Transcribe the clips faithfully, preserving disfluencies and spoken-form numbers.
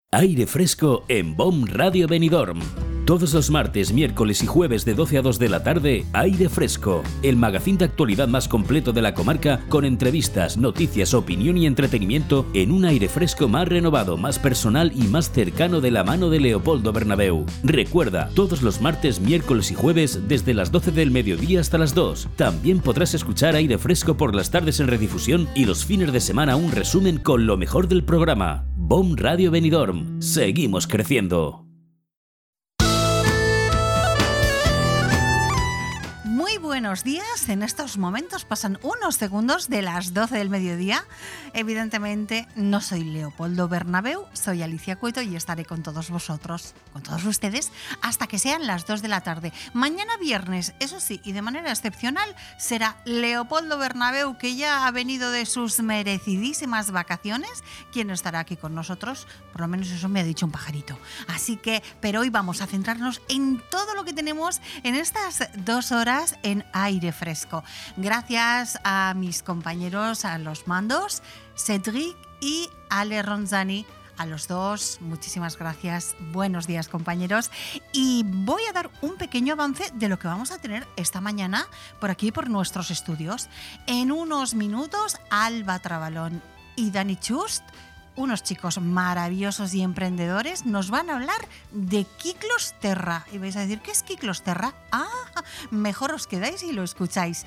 Aire fresco en B O M Radio Benidorm. Todos los martes, miércoles y jueves de doce a dos de la tarde, Aire Fresco, el magazín de actualidad más completo de la comarca, con entrevistas, noticias, opinión y entretenimiento en un aire fresco más renovado, más personal y más cercano de la mano de Leopoldo Bernabéu. Recuerda, todos los martes, miércoles y jueves desde las doce del mediodía hasta las dos. También podrás escuchar Aire Fresco por las tardes en redifusión y los fines de semana un resumen con lo mejor del programa. B O M Radio Benidorm. Seguimos creciendo. Buenos días, en estos momentos pasan unos segundos de las doce del mediodía. Evidentemente no soy Leopoldo Bernabéu, soy Alicia Cueto y estaré con todos vosotros, con todos ustedes, hasta que sean las dos de la tarde. Mañana viernes, eso sí, y de manera excepcional, será Leopoldo Bernabéu, que ya ha venido de sus merecidísimas vacaciones, quien estará aquí con nosotros, por lo menos eso me ha dicho un pajarito. Así que, pero hoy vamos a centrarnos en todo lo que tenemos en estas dos horas en Aire Fresco. Gracias a mis compañeros a los mandos, Cedric y Ale Ronzani. A los dos, muchísimas gracias. Buenos días, compañeros. Y voy a dar un pequeño avance de lo que vamos a tener esta mañana por aquí, por nuestros estudios. En unos minutos, Alba Trabalón y Dani Chust, unos chicos maravillosos y emprendedores, nos van a hablar de Kiklos Terra. Y vais a decir, ¿qué es Kiklos Terra? Ah, mejor os quedáis y lo escucháis.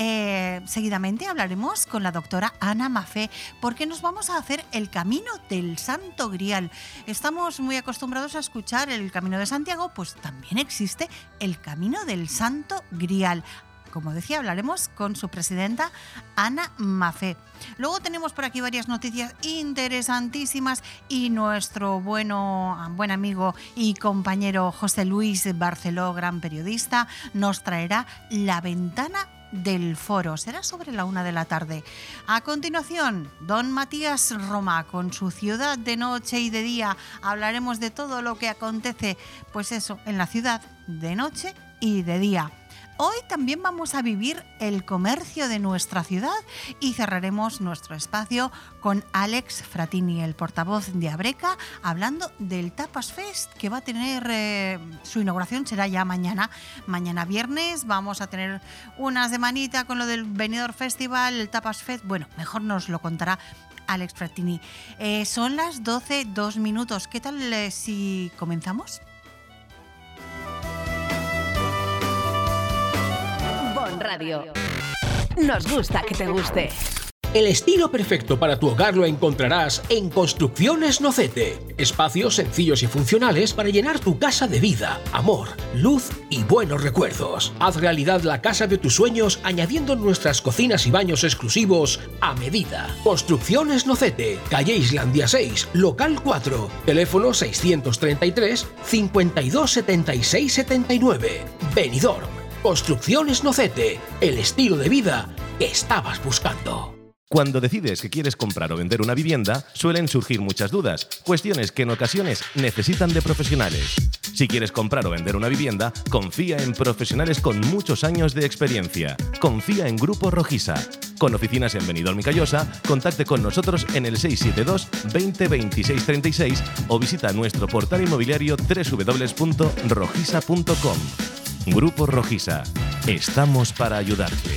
Eh, seguidamente hablaremos con la doctora Ana Mafé, porque nos vamos a hacer el Camino del Santo Grial. Estamos muy acostumbrados a escuchar el Camino de Santiago, pues también existe el Camino del Santo Grial. Como decía, hablaremos con su presidenta, Ana Mafé. Luego tenemos por aquí varias noticias interesantísimas y nuestro bueno, buen amigo y compañero José Luis Barceló, gran periodista, nos traerá La Ventana del Foro. Será sobre la una de la tarde. A continuación, don Matías Roma con su Ciudad de Noche y de Día. Hablaremos de todo lo que acontece, pues eso, en la ciudad de noche y de día. Hoy también vamos a vivir el comercio de nuestra ciudad y cerraremos nuestro espacio con Alex Fratini, el portavoz de Abreca, hablando del Tapas Fest, que va a tener, eh, su inauguración será ya mañana. Mañana viernes vamos a tener una semanita con lo del Benidorm Festival, el Tapas Fest. Bueno, mejor nos lo contará Alex Fratini. Eh, son las doce, dos minutos. ¿Qué tal eh, si comenzamos? Radio. Nos gusta que te guste. El estilo perfecto para tu hogar lo encontrarás en Construcciones Nocete. Espacios sencillos y funcionales para llenar tu casa de vida, amor, luz y buenos recuerdos. Haz realidad la casa de tus sueños añadiendo nuestras cocinas y baños exclusivos a medida. Construcciones Nocete, calle Islandia seis, local cuatro, teléfono seiscientos treinta y tres, cincuenta y dos setenta y seis setenta y nueve. Benidorm. Construcciones Nocete, el estilo de vida que estabas buscando. Cuando decides que quieres comprar o vender una vivienda, suelen surgir muchas dudas, cuestiones que en ocasiones necesitan de profesionales. Si quieres comprar o vender una vivienda, confía en profesionales con muchos años de experiencia. Confía en Grupo Rojisa. Con oficinas en Benidorm y Callosa, contacte con nosotros en el seis siete dos, veinte, veintiséis treinta y seis o visita nuestro portal inmobiliario doble u doble u doble u punto rojisa punto com. Grupo Rojisa. Estamos para ayudarte.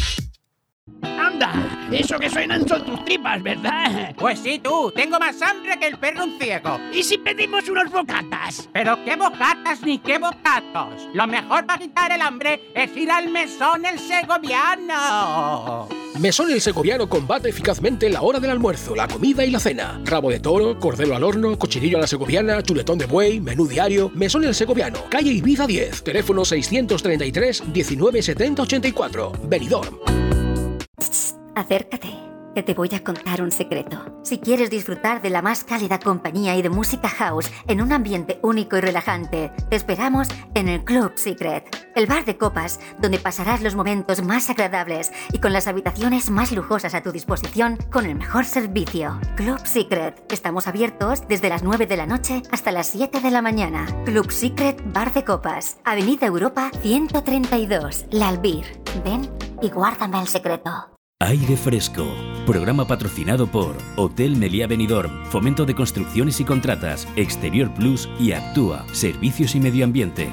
¡Anda! Eso que suenan son tus tripas, ¿verdad? Pues sí, tú. Tengo más hambre que el perro un ciego. ¿Y si pedimos unos bocatas? ¿Pero qué bocatas ni qué bocatos? Lo mejor para quitar el hambre es ir al Mesón El Segoviano. Mesón El Segoviano combate eficazmente la hora del almuerzo, la comida y la cena. Rabo de toro, cordero al horno, cochinillo a la segoviana, chuletón de buey, menú diario. Mesón El Segoviano, calle Ibiza diez, teléfono seiscientos treinta y tres, diecinueve setenta ochenta y cuatro. Benidorm. Acércate, que te voy a contar un secreto. Si quieres disfrutar de la más cálida compañía y de música house en un ambiente único y relajante, te esperamos en el Club Secret, el bar de copas donde pasarás los momentos más agradables y con las habitaciones más lujosas a tu disposición con el mejor servicio. Club Secret. Estamos abiertos desde las nueve de la noche hasta las siete de la mañana. Club Secret Bar de Copas, Avenida Europa ciento treinta y dos, La Albir. Ven y guárdame el secreto. Aire Fresco. Programa patrocinado por Hotel Meliá Benidorm, Fomento de Construcciones y Contratas, Exterior Plus y Actúa, Servicios y Medio Ambiente.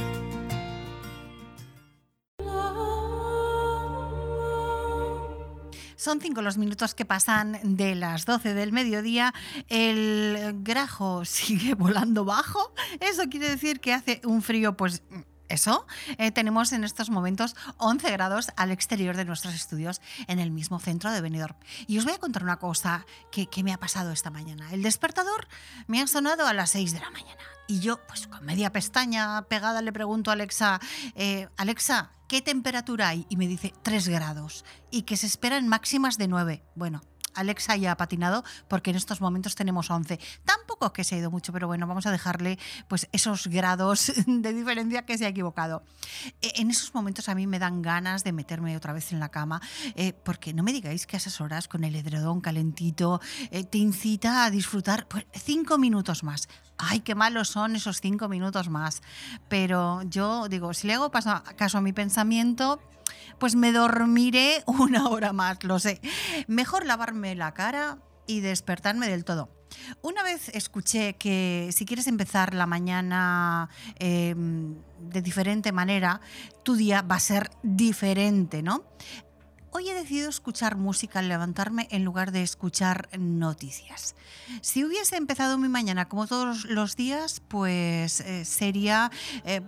Son cinco los minutos que pasan de las doce del mediodía. El grajo sigue volando bajo. Eso quiere decir que hace un frío, pues... Eso, eh, tenemos en estos momentos once grados al exterior de nuestros estudios en el mismo centro de Benidorm. Y os voy a contar una cosa que, que me ha pasado esta mañana. El despertador me ha sonado a las seis de la mañana. Y yo, pues con media pestaña pegada, le pregunto a Alexa, eh, Alexa, ¿qué temperatura hay? Y me dice tres grados y que se esperan máximas de nueve. Bueno, Alexa ya ha patinado porque en estos momentos tenemos once. Tampoco que se ha ido mucho, pero bueno, vamos a dejarle pues esos grados de diferencia que se ha equivocado. En esos momentos a mí me dan ganas de meterme otra vez en la cama, eh, porque no me digáis que a esas horas con el edredón calentito eh, te incita a disfrutar pues, cinco minutos más. Ay, qué malos son esos cinco minutos más. Pero yo digo, si le hago caso a mi pensamiento, pues me dormiré una hora más, lo sé. Mejor lavarme la cara y despertarme del todo. Una vez escuché que si quieres empezar la mañana eh, de diferente manera, tu día va a ser diferente, ¿no? Hoy he decidido escuchar música al levantarme en lugar de escuchar noticias. Si hubiese empezado mi mañana como todos los días, pues eh, sería, eh,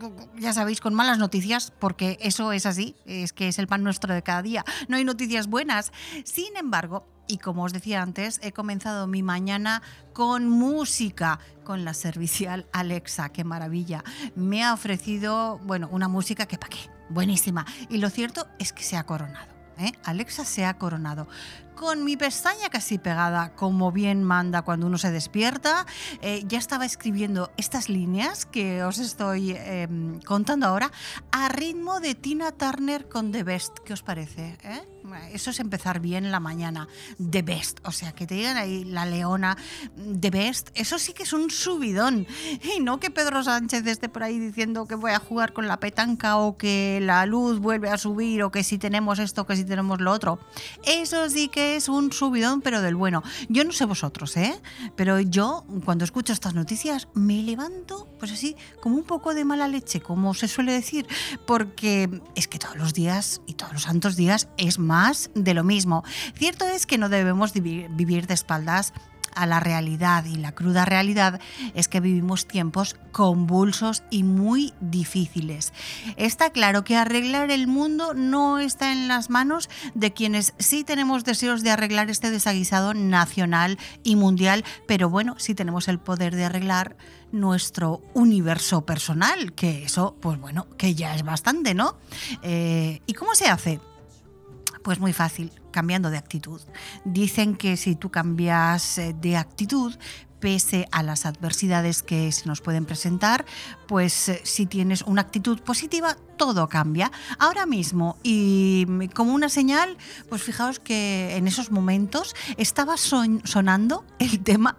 ya sabéis, con malas noticias, porque eso es así, es que es el pan nuestro de cada día. No hay noticias buenas. Sin embargo, y como os decía antes, he comenzado mi mañana con música, con la servicial Alexa. ¡Qué maravilla! Me ha ofrecido, bueno, una música que pa' qué, buenísima. Y lo cierto es que se ha coronado. ¿Eh? Alexa se ha coronado. Con mi pestaña casi pegada, como bien manda cuando uno se despierta, eh, ya estaba escribiendo estas líneas que os estoy eh, contando ahora a ritmo de Tina Turner con The Best. ¿Qué os parece? ¿Eh? Eso es empezar bien la mañana. The Best, o sea, que te digan ahí la leona The Best, eso sí que es un subidón. Y no que Pedro Sánchez esté por ahí diciendo que voy a jugar con la petanca o que la luz vuelve a subir o que si tenemos esto, que si tenemos lo otro. Eso sí que es un subidón, pero del bueno. Yo no sé vosotros, ¿eh? Pero yo, cuando escucho estas noticias, me levanto, pues así, como un poco de mala leche, como se suele decir, porque es que todos los días y todos los santos días es más de lo mismo. Cierto es que no debemos vivir de espaldas a la realidad, y la cruda realidad es que vivimos tiempos convulsos y muy difíciles. Está claro que arreglar el mundo no está en las manos de quienes sí tenemos deseos de arreglar este desaguisado nacional y mundial, pero bueno, sí tenemos el poder de arreglar nuestro universo personal, que eso, pues bueno, que ya es bastante, ¿no? Eh, ¿Y cómo se hace? Pues muy fácil, cambiando de actitud. Dicen que si tú cambias de actitud, pese a las adversidades que se nos pueden presentar, pues si tienes una actitud positiva, todo cambia. Ahora mismo, y como una señal, pues fijaos que en esos momentos estaba son- sonando el tema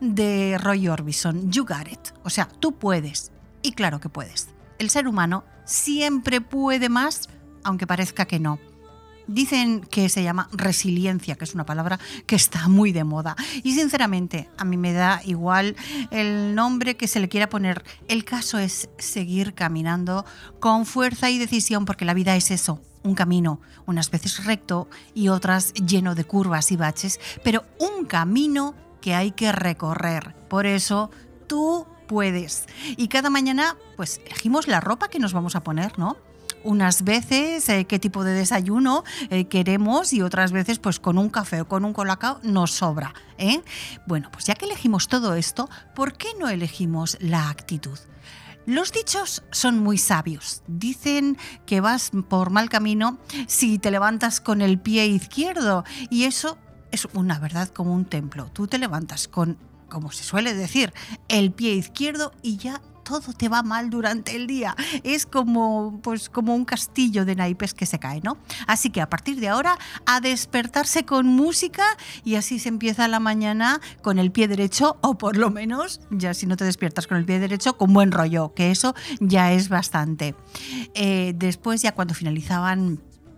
de Roy Orbison, You Got It. O sea, tú puedes. Y claro que puedes. El ser humano siempre puede más, aunque parezca que no. Dicen que se llama resiliencia, que es una palabra que está muy de moda. Y sinceramente, a mí me da igual el nombre que se le quiera poner. El caso es seguir caminando con fuerza y decisión, porque la vida es eso, un camino, unas veces recto y otras lleno de curvas y baches, pero un camino que hay que recorrer. Por eso, tú puedes. Y cada mañana, pues elegimos la ropa que nos vamos a poner, ¿no? Unas veces eh, qué tipo de desayuno eh, queremos, y otras veces pues con un café o con un colacao nos sobra, ¿eh? Bueno, pues ya que elegimos todo esto, ¿por qué no elegimos la actitud? Los dichos son muy sabios. Dicen que vas por mal camino si te levantas con el pie izquierdo, y eso es una verdad como un templo. Tú te levantas con, como se suele decir, el pie izquierdo y ya todo te va mal durante el día. Es como, pues, como un castillo de naipes que se cae, ¿no? Así que a partir de ahora, a despertarse con música, y así se empieza la mañana con el pie derecho, o por lo menos, ya si no te despiertas con el pie derecho, con buen rollo, que eso ya es bastante. Eh, después, ya cuando finalizaban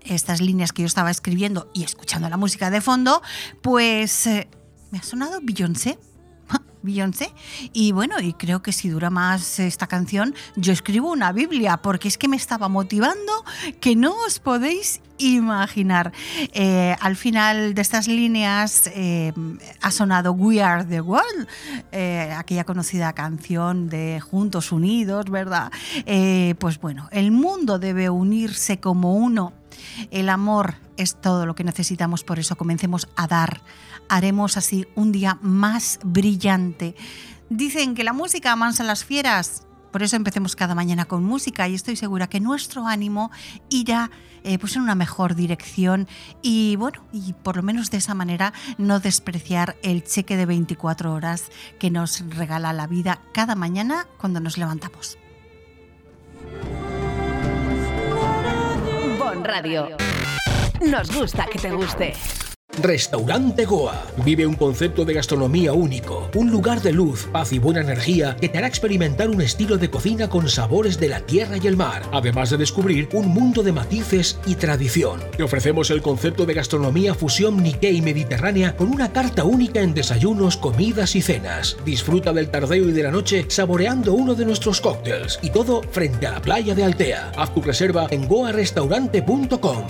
estas líneas que yo estaba escribiendo y escuchando la música de fondo, pues eh, me ha sonado Beyoncé. Beyoncé. Y bueno, y creo que si dura más esta canción, yo escribo una Biblia, porque es que me estaba motivando que no os podéis imaginar. Eh, al final de estas líneas eh, ha sonado We Are the World, eh, aquella conocida canción de Juntos Unidos, ¿verdad? Eh, pues bueno, el mundo debe unirse como uno. El amor es todo lo que necesitamos, por eso comencemos a dar. Haremos así un día más brillante. Dicen que la música amansa a las fieras, por eso empecemos cada mañana con música y estoy segura que nuestro ánimo irá eh, pues en una mejor dirección y bueno, y por lo menos de esa manera no despreciar el cheque de veinticuatro horas que nos regala la vida cada mañana cuando nos levantamos. Bon Radio. Nos gusta que te guste. Restaurante Goa. Vive un concepto de gastronomía único, un lugar de luz, paz y buena energía que te hará experimentar un estilo de cocina con sabores de la tierra y el mar, además de descubrir un mundo de matices y tradición. Te ofrecemos el concepto de gastronomía fusión Nikkei mediterránea con una carta única en desayunos, comidas y cenas. Disfruta del tardeo y de la noche saboreando uno de nuestros cócteles y todo frente a la playa de Altea. Haz tu reserva en goa restaurante punto com.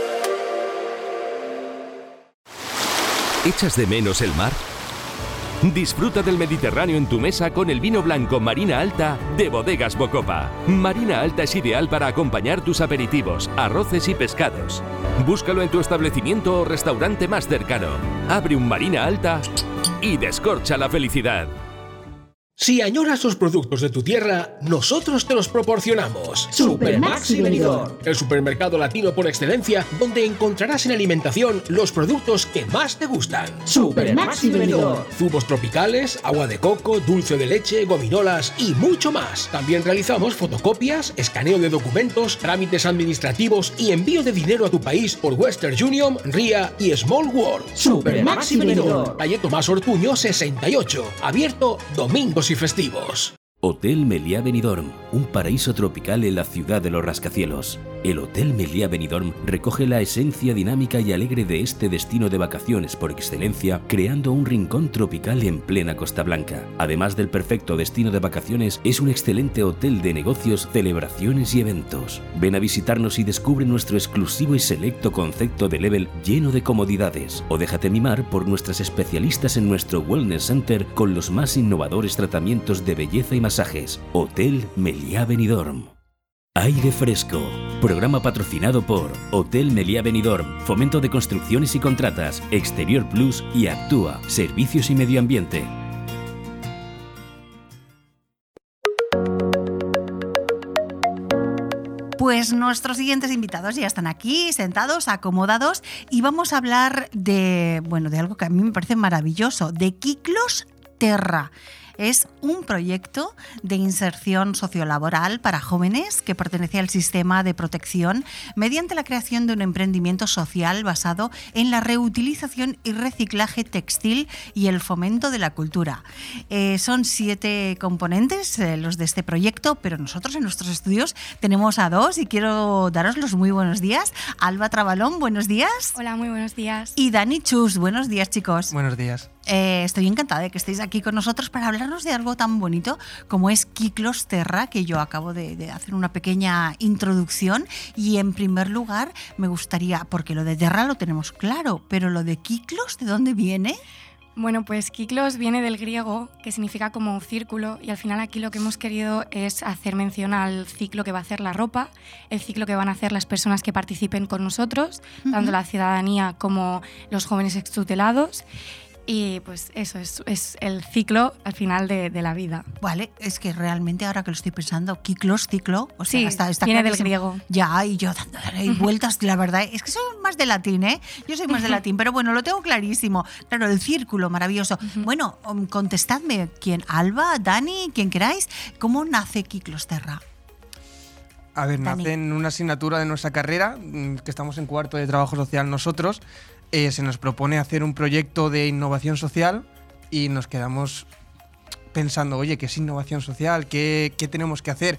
¿Echas de menos el mar? Disfruta del Mediterráneo en tu mesa con el vino blanco Marina Alta de Bodegas Bocopa. Marina Alta es ideal para acompañar tus aperitivos, arroces y pescados. Búscalo en tu establecimiento o restaurante más cercano. Abre un Marina Alta y descorcha la felicidad. Si añoras los productos de tu tierra, nosotros te los proporcionamos. Super Maxi Benidorm, el supermercado latino por excelencia, donde encontrarás en alimentación los productos que más te gustan. Super Maxi Benidorm, zumos tropicales, agua de coco, dulce de leche, gominolas y mucho más. También realizamos fotocopias, escaneo de documentos, trámites administrativos y envío de dinero a tu país por Western Union, R I A y Small World. Super Maxi Benidorm, calle Tomás Ortuño sesenta y ocho, abierto domingos y festivos. Hotel Meliá Benidorm, un paraíso tropical en la ciudad de los rascacielos. El Hotel Meliá Benidorm recoge la esencia dinámica y alegre de este destino de vacaciones por excelencia, creando un rincón tropical en plena Costa Blanca. Además del perfecto destino de vacaciones, es un excelente hotel de negocios, celebraciones y eventos. Ven a visitarnos y descubre nuestro exclusivo y selecto concepto de level lleno de comodidades. O déjate mimar por nuestras especialistas en nuestro Wellness Center con los más innovadores tratamientos de belleza y masajes. Hotel Meliá Benidorm. Aire Fresco, programa patrocinado por Hotel Meliá Benidorm, Fomento de Construcciones y Contratas, Exterior Plus y Actúa, Servicios y Medio Ambiente. Pues nuestros siguientes invitados ya están aquí, sentados, acomodados, y vamos a hablar de, bueno, de algo que a mí me parece maravilloso, de Kiklos Terra. Es un proyecto de inserción sociolaboral para jóvenes que pertenece al sistema de protección mediante la creación de un emprendimiento social basado en la reutilización y reciclaje textil y el fomento de la cultura. Eh, son siete componentes eh, los de este proyecto, pero nosotros en nuestros estudios tenemos a dos y quiero daros los muy buenos días. Alba Trabalón, buenos días. Hola, muy buenos días. Y Dani Chus, buenos días, chicos. Buenos días. Eh, estoy encantada de que estéis aquí con nosotros para hablarnos de algo tan bonito como es Kiklos Terra, que yo acabo de, de hacer una pequeña introducción. Y en primer lugar me gustaría, porque lo de Terra lo tenemos claro, pero lo de Kiklos, ¿de dónde viene? Bueno, pues Kiklos viene del griego, que significa como un círculo, y al final aquí lo que hemos querido es hacer mención al ciclo que va a hacer la ropa, el ciclo que van a hacer las personas que participen con nosotros, uh-huh. tanto la ciudadanía como los jóvenes extutelados. Y pues eso es, es el ciclo al final de, de la vida. Vale, es que realmente ahora que lo estoy pensando, Kiklos, ciclo, o sea, sí, está, está viene clarísimo. del griego. Ya, y yo dándole vueltas, la verdad, es que soy más de latín, ¿eh? Yo soy más de latín, pero bueno, lo tengo clarísimo. Claro, el círculo, maravilloso. Uh-huh. Bueno, um, contestadme, ¿quién? Alba, Dani, quien queráis, ¿cómo nace Kiklos Terra? A ver, Dani. nace en una asignatura de nuestra carrera, que estamos en cuarto de trabajo social nosotros. Eh, se nos propone hacer un proyecto de innovación social y nos quedamos pensando, oye, ¿qué es innovación social? ¿Qué, qué tenemos que hacer?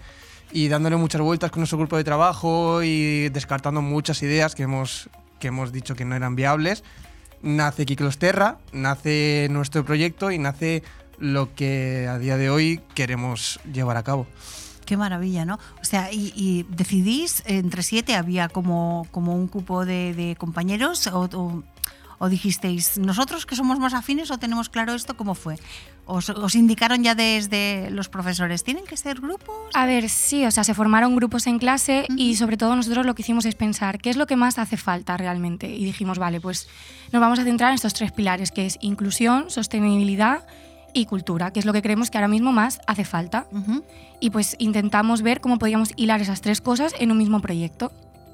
y dándole muchas vueltas con nuestro grupo de trabajo y descartando muchas ideas que hemos, que hemos dicho que no eran viables, nace Kiklosterra, nace nuestro proyecto y nace lo que a día de hoy queremos llevar a cabo. Qué maravilla, ¿no? O sea, y, y decidís, entre siete había como, como un cupo de, de compañeros o, o, o dijisteis, nosotros que somos más afines o tenemos claro esto, ¿cómo fue? ¿Os, os indicaron ya desde los profesores, tienen que ser grupos? A ver, sí, o sea, se formaron grupos en clase uh-huh. y sobre todo nosotros lo que hicimos es pensar qué es lo que más hace falta realmente. Y dijimos, vale, pues nos vamos a centrar en estos tres pilares, que es inclusión, sostenibilidad y cultura, que es lo que creemos que ahora mismo más hace falta. Uh-huh. Y pues intentamos ver cómo podíamos hilar esas tres cosas en un mismo proyecto.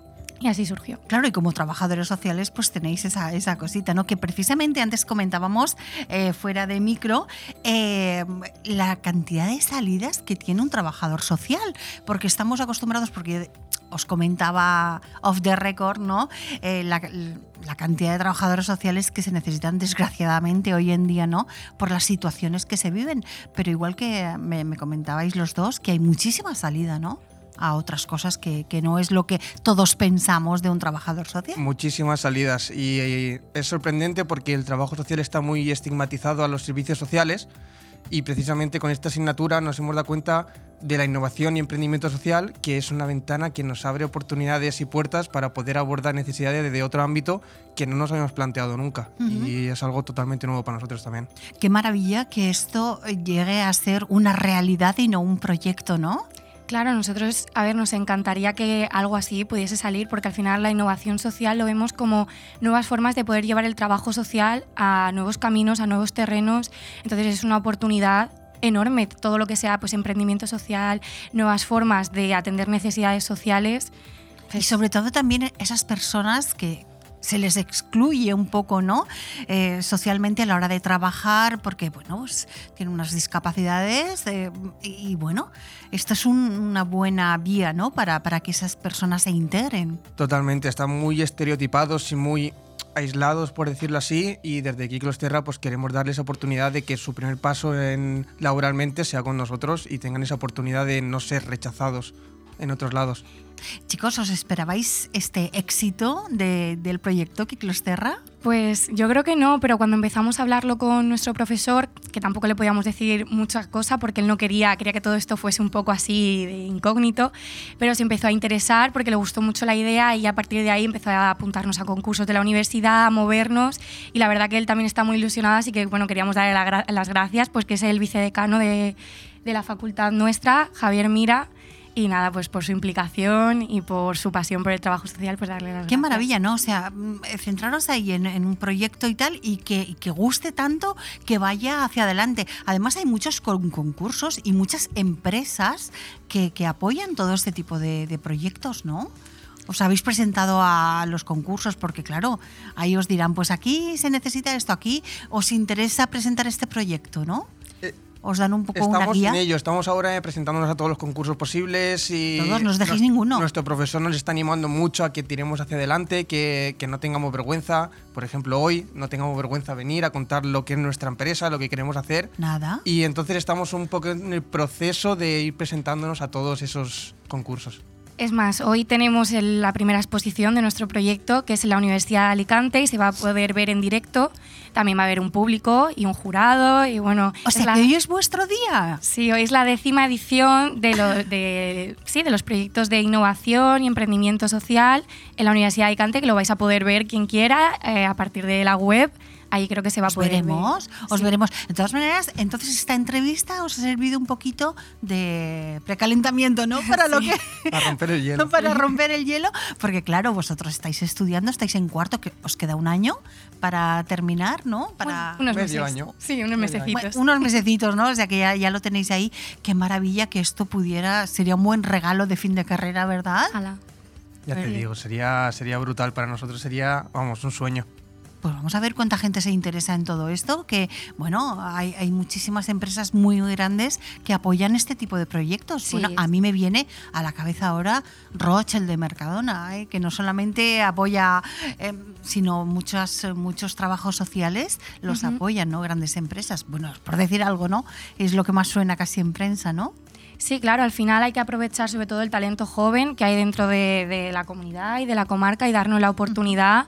Y así surgió. Claro, y como trabajadores sociales pues tenéis esa, esa cosita, ¿no? Que precisamente antes comentábamos, eh, fuera de micro, eh, la cantidad de salidas que tiene un trabajador social, porque estamos acostumbrados, porque os comentaba off the record, ¿no? Eh, la, la cantidad de trabajadores sociales que se necesitan desgraciadamente hoy en día, ¿no? Por las situaciones que se viven. Pero igual que me, me comentabais los dos, que hay muchísima salida, ¿no? A otras cosas que, que no es lo que todos pensamos de un trabajador social. Muchísimas salidas y, y es sorprendente porque el trabajo social está muy estigmatizado a los servicios sociales y precisamente con esta asignatura nos hemos dado cuenta de la innovación y emprendimiento social, que es una ventana que nos abre oportunidades y puertas para poder abordar necesidades de otro ámbito que no nos habíamos planteado nunca. Uh-huh. Y es algo totalmente nuevo para nosotros también. Qué maravilla que esto llegue a ser una realidad y no un proyecto, ¿no? Claro, nosotros, a ver, nos encantaría que algo así pudiese salir, porque al final la innovación social lo vemos como nuevas formas de poder llevar el trabajo social a nuevos caminos, a nuevos terrenos. Entonces es una oportunidad enorme, todo lo que sea pues emprendimiento social, nuevas formas de atender necesidades sociales. Y sobre todo también esas personas que se les excluye un poco, ¿no? Eh, socialmente a la hora de trabajar, porque bueno, pues, tienen unas discapacidades eh, y, y bueno, esto es un, una buena vía, ¿no? Para, para que esas personas se integren. Totalmente, están muy estereotipados y muy aislados, por decirlo así, y desde Kiklosterra pues queremos darles oportunidad de que su primer paso en, laboralmente sea con nosotros y tengan esa oportunidad de no ser rechazados en otros lados. Chicos, ¿os esperabais este éxito de, del proyecto Kiklosterra? Pues yo creo que no, pero cuando empezamos a hablarlo con nuestro profesor, que tampoco le podíamos decir muchas cosas porque él no quería, quería que todo esto fuese un poco así de incógnito, pero se empezó a interesar porque le gustó mucho la idea y a partir de ahí empezó a apuntarnos a concursos de la universidad, a movernos, y la verdad que él también está muy ilusionado, así que bueno, queríamos darle la gra- las gracias, pues que es el vicedecano de, de la facultad nuestra, Javier Mira. Y nada, pues por su implicación y por su pasión por el trabajo social, pues darle las gracias. Qué maravilla, ¿no? O sea, centraros ahí en, en un proyecto y tal y que, y que guste tanto que vaya hacia adelante. Además hay muchos con- concursos y muchas empresas que, que apoyan todo este tipo de, de proyectos, ¿no? Os habéis presentado a los concursos porque, claro, ahí os dirán, pues aquí se necesita esto, aquí os interesa presentar este proyecto, ¿no? Eh. Os dan un poco estamos una guía. Estamos en ello, estamos ahora presentándonos a todos los concursos posibles y todos, no os dejéis nos, ninguno. Nuestro profesor nos está animando mucho a que tiremos hacia adelante, que, que no tengamos vergüenza. Por ejemplo, hoy no tengamos vergüenza venir a contar lo que es nuestra empresa, lo que queremos hacer. Nada. Y entonces estamos un poco en el proceso de ir presentándonos a todos esos concursos. Es más, hoy tenemos el, la primera exposición de nuestro proyecto, que es en la Universidad de Alicante, y se va a poder ver en directo. También va a haber un público y un jurado, y bueno... O sea, la, que hoy es vuestro día. Sí, hoy es la décima edición de, lo, de, sí, de los proyectos de innovación y emprendimiento social en la Universidad de Alicante, que lo vais a poder ver quien quiera eh, a partir de la web. Ahí creo que se va os a poder veremos, ver. Os sí. veremos. De todas maneras, entonces esta entrevista os ha servido un poquito de precalentamiento, ¿no? Para sí. lo que para romper el hielo. Para romper el hielo, porque claro, vosotros estáis estudiando, estáis en cuarto, que os queda un año para terminar, ¿no? Para bueno, unos medio meses. año. Sí, unos mesecitos. Bueno, unos mesecitos, ¿no? O sea que ya, ya lo tenéis ahí. Qué maravilla que esto pudiera, sería un buen regalo de fin de carrera, ¿verdad? Ojalá. Ya te sí. digo, sería, sería brutal para nosotros, sería, vamos, un sueño. Pues vamos a ver cuánta gente se interesa en todo esto, que bueno, hay, hay muchísimas empresas muy grandes que apoyan este tipo de proyectos. Sí, bueno, a mí me viene a la cabeza ahora Roche, el de Mercadona, ¿eh? Que no solamente apoya, eh, sino muchos, muchos trabajos sociales los uh-huh. apoyan, ¿no? Grandes empresas. Bueno, por decir algo, ¿no? Es lo que más suena casi en prensa, ¿no? Sí, claro, al final hay que aprovechar sobre todo el talento joven que hay dentro de, de la comunidad y de la comarca y darnos la oportunidad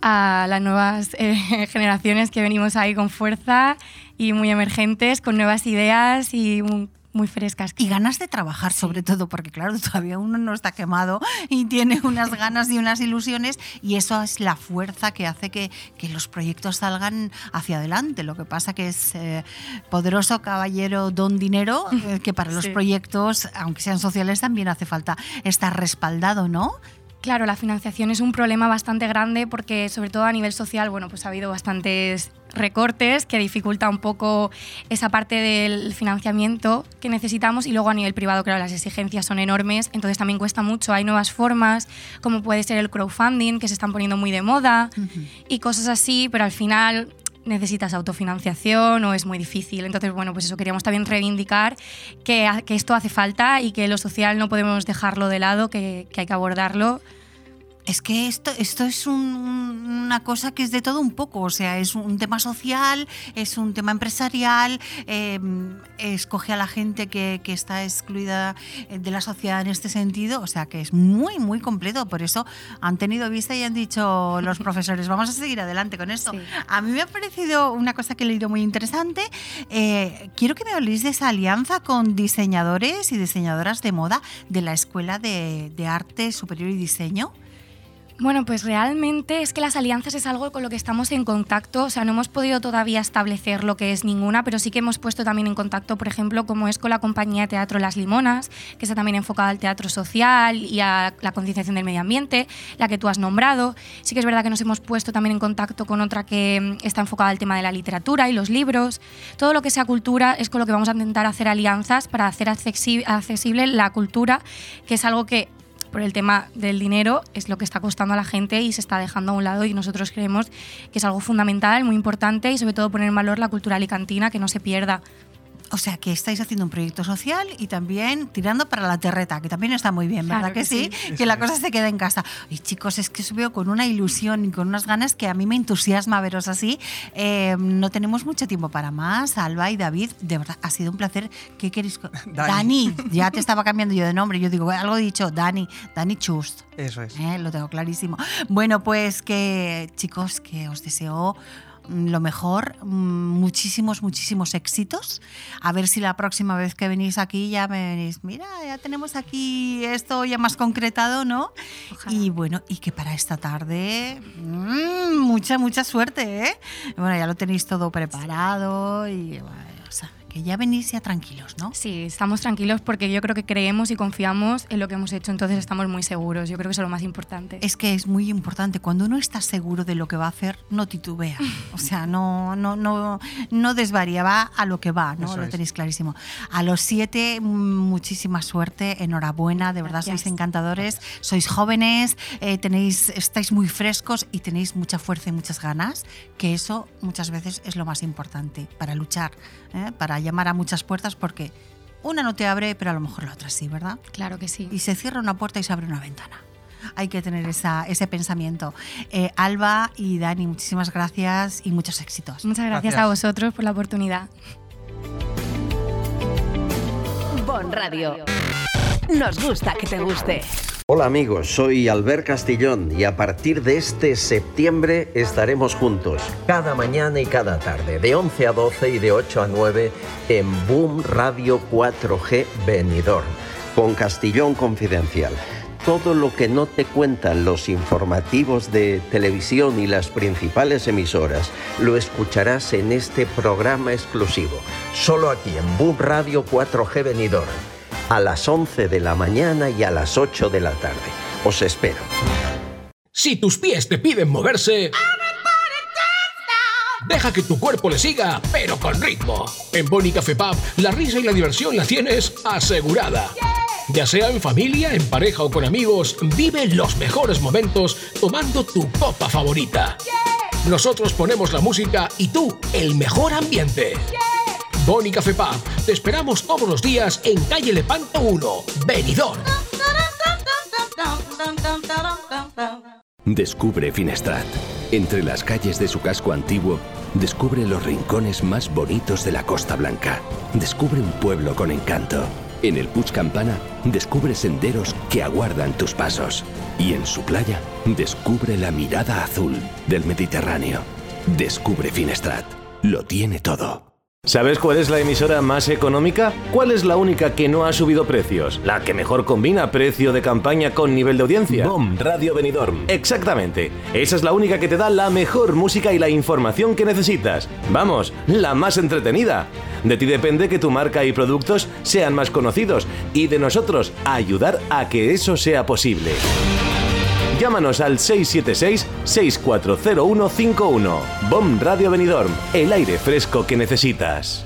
a las nuevas eh, generaciones que venimos ahí con fuerza y muy emergentes, con nuevas ideas y un, muy frescas. Y ganas de trabajar, sobre todo, porque claro, todavía uno no está quemado y tiene unas ganas y unas ilusiones, y eso es la fuerza que hace que, que los proyectos salgan hacia adelante. Lo que pasa que es eh, poderoso caballero don dinero, eh, que para los sí. proyectos, aunque sean sociales, también hace falta estar respaldado, ¿no? Claro, la financiación es un problema bastante grande porque, sobre todo a nivel social, bueno, pues ha habido bastantes recortes que dificulta un poco esa parte del financiamiento que necesitamos, y luego a nivel privado, claro, las exigencias son enormes, entonces también cuesta mucho. Hay nuevas formas, como puede ser el crowdfunding, que se están poniendo muy de moda, uh-huh. y cosas así, pero al final necesitas autofinanciación o es muy difícil. Entonces, bueno, pues eso, queríamos también reivindicar que, que esto hace falta y que lo social no podemos dejarlo de lado, que, que hay que abordarlo. Es que esto, esto es un, una cosa que es de todo un poco, o sea, es un tema social, es un tema empresarial, eh, escoge a la gente que, que está excluida de la sociedad en este sentido, o sea, que es muy, muy completo. Por eso han tenido vista y han dicho los profesores, vamos a seguir adelante con esto. Sí. A mí me ha parecido una cosa que he leído muy interesante. Eh, quiero que me habléis de esa alianza con diseñadores y diseñadoras de moda de la Escuela de, de Arte Superior y Diseño. Bueno, pues realmente es que las alianzas es algo con lo que estamos en contacto, o sea, no hemos podido todavía establecer lo que es ninguna, pero sí que hemos puesto también en contacto, por ejemplo, como es con la compañía de teatro Las Limonas, que está también enfocada al teatro social y a la concienciación del medio ambiente, la que tú has nombrado. Sí que es verdad que nos hemos puesto también en contacto con otra que está enfocada al tema de la literatura y los libros. Todo lo que sea cultura es con lo que vamos a intentar hacer alianzas para hacer accesible la cultura, que es algo que, por el tema del dinero, es lo que está costando a la gente y se está dejando a un lado, y nosotros creemos que es algo fundamental, muy importante, y sobre todo poner en valor la cultura alicantina, que no se pierda. O sea, que estáis haciendo un proyecto social y también tirando para la terreta, que también está muy bien, ¿verdad? Claro que, que sí, sí? Que la cosa se queda en casa. Y chicos, es que os veo con una ilusión y con unas ganas que a mí me entusiasma veros así. Eh, no tenemos mucho tiempo para más. Alba y David, de verdad, ha sido un placer. ¿Qué queréis? Dani. Dani, ya te estaba cambiando yo de nombre. Yo digo, algo he dicho, Dani, Dani Chust. Eso es. Eh, lo tengo clarísimo. Bueno, pues que, chicos, que os deseo lo mejor, muchísimos, muchísimos éxitos. A ver si la próxima vez que venís aquí ya me venís, mira, ya tenemos aquí esto ya más concretado, ¿no? Ojalá. Y bueno, y que para esta tarde, mmm, mucha, mucha suerte, ¿eh? Bueno, ya lo tenéis todo preparado y bueno, o sea, que ya venís ya tranquilos, ¿no? Sí, estamos tranquilos porque yo creo que creemos y confiamos en lo que hemos hecho, entonces estamos muy seguros. Yo creo que eso es lo más importante. Es que es muy importante. Cuando uno está seguro de lo que va a hacer, no titubea. O sea, no, no, no, no desvaría, va a lo que va, ¿no? Eso lo tenéis es. clarísimo. A los siete, muchísima suerte, enhorabuena, de verdad. Gracias. Sois encantadores, sois jóvenes, eh, tenéis, estáis muy frescos y tenéis mucha fuerza y muchas ganas, que eso muchas veces es lo más importante para luchar, ¿eh? Para llamar a muchas puertas, porque una no te abre, pero a lo mejor la otra sí, ¿verdad? Claro que sí. Y se cierra una puerta y se abre una ventana. Hay que tener esa, ese pensamiento. Eh, Alba y Dani, muchísimas gracias y muchos éxitos. Muchas gracias, gracias a vosotros por la oportunidad. Bon Radio. Nos gusta que te guste. Hola amigos, soy Albert Castillón y a partir de este septiembre estaremos juntos cada mañana y cada tarde de once a doce y de ocho a nueve en Boom Radio cuatro G Benidorm con Castillón Confidencial. Todo lo que no te cuentan los informativos de televisión y las principales emisoras lo escucharás en este programa exclusivo, solo aquí en Boom Radio cuatro G Benidorm, a las once de la mañana y a las ocho de la tarde. Os espero. Si tus pies te piden moverse, deja que tu cuerpo le siga, pero con ritmo. En Boni Café Pub, la risa y la diversión la tienes asegurada. Ya sea en familia, en pareja o con amigos, vive los mejores momentos tomando tu copa favorita. Nosotros ponemos la música y tú el mejor ambiente. Boni Café Pub, te esperamos todos los días en calle Lepanto uno, Benidorm. Descubre Finestrat. Entre las calles de su casco antiguo, descubre los rincones más bonitos de la Costa Blanca. Descubre un pueblo con encanto. En el Puig Campana, descubre senderos que aguardan tus pasos. Y en su playa, descubre la mirada azul del Mediterráneo. Descubre Finestrat. Lo tiene todo. ¿Sabes cuál es la emisora más económica? ¿Cuál es la única que no ha subido precios? ¿La que mejor combina precio de campaña con nivel de audiencia? BOM Radio Benidorm. Exactamente. Esa es la única que te da la mejor música y la información que necesitas. Vamos, la más entretenida. De ti depende que tu marca y productos sean más conocidos y de nosotros ayudar a que eso sea posible. Llámanos al seis siete seis, seis cuatro cero uno cinco uno. BOM Radio Benidorm, el aire fresco que necesitas.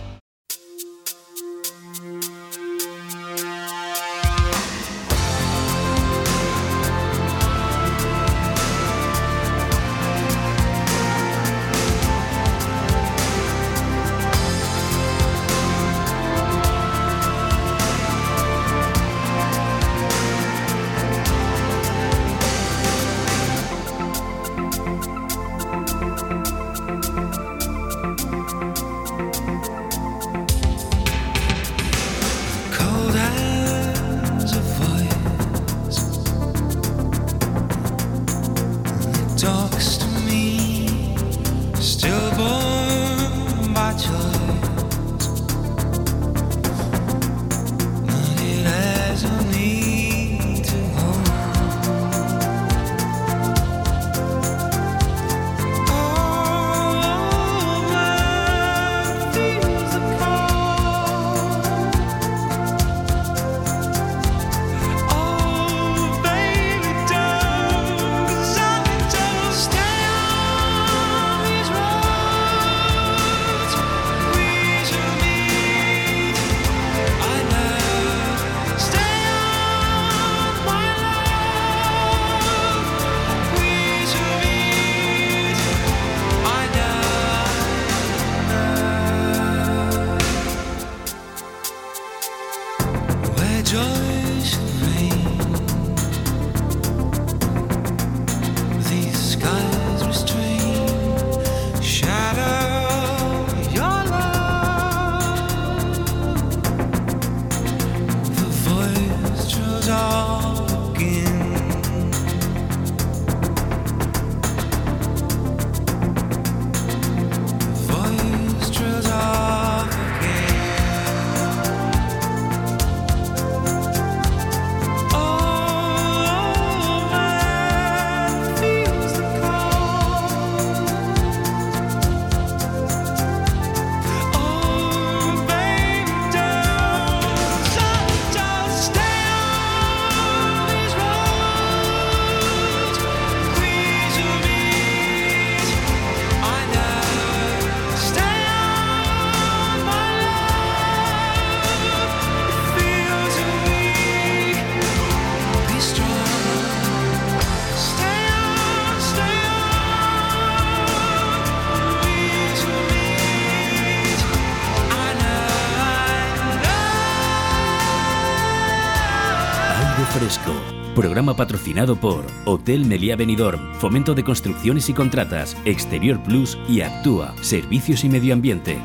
Fresco. Programa patrocinado por Hotel Meliá Benidorm, Fomento de Construcciones y Contratas, Exterior Plus y Actúa, Servicios y Medio Ambiente.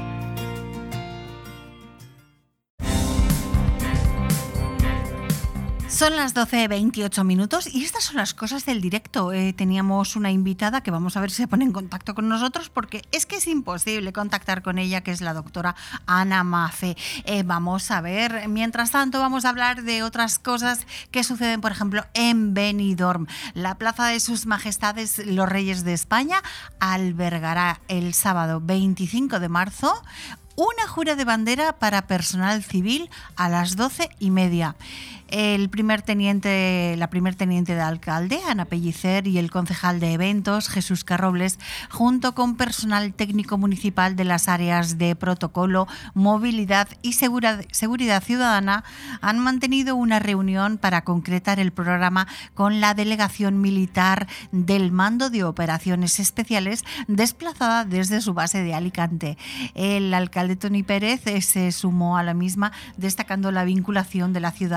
Son las doce veintiocho minutos y estas son las cosas del directo. Eh, teníamos una invitada que vamos a ver si se pone en contacto con nosotros porque es que es imposible contactar con ella, que es la doctora Ana Mafe. Eh, vamos a ver, mientras tanto vamos a hablar de otras cosas que suceden, por ejemplo, en Benidorm. La Plaza de Sus Majestades los Reyes de España albergará el sábado veinticinco de marzo una jura de bandera para personal civil a las doce y media. El primer teniente, la primer teniente de alcalde, Ana Pellicer, y el concejal de eventos, Jesús Carrobles, junto con personal técnico municipal de las áreas de protocolo, movilidad y segura, seguridad ciudadana, han mantenido una reunión para concretar el programa con la delegación militar del Mando de Operaciones Especiales, desplazada desde su base de Alicante. El alcalde Toni Pérez se sumó a la misma, destacando la vinculación de la ciudad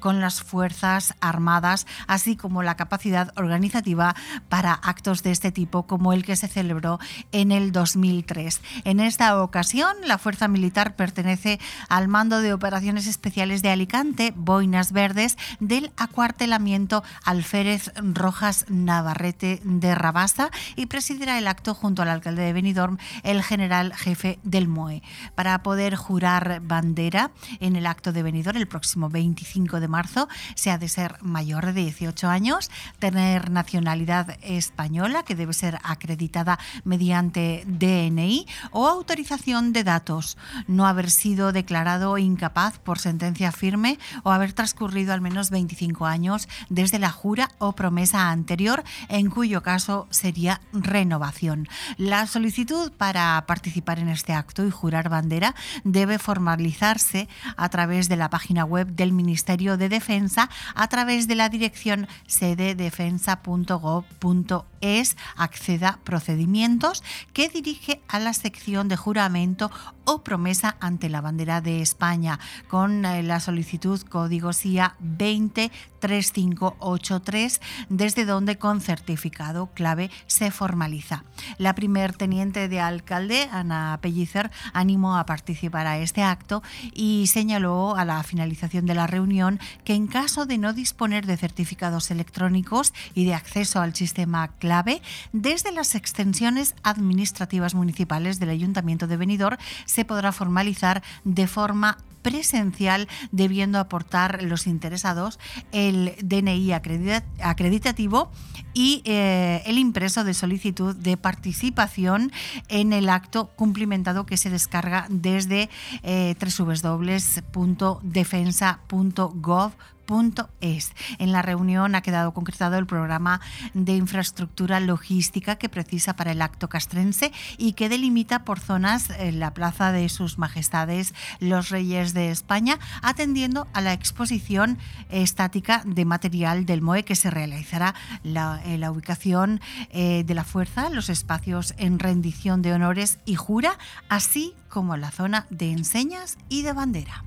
con las Fuerzas Armadas, así como la capacidad organizativa para actos de este tipo como el que se celebró en el dos mil tres. En esta ocasión, la Fuerza Militar pertenece al Mando de Operaciones Especiales de Alicante, Boinas Verdes, del acuartelamiento Alférez Rojas Navarrete de Rabasa, y presidirá el acto junto al alcalde de Benidorm, el general jefe del M O E. Para poder jurar bandera en el acto de Benidorm el próximo veinticinco de marzo, se ha de ser mayor de dieciocho años, tener nacionalidad española, que debe ser acreditada mediante D N I o autorización de datos, no haber sido declarado incapaz por sentencia firme o haber transcurrido al menos veinticinco años desde la jura o promesa anterior, en cuyo caso sería renovación. La solicitud para participar en este acto y jurar bandera debe formalizarse a través de la página web del Ministerio de Defensa, a través de la dirección sede defensa punto gov punto es, acceda procedimientos, que dirige a la sección de juramento o promesa ante la bandera de España, con la solicitud código S I A veinte treinta y cinco ochenta y tres, desde donde con certificado clave se formaliza. La primer teniente de alcalde, Ana Pellicer, animó a participar a este acto y señaló a la finalización de la reunión que en caso de no disponer de certificados electrónicos y de acceso al sistema clave, desde las extensiones administrativas municipales del Ayuntamiento de Benidorm se podrá formalizar de forma presencial, debiendo aportar los interesados el D N I acreditativo y eh, el impreso de solicitud de participación en el acto cumplimentado, que se descarga desde eh, doble u doble u doble u punto defensa punto gov punto es. En la reunión ha quedado concretado el programa de infraestructura logística que precisa para el acto castrense y que delimita por zonas la Plaza de Sus Majestades los Reyes de España, atendiendo a la exposición estática de material del M O E que se realizará, la, la ubicación eh, de la fuerza, los espacios en rendición de honores y jura, así como la zona de enseñas y de bandera.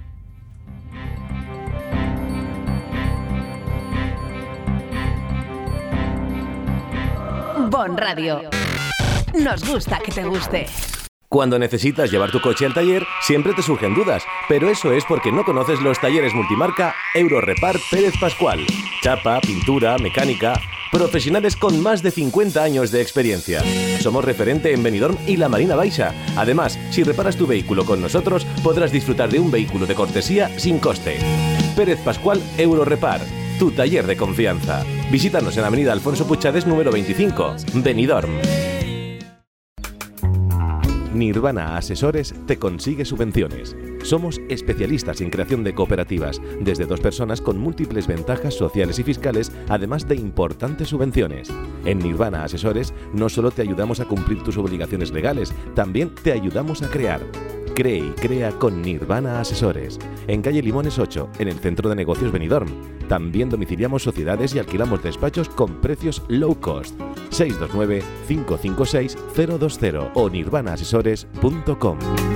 Bon Radio. Nos gusta que te guste. Cuando necesitas llevar tu coche al taller, siempre te surgen dudas, pero eso es porque no conoces los talleres multimarca Eurorepar Pérez Pascual. Chapa, pintura, mecánica... Profesionales con más de cincuenta años de experiencia. Somos referente en Benidorm y la Marina Baixa. Además, si reparas tu vehículo con nosotros, podrás disfrutar de un vehículo de cortesía sin coste. Pérez Pascual Eurorepar, tu taller de confianza. Visítanos en Avenida Alfonso Puchades número veinticinco, Benidorm. Nirvana Asesores te consigue subvenciones. Somos especialistas en creación de cooperativas, desde dos personas con múltiples ventajas sociales y fiscales, además de importantes subvenciones. En Nirvana Asesores no solo te ayudamos a cumplir tus obligaciones legales, también te ayudamos a crear. Cree y crea con Nirvana Asesores. En calle Limones ocho, en el Centro de Negocios Benidorm. También domiciliamos sociedades y alquilamos despachos con precios low cost. seis dos nueve, cinco cinco seis, cero dos cero o nirvana asesores punto com.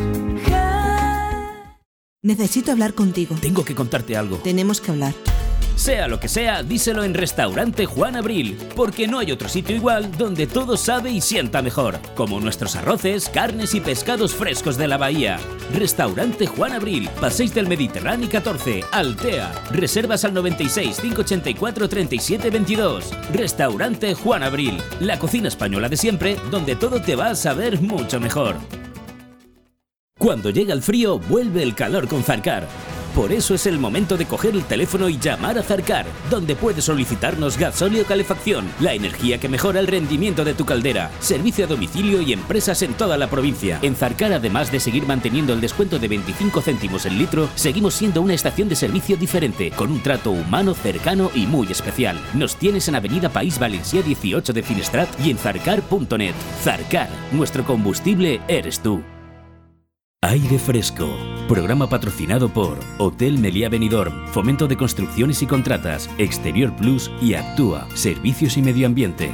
Necesito hablar contigo. Tengo que contarte algo. Tenemos que hablar. Sea lo que sea, díselo en Restaurante Juan Abril, porque no hay otro sitio igual donde todo sabe y sienta mejor, como nuestros arroces, carnes y pescados frescos de la bahía. Restaurante Juan Abril, Passeig del Mediterráneo catorce, Altea. Reservas al noventa y seis, cinco ochenta y cuatro, treinta y siete veintidós. Restaurante Juan Abril, la cocina española de siempre, donde todo te va a saber mucho mejor. Cuando llega el frío, vuelve el calor con Zarcar. Por eso es el momento de coger el teléfono y llamar a Zarcar, donde puedes solicitarnos gasóleo o calefacción, la energía que mejora el rendimiento de tu caldera, servicio a domicilio y empresas en toda la provincia. En Zarcar, además de seguir manteniendo el descuento de veinticinco céntimos el litro, seguimos siendo una estación de servicio diferente, con un trato humano, cercano y muy especial. Nos tienes en Avenida País Valencià dieciocho de Finestrat y en zarcar punto net. Zarcar, nuestro combustible eres tú. Aire Fresco, programa patrocinado por Hotel Meliá Benidorm, Fomento de Construcciones y Contratas, Exterior Plus y Actúa, Servicios y Medio Ambiente.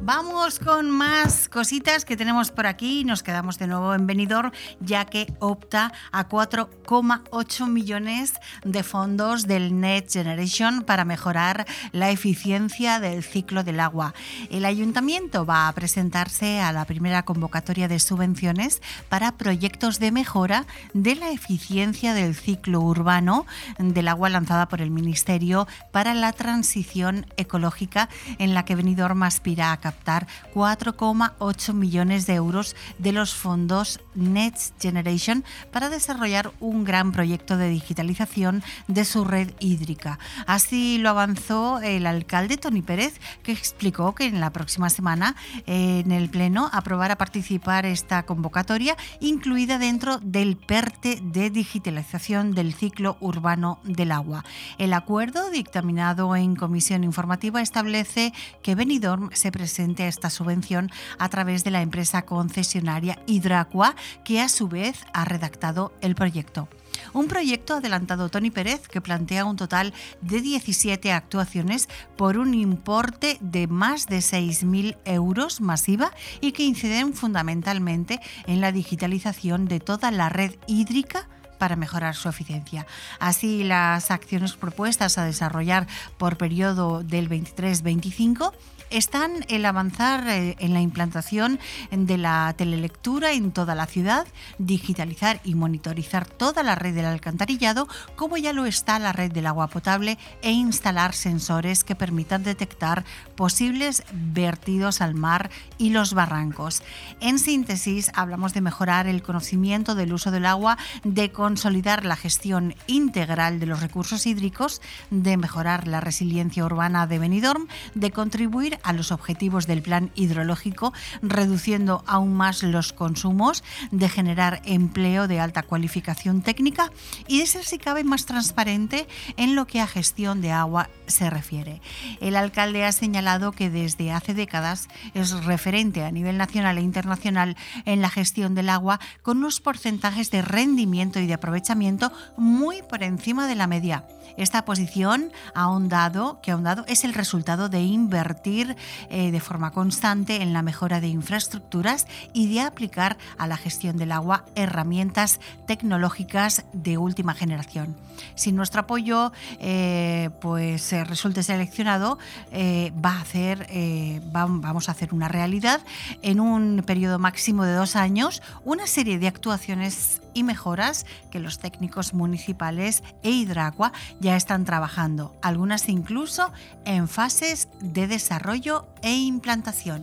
Vamos con más cositas que tenemos por aquí. Nos quedamos de nuevo en Benidorm, ya que opta a cuatro coma ocho millones de fondos del Next Generation para mejorar la eficiencia del ciclo del agua. El ayuntamiento va a presentarse a la primera convocatoria de subvenciones para proyectos de mejora de la eficiencia del ciclo urbano del agua lanzada por el Ministerio para la Transición Ecológica, en la que Benidorm aspira a captar cuatro coma ocho millones de euros de los fondos Next Generation para desarrollar un gran proyecto de digitalización de su red hídrica. Así lo avanzó el alcalde Toni Pérez, que explicó que en la próxima semana eh, en el Pleno aprobará participar esta convocatoria, incluida dentro del PERTE de digitalización del ciclo urbano del agua. El acuerdo, dictaminado en comisión informativa, establece que Benidorm se presente a esta subvención a través de la empresa concesionaria Hidraqua, que a su vez ha redactado el proyecto. Un proyecto, adelantado Toni Pérez, que plantea un total de diecisiete actuaciones por un importe de más de seis mil euros masiva y que inciden fundamentalmente en la digitalización de toda la red hídrica para mejorar su eficiencia. Así, las acciones propuestas a desarrollar por periodo del veintitrés veinticinco están el avanzar en la implantación de la telelectura en toda la ciudad, digitalizar y monitorizar toda la red del alcantarillado, como ya lo está la red del agua potable, e instalar sensores que permitan detectar posibles vertidos al mar y los barrancos. En síntesis, hablamos de mejorar el conocimiento del uso del agua, de consolidar la gestión integral de los recursos hídricos, de mejorar la resiliencia urbana de Benidorm, de contribuir a los objetivos del plan hidrológico, reduciendo aún más los consumos, de generar empleo de alta cualificación técnica y de ser, si cabe, más transparente en lo que a gestión de agua se refiere. El alcalde ha señalado que desde hace décadas es referente a nivel nacional e internacional en la gestión del agua, con unos porcentajes de rendimiento y de aprovechamiento muy por encima de la media. Esta posición ha ahondado, que ha ahondado es el resultado de invertir eh, de forma constante en la mejora de infraestructuras y de aplicar a la gestión del agua herramientas tecnológicas de última generación. Si nuestro apoyo eh, pues eh, resulte seleccionado, eh, va a hacer, eh, va, vamos a hacer una realidad en un periodo máximo de dos años una serie de actuaciones y mejoras que los técnicos municipales e Hidraqua ya están trabajando, algunas incluso en fases de desarrollo e implantación.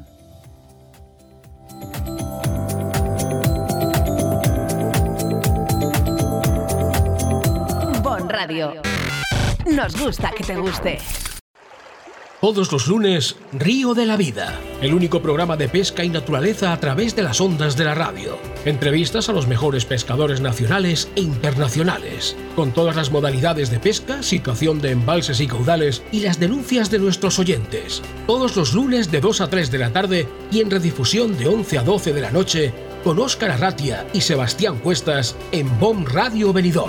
Bon Radio. Nos gusta que te guste. Todos los lunes, Río de la Vida, el único programa de pesca y naturaleza a través de las ondas de la radio. Entrevistas a los mejores pescadores nacionales e internacionales, con todas las modalidades de pesca, situación de embalses y caudales y las denuncias de nuestros oyentes. Todos los lunes de dos a tres de la tarde y en redifusión de once a doce de la noche, con Óscar Arratia y Sebastián Cuestas en Bon Radio Benidorm.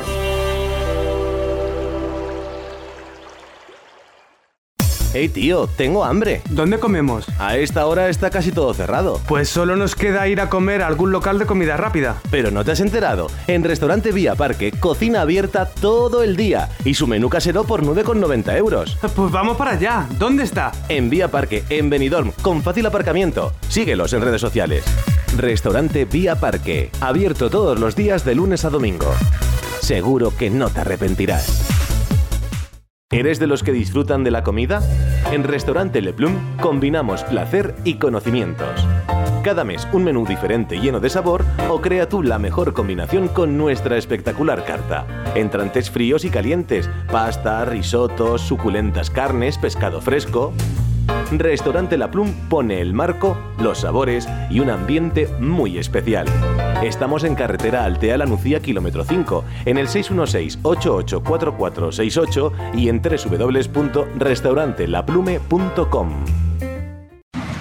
Hey tío, tengo hambre. ¿Dónde comemos? A esta hora está casi todo cerrado. Pues solo nos queda ir a comer a algún local de comida rápida. Pero no te has enterado. En Restaurante Vía Parque, cocina abierta todo el día y su menú casero por nueve con noventa euros. Pues vamos para allá. ¿Dónde está? En Vía Parque, en Benidorm, con fácil aparcamiento. Síguelos en redes sociales. Restaurante Vía Parque, abierto todos los días de lunes a domingo. Seguro que no te arrepentirás. ¿Eres de los que disfrutan de la comida? En Restaurante Le Plum combinamos placer y conocimientos. Cada mes un menú diferente lleno de sabor, o crea tú la mejor combinación con nuestra espectacular carta. Entrantes fríos y calientes, pasta, risotos, suculentas carnes, pescado fresco. Restaurante La Plum pone el marco, los sabores y un ambiente muy especial. Estamos en carretera Altea La Nucía, kilómetro cinco, en el seis uno seis, ocho ocho cuatro cuatro seis ocho y en doble u doble u doble u punto restaurante la plume punto com.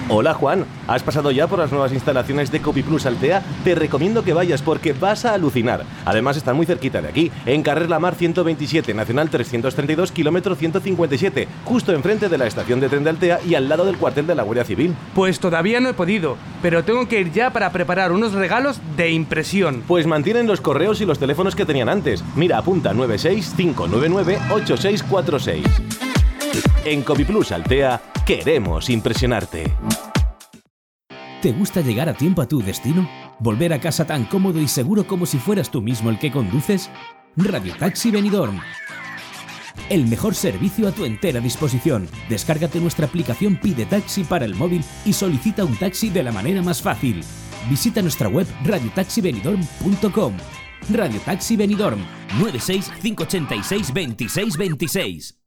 Hola Juan, ¿has pasado ya por las nuevas instalaciones de Copiplus Altea? Te recomiendo que vayas porque vas a alucinar. Además están muy cerquita de aquí, en Carrer La Mar ciento veintisiete, Nacional trescientos treinta y dos, kilómetro ciento cincuenta y siete, justo enfrente de la estación de tren de Altea y al lado del cuartel de la Guardia Civil. Pues todavía no he podido, pero tengo que ir ya para preparar unos regalos de impresión. Pues mantienen los correos y los teléfonos que tenían antes. Mira, apunta nueve seis cinco nueve nueve ocho seis cuatro seis. En Copiplus Altea queremos impresionarte. ¿Te gusta llegar a tiempo a tu destino? ¿Volver a casa tan cómodo y seguro como si fueras tú mismo el que conduces? Radio Taxi Benidorm. El mejor servicio a tu entera disposición. Descárgate nuestra aplicación Pide Taxi para el móvil y solicita un taxi de la manera más fácil. Visita nuestra web radio taxi benidorm punto com. Radio Taxi Benidorm nueve seis cinco ocho seis dos seis dos seis.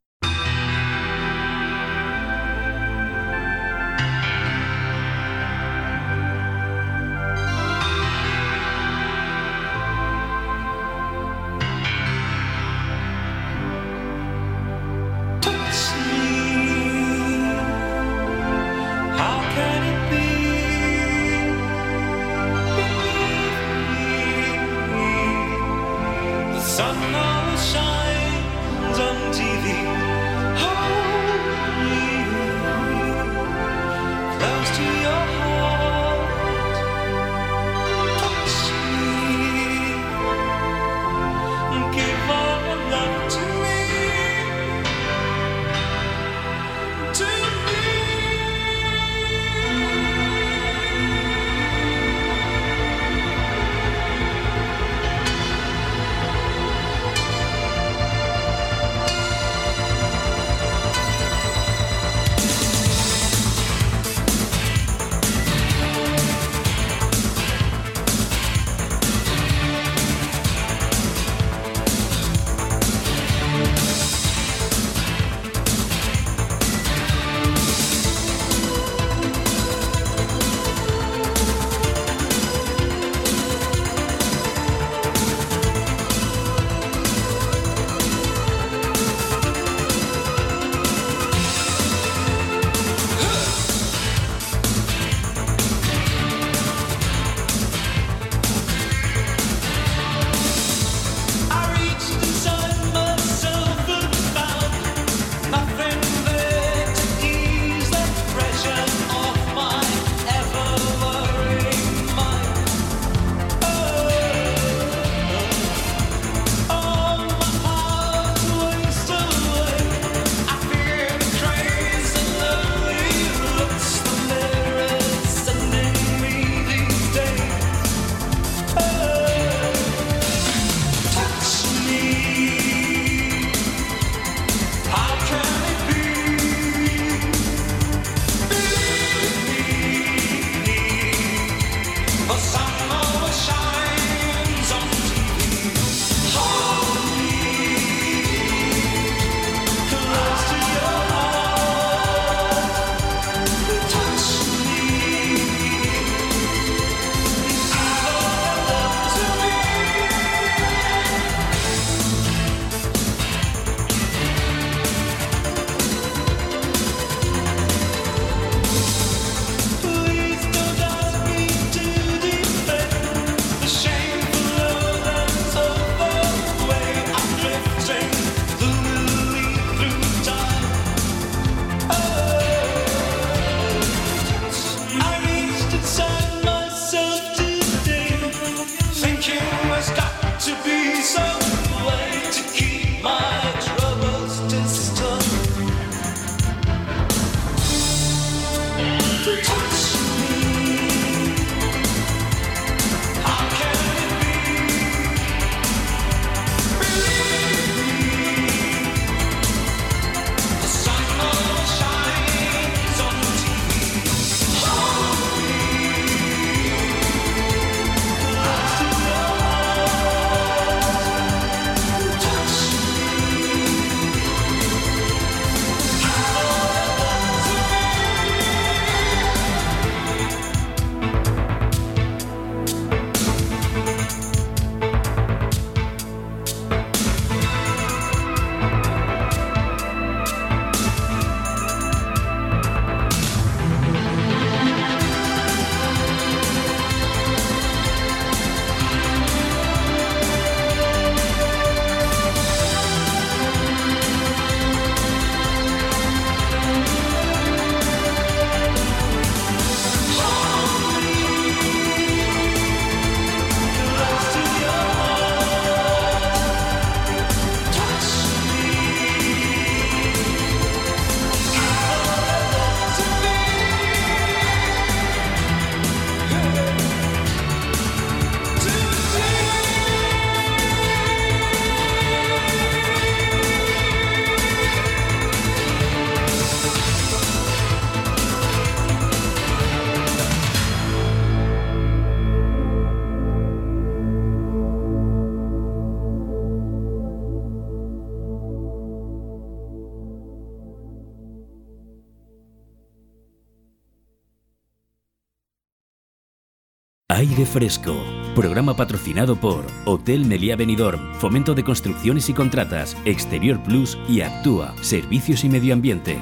Aire Fresco, programa patrocinado por Hotel Meliá Benidorm, Fomento de Construcciones y Contratas, Exterior Plus y Actúa, Servicios y Medio Ambiente.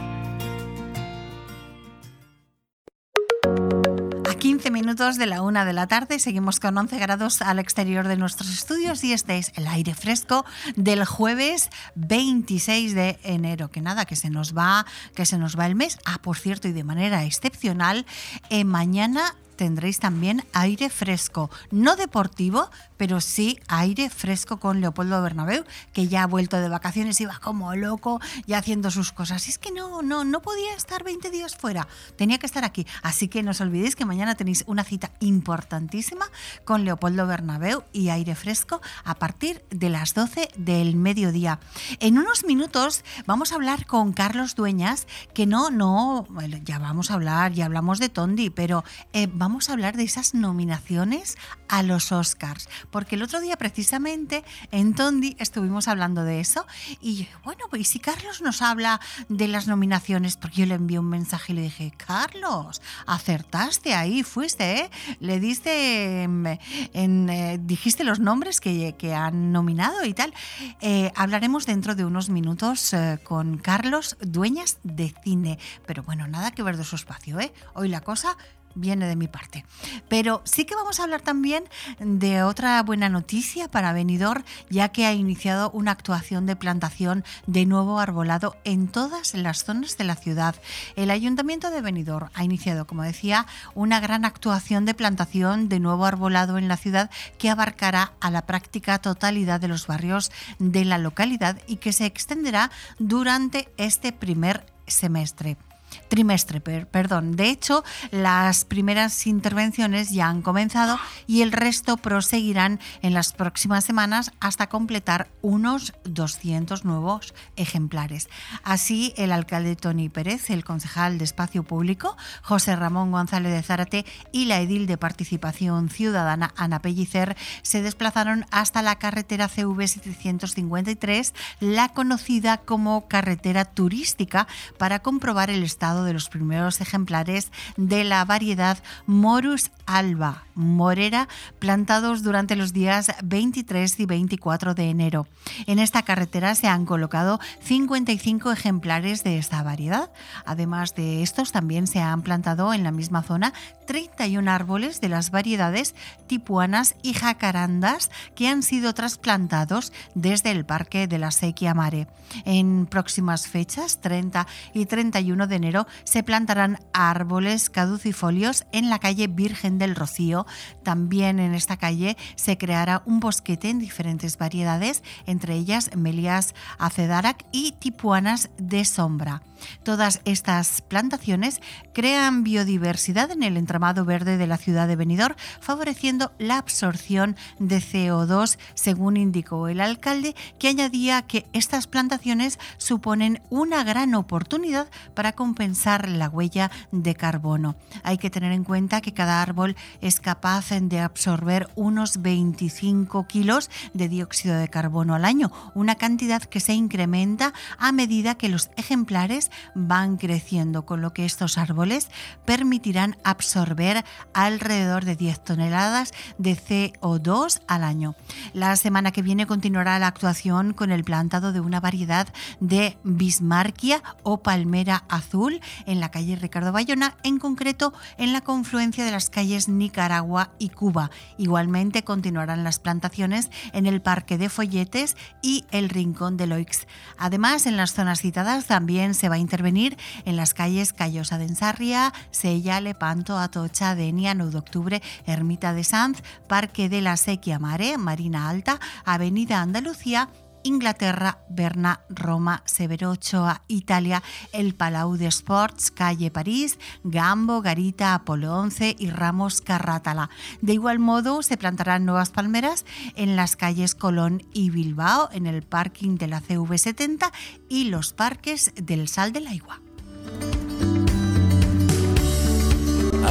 quince minutos de la una de la tarde, seguimos con once grados al exterior de nuestros estudios y este es el aire fresco del jueves veintiséis de enero. Que nada, que se nos va, que se nos va el mes. Ah, por cierto, y de manera excepcional, eh, mañana tendréis también aire fresco, no deportivo, pero sí aire fresco con Leopoldo Bernabéu, que ya ha vuelto de vacaciones, iba como loco, ya haciendo sus cosas. Y es que no, no, no podía estar veinte días fuera, tenía que estar aquí. Así que no os olvidéis que mañana tenéis una cita importantísima con Leopoldo Bernabéu y aire fresco a partir de las doce del mediodía. En unos minutos vamos a hablar con Carlos Dueñas, que no, no, ya vamos a hablar, ya hablamos de Tondi, pero eh, vamos Vamos a hablar de esas nominaciones a los Oscars, porque el otro día precisamente en Tondi estuvimos hablando de eso y bueno, pues si Carlos nos habla de las nominaciones, porque yo le envié un mensaje y le dije, Carlos, acertaste ahí, fuiste, ¿eh? Le diste, en, en, eh, dijiste los nombres que, que han nominado y tal. Eh, hablaremos dentro de unos minutos eh, con Carlos Dueñas de Cine, pero bueno, nada que ver de su espacio, ¿eh? Hoy la cosa viene de mi parte. Pero sí que vamos a hablar también de otra buena noticia para Benidorm, ya que ha iniciado una actuación de plantación de nuevo arbolado en todas las zonas de la ciudad. El Ayuntamiento de Benidorm ha iniciado, como decía, una gran actuación de plantación de nuevo arbolado en la ciudad que abarcará a la práctica totalidad de los barrios de la localidad y que se extenderá durante este primer semestre. Trimestre, per, perdón. De hecho, las primeras intervenciones ya han comenzado y el resto proseguirán en las próximas semanas hasta completar unos doscientos nuevos ejemplares. Así, el alcalde Toni Pérez, el concejal de Espacio Público, José Ramón González de Zárate y la edil de Participación Ciudadana, Ana Pellicer, se desplazaron hasta la carretera C V setecientos cincuenta y tres, la conocida como carretera turística, para comprobar el estado de los primeros ejemplares de la variedad Morus alba morera, plantados durante los días veintitrés y veinticuatro de enero. En esta carretera se han colocado cincuenta y cinco ejemplares de esta variedad. Además de estos, también se han plantado en la misma zona treinta y un árboles de las variedades tipuanas y jacarandas que han sido trasplantados desde el Parque de la Sequia Mare. En próximas fechas, treinta y treinta y uno de enero, se plantarán árboles caducifolios en la calle Virgen del Rocío. También en esta calle se creará un bosquete en diferentes variedades, entre ellas Melias acedarac y tipuanas de sombra. Todas estas plantaciones crean biodiversidad en el entramado verde de la ciudad de Benidorm, favoreciendo la absorción de C O dos, según indicó el alcalde, que añadía que estas plantaciones suponen una gran oportunidad para compensar la huella de carbono. Hay que tener en cuenta que cada árbol es capaz de absorber unos veinticinco kilos de dióxido de carbono al año, una cantidad que se incrementa a medida que los ejemplares van creciendo, con lo que estos árboles permitirán absorber alrededor de diez toneladas de C O dos al año. La semana que viene continuará la actuación con el plantado de una variedad de Bismarckia o palmera azul en la calle Ricardo Bayona, en concreto en la confluencia de las calles Nicaragua y Cuba. Igualmente continuarán las plantaciones en el Parque de Folletes y el Rincón de Loix. Además, en las zonas citadas también se va a intervenir en las calles Callosa de Ensarria, Sella, Lepanto, Atocha, Denia, nueve de octubre, Ermita de Sanz, Parque de la Sequia Mare, Marina Alta, Avenida Andalucía, Inglaterra, Berna, Roma, Severo Ochoa, Italia, el Palau de Sports, calle París, Gambo, Garita, Apolo once y Ramos Carrátala. De igual modo, se plantarán nuevas palmeras en las calles Colón y Bilbao, en el parking de la C V setenta y los parques del Sal del Aigua.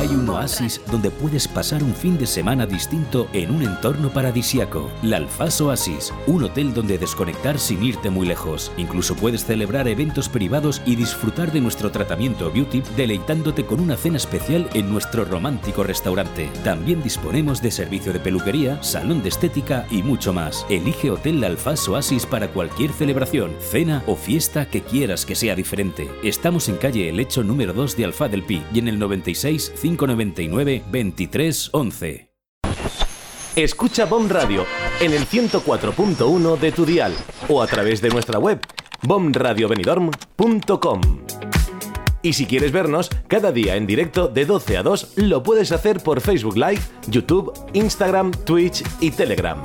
hay un oasis donde puedes pasar un fin de semana distinto en un entorno paradisiaco. La Alfaz Oasis, un hotel donde desconectar sin irte muy lejos. Incluso puedes celebrar eventos privados y disfrutar de nuestro tratamiento beauty deleitándote con una cena especial en nuestro romántico restaurante. También disponemos de servicio de peluquería, salón de estética y mucho más. Elige Hotel La Alfaz Oasis para cualquier celebración, cena o fiesta que quieras que sea diferente. Estamos en calle El Hecho número dos de Alfaz del Pi y en el noventa y seis, cinco noventa y nueve, veintitrés once. Escucha B O M Radio en el ciento cuatro punto uno de tu dial o a través de nuestra web bom radio benidorm punto com. Y si quieres vernos cada día en directo de doce a dos, lo puedes hacer por Facebook Live, YouTube, Instagram, Twitch y Telegram.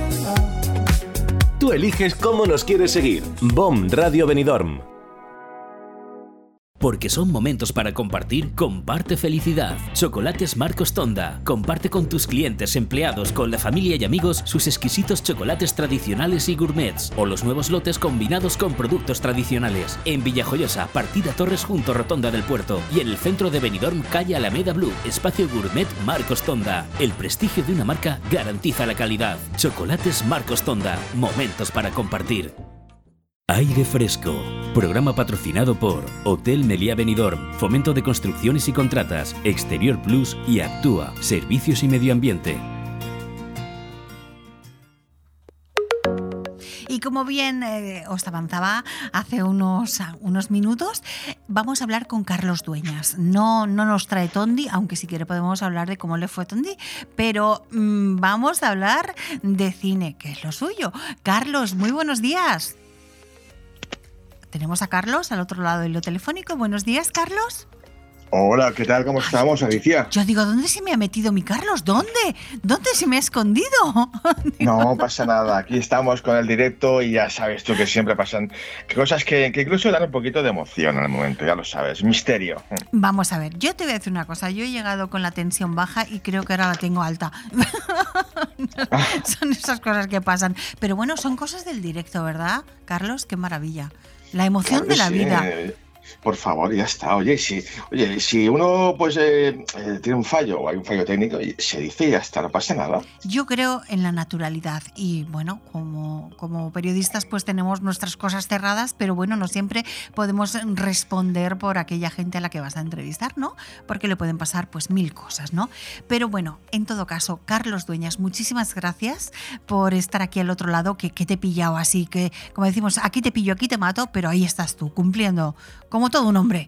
Tú eliges cómo nos quieres seguir. B O M Radio Benidorm. Porque son momentos para compartir, comparte felicidad. Chocolates Marcos Tonda. Comparte con tus clientes, empleados, con la familia y amigos sus exquisitos chocolates tradicionales y gourmets o los nuevos lotes combinados con productos tradicionales. En Villajoyosa, partida Torres junto a Rotonda del Puerto y en el centro de Benidorm, calle Alameda Blue, espacio gourmet Marcos Tonda. El prestigio de una marca garantiza la calidad. Chocolates Marcos Tonda. Momentos para compartir. Aire Fresco, programa patrocinado por Hotel Meliá Benidorm, Fomento de Construcciones y Contratas, Exterior Plus y Actúa, Servicios y Medio Ambiente. Y como bien eh, os avanzaba hace unos, unos minutos, vamos a hablar con Carlos Dueñas. No, no nos trae Tondi, aunque si quiere podemos hablar de cómo le fue Tondi, pero mmm, vamos a hablar de cine, que es lo suyo. Carlos, muy buenos días. Tenemos a Carlos al otro lado del hilo telefónico. Buenos días, Carlos. Hola, ¿qué tal? ¿Cómo estamos, Alicia? Yo digo, ¿dónde se me ha metido mi Carlos? ¿Dónde? ¿Dónde se me ha escondido? No pasa nada, aquí estamos con el directo y ya sabes tú que siempre pasan cosas que, que incluso dan un poquito de emoción en el momento, ya lo sabes, misterio. Vamos a ver, yo te voy a decir una cosa, yo he llegado con la tensión baja y creo que ahora la tengo alta. Son esas cosas que pasan. Pero bueno, son cosas del directo, ¿verdad, Carlos? Qué maravilla. La emoción Claro de la sí, vida. eh, Por favor, ya está. Oye, si, oye, si uno pues eh, eh, tiene un fallo o hay un fallo técnico, se dice y ya está, no pasa nada. Yo creo en la naturalidad y bueno, como, como periodistas pues tenemos nuestras cosas cerradas, pero bueno, no siempre podemos responder por aquella gente a la que vas a entrevistar, ¿no? Porque le pueden pasar pues mil cosas, ¿no? Pero bueno, en todo caso, Carlos Dueñas, muchísimas gracias por estar aquí al otro lado, que, que te he pillado así, que como decimos, aquí te pillo, aquí te mato, pero ahí estás tú, cumpliendo como todo un hombre.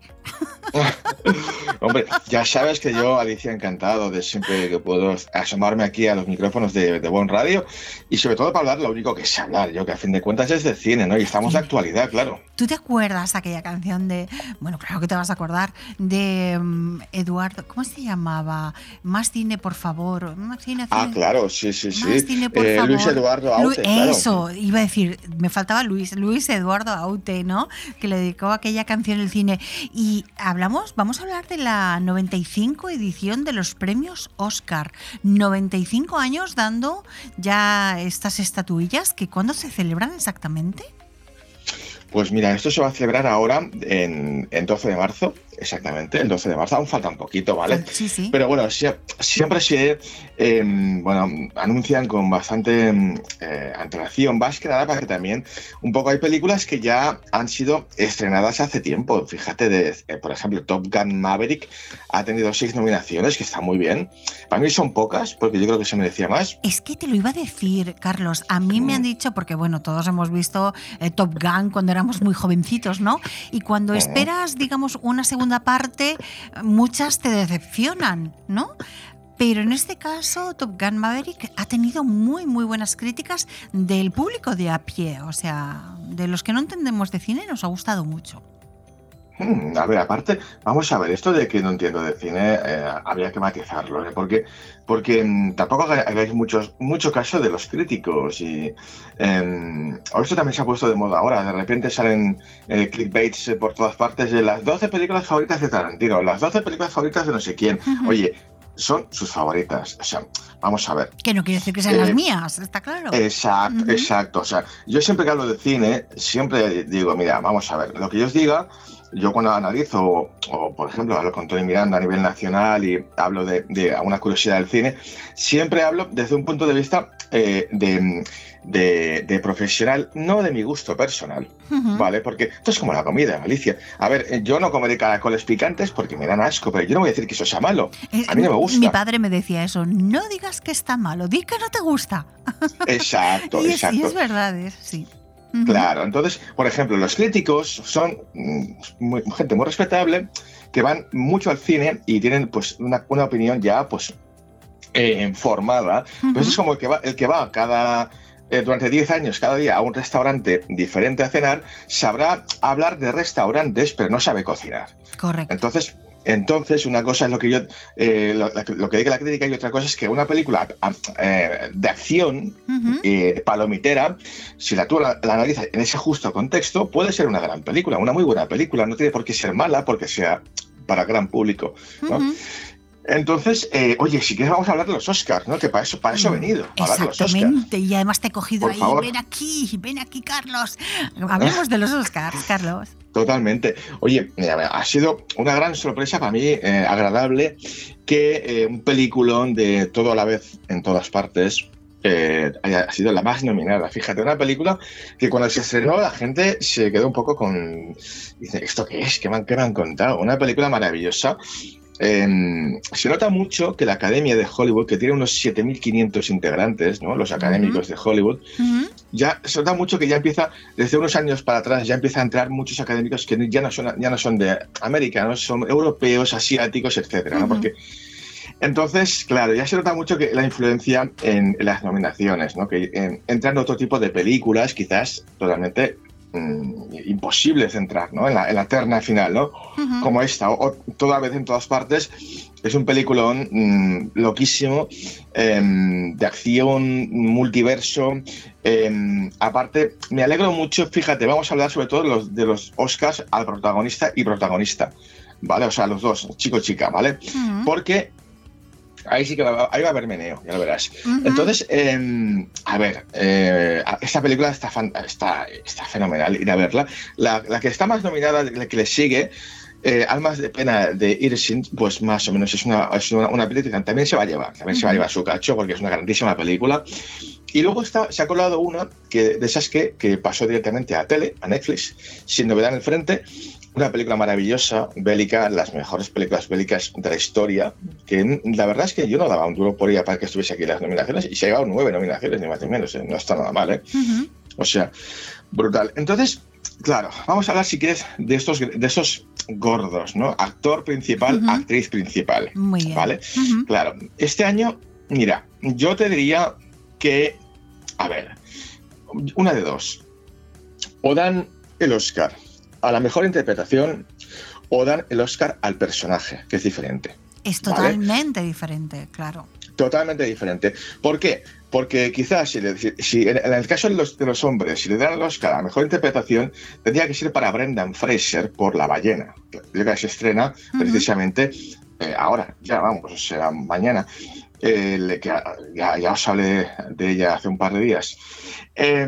Hombre, ya sabes que yo, Alicia, encantado de siempre que puedo asomarme aquí a los micrófonos de, de B O M Radio y sobre todo para hablar lo único que sé hablar yo, que a fin de cuentas es de cine, ¿no? Y estamos de actualidad, claro. ¿Tú te acuerdas aquella canción de, bueno, claro que te vas a acordar, de um, Eduardo, ¿cómo se llamaba? Más cine, por favor. Más cine, Ah, cine. claro, sí, sí, sí. Más cine, por Eh, favor. Luis Eduardo Lu- Aute, claro. Eso, iba a decir, me faltaba Luis, Luis Eduardo Aute, ¿no? Que le dedicó aquella canción al cine. Y hablamos, vamos a hablar de la noventa y cinco edición de los premios Oscar. noventa y cinco años dando ya estas estatuillas, que ¿cuándo se celebran exactamente? Pues mira, esto se va a celebrar ahora en, en doce de marzo, exactamente, el doce de marzo, aún falta un poquito, ¿vale? Sí, sí. Pero bueno, sie- siempre se eh, bueno, anuncian con bastante eh, antelación, más que nada para que también un poco hay películas que ya han sido estrenadas hace tiempo. Fíjate, de, eh, por ejemplo, Top Gun Maverick ha tenido seis nominaciones, que está muy bien. Para mí son pocas, porque yo creo que se merecía más. Es que te lo iba a decir, Carlos. A mí me han dicho, porque bueno, todos hemos visto eh, Top Gun cuando éramos muy jovencitos, ¿no? Y cuando esperas, digamos, una segunda parte, muchas te decepcionan, ¿no? Pero en este caso, Top Gun Maverick ha tenido muy, muy buenas críticas del público de a pie. O sea, de los que no entendemos de cine, nos ha gustado mucho. Hmm, a ver, aparte, vamos a ver, esto de que no entiendo de cine, eh, habría que matizarlo, ¿eh? Porque, porque mm, tampoco hagáis muchos, mucho caso de los críticos y eh, esto también se ha puesto de moda ahora. De repente salen eh, clickbaits eh, por todas partes de las doce películas favoritas de Tarantino, las doce películas favoritas de no sé quién. Ujú. Oye, son sus favoritas. O sea, vamos a ver. Que no quiere decir que sean Eh, las mías, está claro. Exacto, Ujú. exacto. O sea, yo siempre que hablo de cine, siempre digo, mira, vamos a ver, lo que yo os diga yo cuando analizo, o, o por ejemplo, hablo con Tony Miranda a nivel nacional y hablo de, de una curiosidad del cine, siempre hablo desde un punto de vista eh, de, de, de profesional, no de mi gusto personal, uh-huh. ¿vale? Porque esto es como la comida, Alicia. A ver, yo no comeré caracoles picantes porque me dan asco, pero yo no voy a decir que eso sea malo. A mí no me gusta. Mi padre me decía eso, no digas que está malo, di que no te gusta. Exacto, y es, exacto. Y es verdad, es, sí. Uh-huh. Claro, entonces, por ejemplo, los críticos son muy, gente muy respetable que van mucho al cine y tienen pues una, una opinión ya pues eh, formada. Uh-huh. Pues es como el que va, el que va cada eh, durante diez años cada día a un restaurante diferente a cenar, sabrá hablar de restaurantes, pero no sabe cocinar. Correcto. Entonces, Entonces, una cosa es lo que yo eh, lo, lo que diga la crítica y otra cosa es que una película eh, de acción uh-huh. eh, palomitera, si la tú la, la analizas en ese justo contexto, puede ser una gran película, una muy buena película. No tiene por qué ser mala porque sea para gran público, ¿no? Uh-huh. Entonces, eh, oye, si quieres vamos a hablar de los Oscars, ¿no? Que para eso, para eso he venido. Para hablar de los Exactamente, y además te he cogido por ahí. Favor. Ven aquí, ven aquí, Carlos. Hablemos de los Oscars, Carlos. Totalmente. Oye, ha sido una gran sorpresa para mí, eh, agradable, que eh, un peliculón de todo a la vez en todas partes eh, haya sido la más nominada. Fíjate, una película que cuando se estrenó la gente se quedó un poco con... Dice, ¿esto qué es? ¿Qué me han, qué me han contado? Una película maravillosa. Eh, se nota mucho que la Academia de Hollywood, que tiene unos siete mil quinientos integrantes, ¿no? Los académicos uh-huh. de Hollywood, uh-huh. ya se nota mucho que ya empieza, desde unos años para atrás, ya empieza a entrar muchos académicos que ya no son, ya no son de americanos, son europeos, asiáticos, etcétera, ¿no? Uh-huh. Porque entonces, claro, ya se nota mucho que la influencia en, en las nominaciones, ¿no? Que en, entran otro tipo de películas, quizás totalmente imposible centrar, ¿no? en, la, en la terna final, ¿no? Uh-huh. Como esta, o, o toda vez en todas partes. Es un peliculón mmm, loquísimo, eh, de acción, multiverso. Eh, aparte, me alegro mucho, fíjate, vamos a hablar sobre todo de los, de los Oscars al protagonista y protagonista, ¿vale? O sea, los dos, chico-chica, ¿vale? Uh-huh. Porque ahí sí que va, ahí va a haber meneo, ya lo verás. Uh-huh. Entonces, eh, a ver, eh, esta película está, está, está fenomenal, ir a verla. La, la que está más nominada, la que le sigue, eh, Almas de Pena de Irving, pues más o menos es una, es una, una película que también se va a llevar, también uh-huh. se va a llevar su cacho porque es una grandísima película. Y luego está, se ha colado una que, de esas que, que pasó directamente a tele, a Netflix, sin novedad en el frente. Una película maravillosa, bélica, las mejores películas bélicas de la historia, que la verdad es que yo no daba un duro por ella para que estuviese aquí en las nominaciones, y se ha llevado nueve nominaciones, ni más ni menos, ¿eh? No está nada mal, ¿eh? Uh-huh. O sea, brutal. Entonces, claro, vamos a hablar, si quieres, de estos, de esos gordos, ¿no? Actor principal, uh-huh. actriz principal. Muy bien. ¿Vale? Uh-huh. Claro, este año, mira, yo te diría que, a ver, una de dos. O dan el Oscar a la mejor interpretación o dan el Oscar al personaje, que es diferente. Es totalmente ¿vale? diferente, claro. Totalmente diferente. ¿Por qué? Porque quizás, si, le, si en el caso de los, de los hombres, si le dan el Oscar a la mejor interpretación, tendría que ser para Brendan Fraser por La ballena, que se estrena uh-huh. precisamente eh, ahora, ya vamos, o sea, mañana. Eh, que ya, ya os hablé de, de ella hace un par de días. Eh,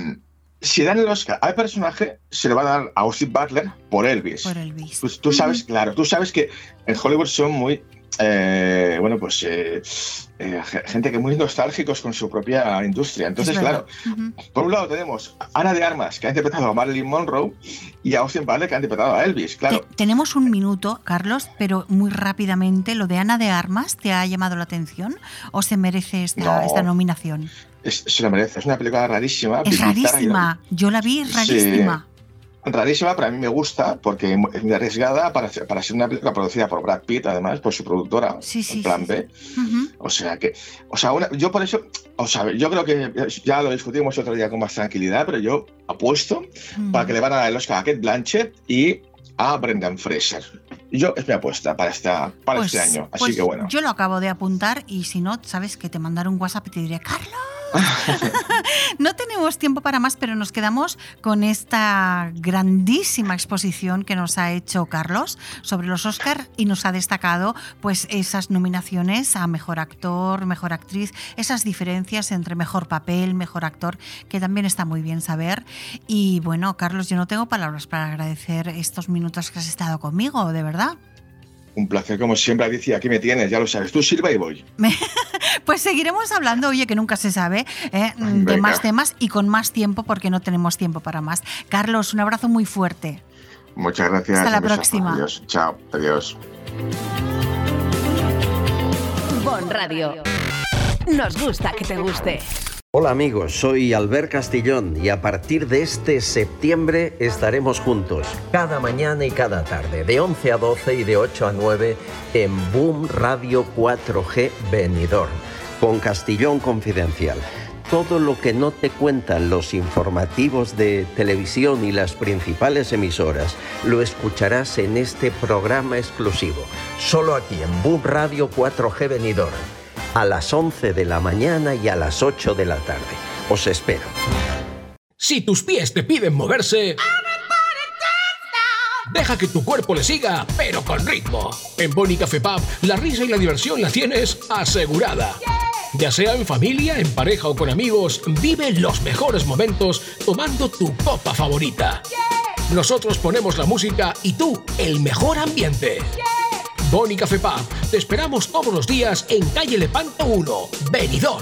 Si dan el Oscar al personaje, se le va a dar a Austin Butler por Elvis. Por Elvis. Pues tú sabes, uh-huh. claro, tú sabes que en Hollywood son muy, eh, bueno, pues eh, eh, gente que muy nostálgicos con su propia industria. Entonces, claro, uh-huh. por un lado tenemos a Ana de Armas, que ha interpretado a Marilyn Monroe, y a Austin Butler, que ha interpretado a Elvis, claro. Te, tenemos un minuto, Carlos, pero muy rápidamente, ¿lo de Ana de Armas te ha llamado la atención o se merece esta, no. esta nominación? Es, se lo merece, es una película rarísima. Es rarísima, yo la vi, es rarísima. Sí, rarísima, pero a mí me gusta porque es muy arriesgada para ser, para ser una película producida por Brad Pitt, además, por su productora, sí, sí, en plan sí, B. Sí. Uh-huh. O sea que, o sea, una, yo por eso, o sea, yo creo que ya lo discutimos otro día con más tranquilidad, pero yo apuesto uh-huh. para que le van a dar el Oscar a Cate Blanchett y a Brendan Fraser. Yo es mi apuesta para, esta, para pues, este año, así pues que bueno. Yo lo acabo de apuntar y si no, sabes que te mandaré un WhatsApp y te diré, Carlos, No tenemos tiempo para más, pero nos quedamos con esta grandísima exposición que nos ha hecho Carlos sobre los Oscar y nos ha destacado pues esas nominaciones a mejor actor, mejor actriz, esas diferencias entre mejor papel, mejor actor, que también está muy bien saber. Y bueno, Carlos, yo no tengo palabras para agradecer estos minutos que has estado conmigo, de verdad. Un placer, como siempre, Alicia. Aquí me tienes, ya lo sabes. Tú sirva y voy. Pues seguiremos hablando, oye, que nunca se sabe, ¿eh? de más temas y con más tiempo, porque no tenemos tiempo para más. Carlos, un abrazo muy fuerte. Muchas gracias. Hasta la próxima. Adiós. Chao. Adiós. Bon Radio. Nos gusta que te guste. Hola amigos, soy Albert Castillón y a partir de este septiembre estaremos juntos cada mañana y cada tarde de once a doce y de ocho a nueve en Boom Radio cuatro G Benidorm con Castillón Confidencial. Todo lo que no te cuentan los informativos de televisión y las principales emisoras lo escucharás en este programa exclusivo, solo aquí en Boom Radio cuatro G Benidorm. A las once de la mañana y a las ocho de la tarde. Os espero. Si tus pies te piden moverse, deja que tu cuerpo le siga, pero con ritmo. En Boni Café Pub, la risa y la diversión la tienes asegurada. Ya sea en familia, en pareja o con amigos, vive los mejores momentos tomando tu copa favorita. Nosotros ponemos la música y tú el mejor ambiente. Boni Café Pub, te esperamos todos los días en calle Lepanto uno, Benidorm.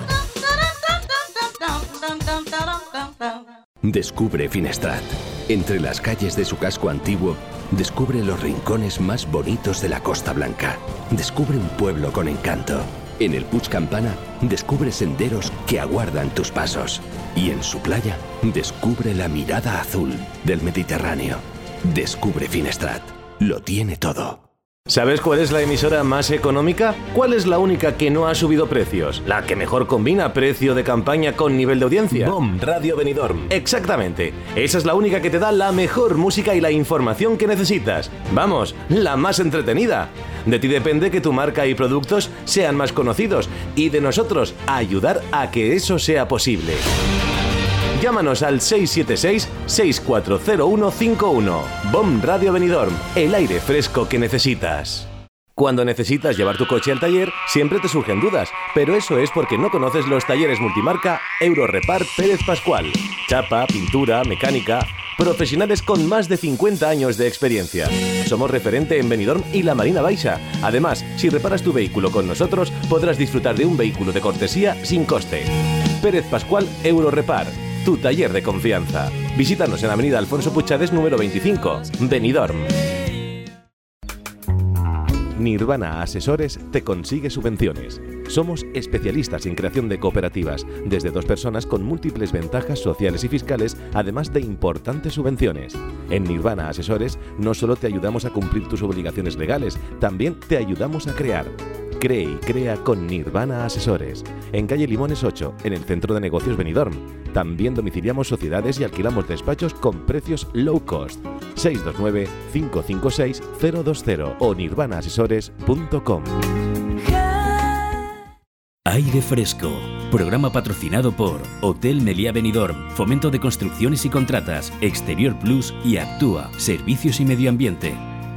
Descubre Finestrat. Entre las calles de su casco antiguo, descubre los rincones más bonitos de la Costa Blanca. Descubre un pueblo con encanto. En el Puig Campana, descubre senderos que aguardan tus pasos. Y en su playa, descubre la mirada azul del Mediterráneo. Descubre Finestrat. Lo tiene todo. ¿Sabes cuál es la emisora más económica? ¿Cuál es la única que no ha subido precios? ¿La que mejor combina precio de campaña con nivel de audiencia? Boom Radio Benidorm. Exactamente. Esa es la única que te da la mejor música y la información que necesitas. Vamos, la más entretenida. De ti depende que tu marca y productos sean más conocidos y de nosotros ayudar a que eso sea posible. Llámanos al seis siete seis, seis cuatro cero uno cinco uno. Boom Radio Benidorm, el aire fresco que necesitas. Cuando necesitas llevar tu coche al taller, siempre te surgen dudas, pero eso es porque no conoces los talleres multimarca Eurorepar Pérez Pascual. Chapa, pintura, mecánica... Profesionales con más de cincuenta años de experiencia. Somos referente en Benidorm y la Marina Baixa. Además, si reparas tu vehículo con nosotros, podrás disfrutar de un vehículo de cortesía sin coste. Pérez Pascual Eurorepar, tu taller de confianza. Visítanos en Avenida Alfonso Puchades número veinticinco, Benidorm. Nirvana Asesores te consigue subvenciones. Somos especialistas en creación de cooperativas, desde dos personas con múltiples ventajas sociales y fiscales, además de importantes subvenciones. En Nirvana Asesores no solo te ayudamos a cumplir tus obligaciones legales, también te ayudamos a crear. Cree y crea con Nirvana Asesores. En calle Limones ocho, en el Centro de Negocios Benidorm. También domiciliamos sociedades y alquilamos despachos con precios low cost. seis dos nueve, cinco cinco seis, cero dos cero o nirvana asesores punto com. Aire Fresco. Programa patrocinado por Hotel Meliá Benidorm, Fomento de Construcciones y Contratas, Exterior Plus y Actúa, Servicios y Medio Ambiente.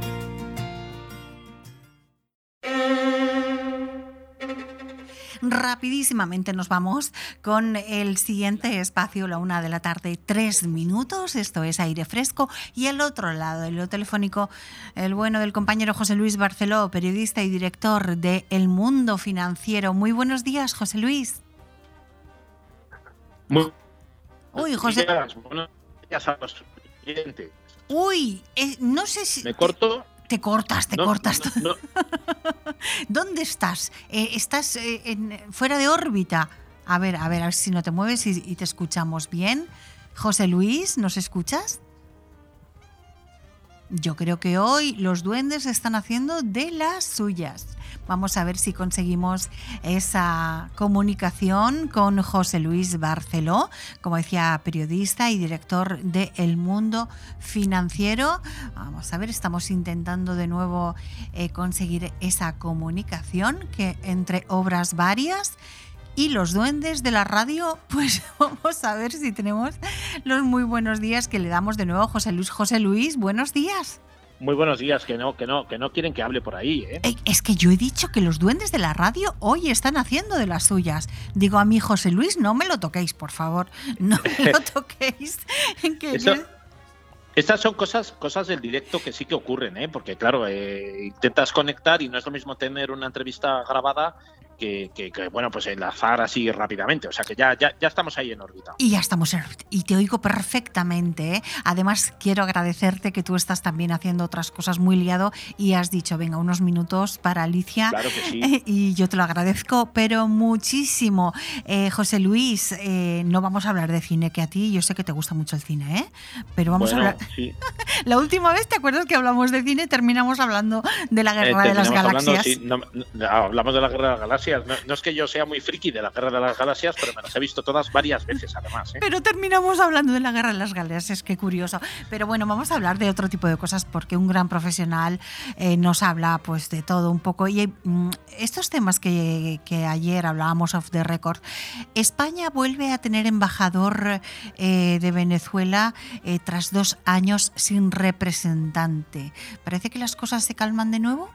Rapidísimamente nos vamos con el siguiente espacio, la una de la tarde, tres minutos. Esto es Aire Fresco. Y al otro lado del hilo telefónico, el bueno del compañero José Luis Barceló, periodista y director de El Mundo Financiero. Muy buenos días, José Luis. Muy Uy, José. Buenos días a los clientes. Uy, eh, no sé si. ¿Me corto? Te cortas, te no, cortas. No, no. ¿Dónde estás? Eh, ¿Estás eh, en, fuera de órbita? A ver, a ver, a ver si no te mueves y, y te escuchamos bien. José Luis, ¿nos escuchas? Yo creo que hoy los duendes están haciendo de las suyas. Vamos a ver si conseguimos esa comunicación con José Luis Barceló, como decía, periodista y director de El Mundo Financiero. Vamos a ver, estamos intentando de nuevo eh, conseguir esa comunicación que entre obras varias Y los duendes de la radio, pues vamos a ver si tenemos los muy buenos días que le damos de nuevo a José Luis. José Luis, buenos días. Muy buenos días, que no, que no, que no quieren que hable por ahí, ¿eh? Es que yo he dicho que los duendes de la radio hoy están haciendo de las suyas. Digo a mí, José Luis, no me lo toquéis, por favor. No me lo toquéis. que, Eso, que... Estas son cosas, cosas del directo que sí que ocurren, ¿eh? Porque claro, eh, intentas conectar y no es lo mismo tener una entrevista grabada Que, que, que, bueno, pues enlazar así rápidamente. O sea que ya, ya, ya estamos ahí en órbita. Y ya estamos en órbita. Y te oigo perfectamente, ¿eh? Además, quiero agradecerte que tú estás también haciendo otras cosas muy liado y has dicho, venga, unos minutos para Alicia. Claro que sí. Eh, y yo te lo agradezco, pero muchísimo. Eh, José Luis, eh, no vamos a hablar de cine, que a ti yo sé que te gusta mucho el cine, ¿eh? Pero vamos bueno, a hablar... Sí. La última vez, ¿te acuerdas que hablamos de cine? Terminamos hablando de la Guerra eh, de las Galaxias. Hablando, sí, no, no, hablamos de la Guerra de las Galaxias. No, no es que yo sea muy friki de la Guerra de las Galaxias, pero me las he visto todas varias veces, además. ¿eh? Pero terminamos hablando de la Guerra de las Galaxias, qué curioso. Pero bueno, vamos a hablar de otro tipo de cosas porque un gran profesional eh, nos habla pues de todo un poco. Y mm, estos temas que, que ayer hablábamos off the record, España vuelve a tener embajador eh, de Venezuela eh, tras dos años sin representante. ¿Parece que las cosas se calman de nuevo?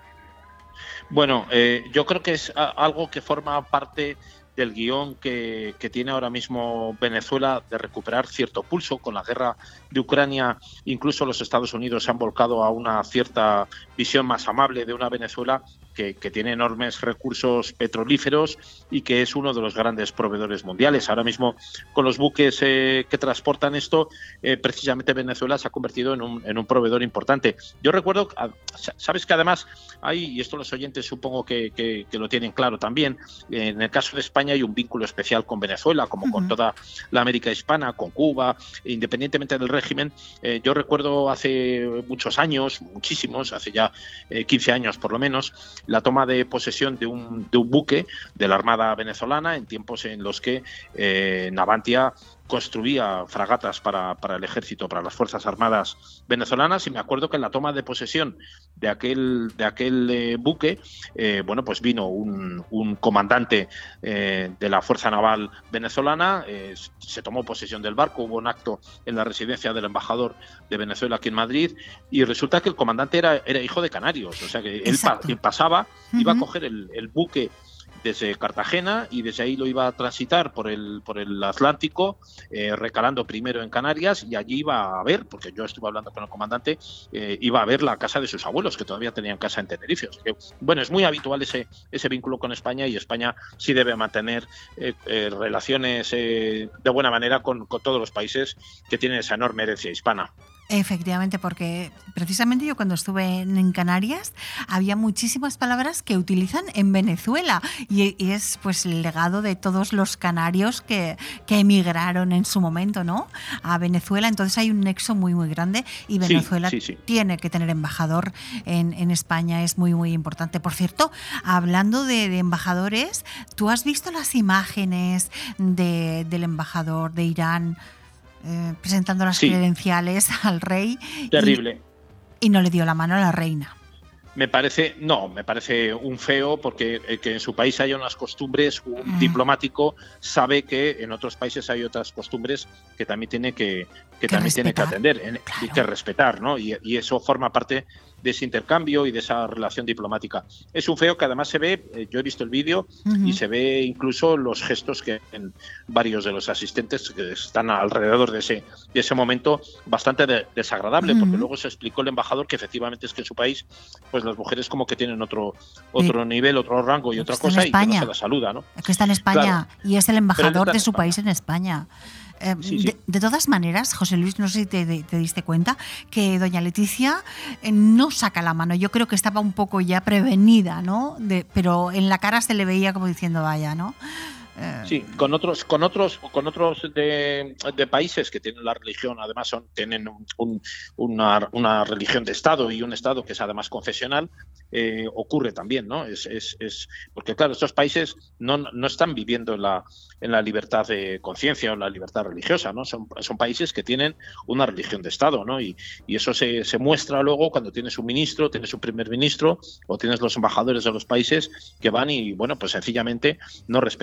Bueno, eh, yo creo que es algo que forma parte del guión que, que tiene ahora mismo Venezuela de recuperar cierto pulso. Con la guerra de Ucrania, incluso los Estados Unidos se han volcado a una cierta visión más amable de una Venezuela que, que tiene enormes recursos petrolíferos y que es uno de los grandes proveedores mundiales. Ahora mismo, con los buques eh, que transportan esto, eh, precisamente Venezuela se ha convertido en un, en un proveedor importante. Yo recuerdo, sabes que además hay, y esto los oyentes supongo que, que, que lo tienen claro también, en el caso de España hay un vínculo especial con Venezuela, como uh-huh. con toda la América hispana, con Cuba, independientemente del régimen. Eh, yo recuerdo hace muchos años, muchísimos, hace ya eh, quince años por lo menos, la toma de posesión de un, de un buque de la Armada venezolana en tiempos en los que eh, Navantia construía fragatas para, para el ejército, para las Fuerzas Armadas venezolanas, y me acuerdo que en la toma de posesión de aquel, de aquel eh, buque, eh, bueno, pues vino un, un comandante eh, de la Fuerza Naval venezolana, eh, se tomó posesión del barco, hubo un acto en la residencia del embajador de Venezuela aquí en Madrid, y resulta que el comandante era, era hijo de canarios, o sea que él, pa, él pasaba, uh-huh. iba a coger el, el buque desde Cartagena y desde ahí lo iba a transitar por el por el Atlántico, eh, recalando primero en Canarias, y allí iba a ver, porque yo estuve hablando con el comandante, eh, iba a ver la casa de sus abuelos, que todavía tenían casa en Tenerife. O sea que, bueno, es muy habitual ese ese vínculo con España, y España sí debe mantener eh, eh, relaciones eh, de buena manera con, con todos los países que tienen esa enorme herencia hispana. Efectivamente, porque precisamente yo cuando estuve en Canarias había muchísimas palabras que utilizan en Venezuela, y, y es pues el legado de todos los canarios que, que emigraron en su momento, ¿no?, a Venezuela. Entonces hay un nexo muy muy grande, y Venezuela sí, sí, sí. tiene que tener embajador en, en España, es muy muy importante. Por cierto, hablando de, de embajadores, ¿tú has visto las imágenes de, del embajador de Irán Eh, presentando las sí. credenciales al rey? Terrible. Y, y no le dio la mano a la reina? Me parece, no, me parece un feo, porque eh, que en su país haya unas costumbres, un mm. diplomático sabe que en otros países hay otras costumbres que también tiene que, que, que también respetar. tiene que atender en, claro. y que respetar, ¿no? Y, y eso forma parte de ese intercambio y de esa relación diplomática. Es un feo que además se ve, eh, yo he visto el vídeo, uh-huh. y se ve incluso los gestos que en varios de los asistentes que están alrededor de ese, de ese momento, bastante de, desagradable, uh-huh. porque luego se explicó el embajador que efectivamente es que en su país pues las mujeres como que tienen otro otro sí. nivel, otro rango y otra cosa, y que no se la saluda, ¿no? Es que está en España, claro. y es el embajador de su España. país en España. Eh, sí, sí. De, de todas maneras, José Luis, no sé si te, te diste cuenta que doña Leticia eh, no saca la mano. Yo creo que estaba un poco ya prevenida, ¿no? De, pero en la cara se le veía como diciendo, vaya, ¿no? Eh... Sí, con otros, con otros, con otros de, de países que tienen la religión, además son, tienen un, una, una religión de Estado, y un Estado que es además confesional, eh, ocurre también, ¿no? Es, es, es porque claro, estos países no, no están viviendo en la, en la libertad de conciencia o en la libertad religiosa, ¿no? Son, son países que tienen una religión de Estado, ¿no? Y, y eso se, se muestra luego cuando tienes un ministro, tienes un primer ministro, o tienes los embajadores de los países que van y, bueno, pues sencillamente no respetan la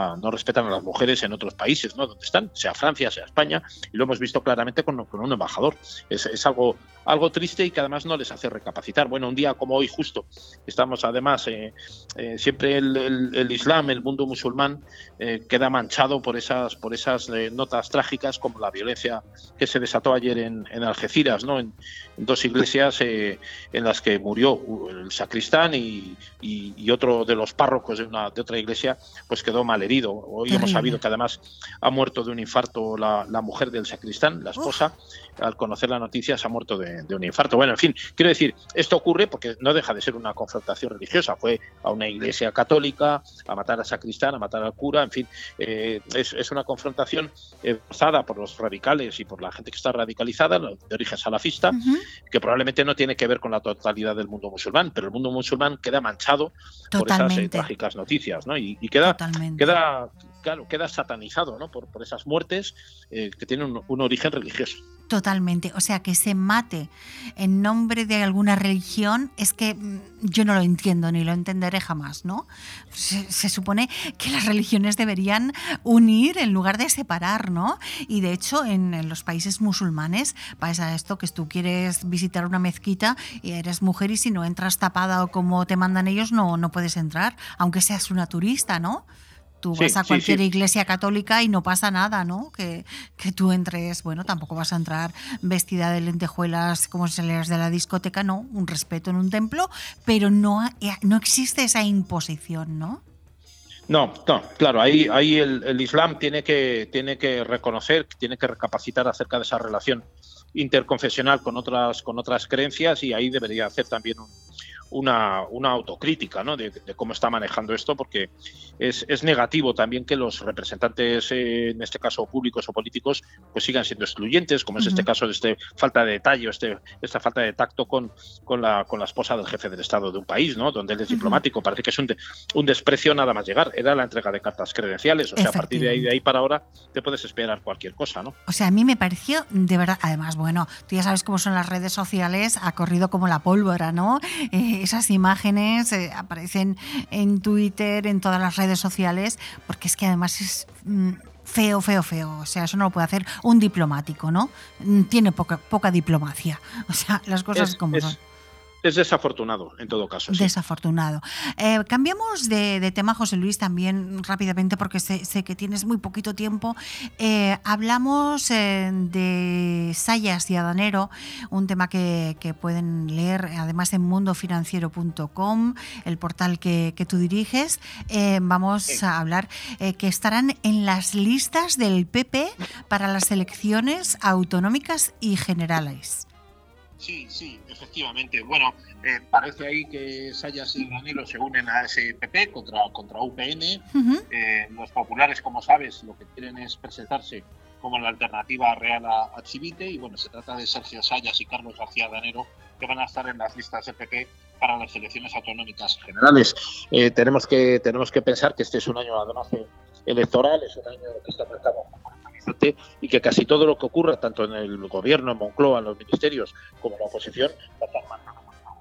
a, no respetan a las mujeres en otros países, ¿no? Donde están, sea Francia, sea España, y lo hemos visto claramente con, con un embajador. Es, es algo, algo triste y que además no les hace recapacitar. Bueno, un día como hoy justo, estamos además, eh, eh, siempre el, el, el Islam, el mundo musulmán, eh, queda manchado por esas, por esas eh, notas trágicas como la violencia que se desató ayer en, en Algeciras, ¿no? En, en dos iglesias eh, en las que murió el sacristán y, y, y otro de los párrocos de, una, de otra iglesia pues quedó malherido. Hoy Terrible. Hemos sabido que además ha muerto de un infarto la, la mujer del sacristán, la esposa. Uf. Al conocer la noticia se ha muerto de, de un infarto. Bueno, en fin, quiero decir, esto ocurre porque no deja de ser una confrontación religiosa. Fue a una iglesia católica a matar al sacristán, a matar al cura, en fin, eh, es, es una confrontación eh, forzada por los radicales y por la gente que está radicalizada, de origen salafista, uh-huh. que probablemente no tiene que ver con la totalidad del mundo musulmán, pero el mundo musulmán queda manchado Totalmente. por esas eh, trágicas noticias, ¿no? Y, y queda, queda, claro, queda satanizado, ¿no? por, por esas muertes eh, que tienen un, un origen religioso. Totalmente, o sea, que se mate en nombre de alguna religión es que yo no lo entiendo ni lo entenderé jamás, ¿no? Se, se supone que las religiones deberían unir en lugar de separar, ¿no? Y de hecho en, en los países musulmanes pasa esto, que tú quieres visitar una mezquita y eres mujer y si no entras tapada o como te mandan ellos no, no puedes entrar, aunque seas una turista, ¿no? Tú vas sí, a cualquier sí, sí. iglesia católica y no pasa nada, ¿no? Que, que tú entres, bueno, tampoco vas a entrar vestida de lentejuelas como si salieras de la discoteca, no, un respeto en un templo, pero no, no existe esa imposición, ¿no? No, no, claro, ahí, ahí el, el Islam tiene que, tiene que reconocer, tiene que recapacitar acerca de esa relación interconfesional con otras, con otras creencias y ahí debería hacer también un Una, una autocrítica, ¿no? de, de cómo está manejando esto, porque es, es negativo también que los representantes, eh, en este caso públicos o políticos, pues sigan siendo excluyentes, como es uh-huh. este caso de este falta de detalle, este, esta falta de tacto con, con, la, con la esposa del jefe del Estado de un país, ¿no? Donde él es uh-huh. diplomático. Parece que es un, de, un desprecio nada más llegar. Era la entrega de cartas credenciales, o sea, a partir de ahí, de ahí para ahora te puedes esperar cualquier cosa, ¿no? O sea, a mí me pareció de verdad, además, bueno, tú ya sabes cómo son las redes sociales, ha corrido como la pólvora, ¿no? Eh, esas imágenes eh, aparecen en Twitter, en todas las redes sociales, porque es que además es mm, feo, feo, feo. O sea, eso no lo puede hacer un diplomático, ¿no? Tiene poca, poca diplomacia. O sea, las cosas es, como es, son. Es desafortunado, en todo caso. Sí. Desafortunado. Eh, cambiamos de, de tema, José Luis, también rápidamente, porque sé, sé que tienes muy poquito tiempo. Eh, hablamos eh, de Zayas y Adanero, un tema que, que pueden leer además en mundo financiero punto com, el portal que, que tú diriges. Eh, vamos sí. a hablar eh, que estarán en las listas del P P para las elecciones autonómicas y generales. Sí, sí, efectivamente. Bueno, eh, parece ahí que Zayas y Adanero se unen a ese P P contra, contra U P N. Uh-huh. Eh, los populares, como sabes, lo que quieren es presentarse como la alternativa real a, a Chivite. Y bueno, se trata de Sergio Zayas y Carlos García Adanero, que van a estar en las listas del P P para las elecciones autonómicas generales. Eh, tenemos que tenemos que pensar que este es un año además electoral, es un año que está marcado y que casi todo lo que ocurra, tanto en el gobierno, en Moncloa, en los ministerios, como en la oposición, va a estar marcado.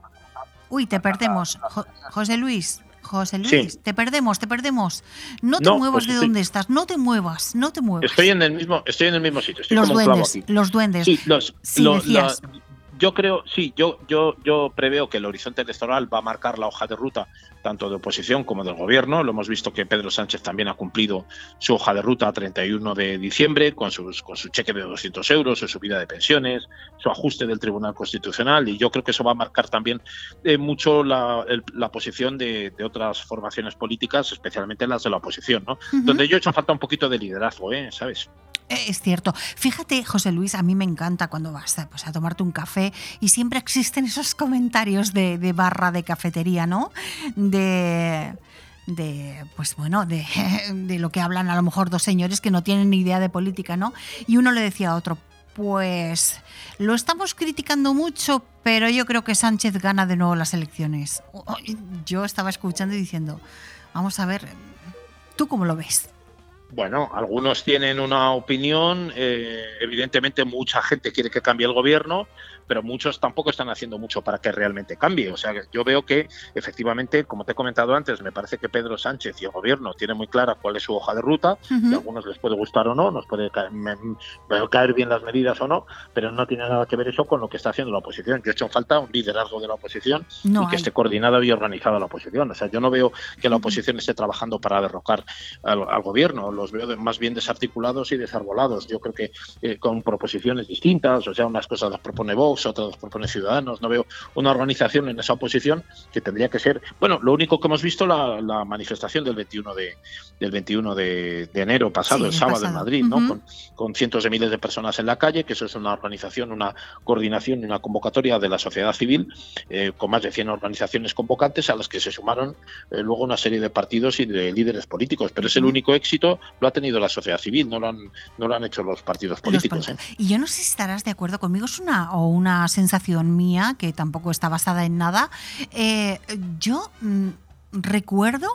Uy, te perdemos, jo- José Luis. José Luis, sí. te perdemos, te perdemos. No te no, muevas pues de estoy, donde estás, no te muevas, no te muevas. Estoy en el mismo, estoy en el mismo sitio. Estoy los como duendes, un clavo aquí. los duendes. Sí, los, sí, lo, decías. La, yo creo, sí, yo, yo, yo preveo que el horizonte electoral va a marcar la hoja de ruta tanto de oposición como del gobierno. Lo hemos visto que Pedro Sánchez también ha cumplido su hoja de ruta a treinta y uno de diciembre con, sus, con su cheque de doscientos euros, su subida de pensiones, su ajuste del Tribunal Constitucional, y yo creo que eso va a marcar también eh, mucho la, el, la posición de, de otras formaciones políticas, especialmente las de la oposición, ¿no? Uh-huh. Donde yo he hecho falta un poquito de liderazgo, ¿eh? ¿Sabes? Es cierto. Fíjate, José Luis, a mí me encanta cuando vas a, pues, a tomarte un café y siempre existen esos comentarios de, de barra de cafetería, ¿no? De... de pues bueno de, de lo que hablan a lo mejor dos señores que no tienen ni idea de política, ¿no? Y uno le decía a otro, pues lo estamos criticando mucho, pero yo creo que Sánchez gana de nuevo las elecciones. Yo estaba escuchando y diciendo, vamos a ver, ¿tú cómo lo ves? Bueno, algunos tienen una opinión, eh, evidentemente mucha gente quiere que cambie el gobierno, pero muchos tampoco están haciendo mucho para que realmente cambie. O sea, yo veo que efectivamente, como te he comentado antes, me parece que Pedro Sánchez y el gobierno tienen muy clara cuál es su hoja de ruta, uh-huh. y a algunos les puede gustar o no, nos puede caer, me, me, caer bien las medidas o no, pero no tiene nada que ver eso con lo que está haciendo la oposición. Yo he hecho en falta un liderazgo de la oposición no y que hay. esté coordinada y organizada la oposición. O sea, yo no veo que la oposición esté trabajando para derrocar al, al gobierno, los veo de, más bien desarticulados y desarbolados. Yo creo que eh, con proposiciones distintas, o sea, unas cosas las propone Vox, otras las propone Ciudadanos. No veo una organización en esa oposición que tendría que ser, bueno, lo único que hemos visto la, la manifestación del veintiuno de del veintiuno de, de enero pasado, sí, el sábado pasado. en Madrid, ¿no? Uh-huh. con, con cientos de miles de personas en la calle, que eso es una organización, una coordinación y una convocatoria de la sociedad civil, eh, con más de cien organizaciones convocantes a las que se sumaron eh, luego una serie de partidos y de líderes políticos, pero es el único éxito lo ha tenido la sociedad civil, no lo han, no lo han hecho los partidos políticos. Los ¿eh? Y yo no sé si estarás de acuerdo conmigo, es una, o una sensación mía, que tampoco está basada en nada. Eh, yo mm, recuerdo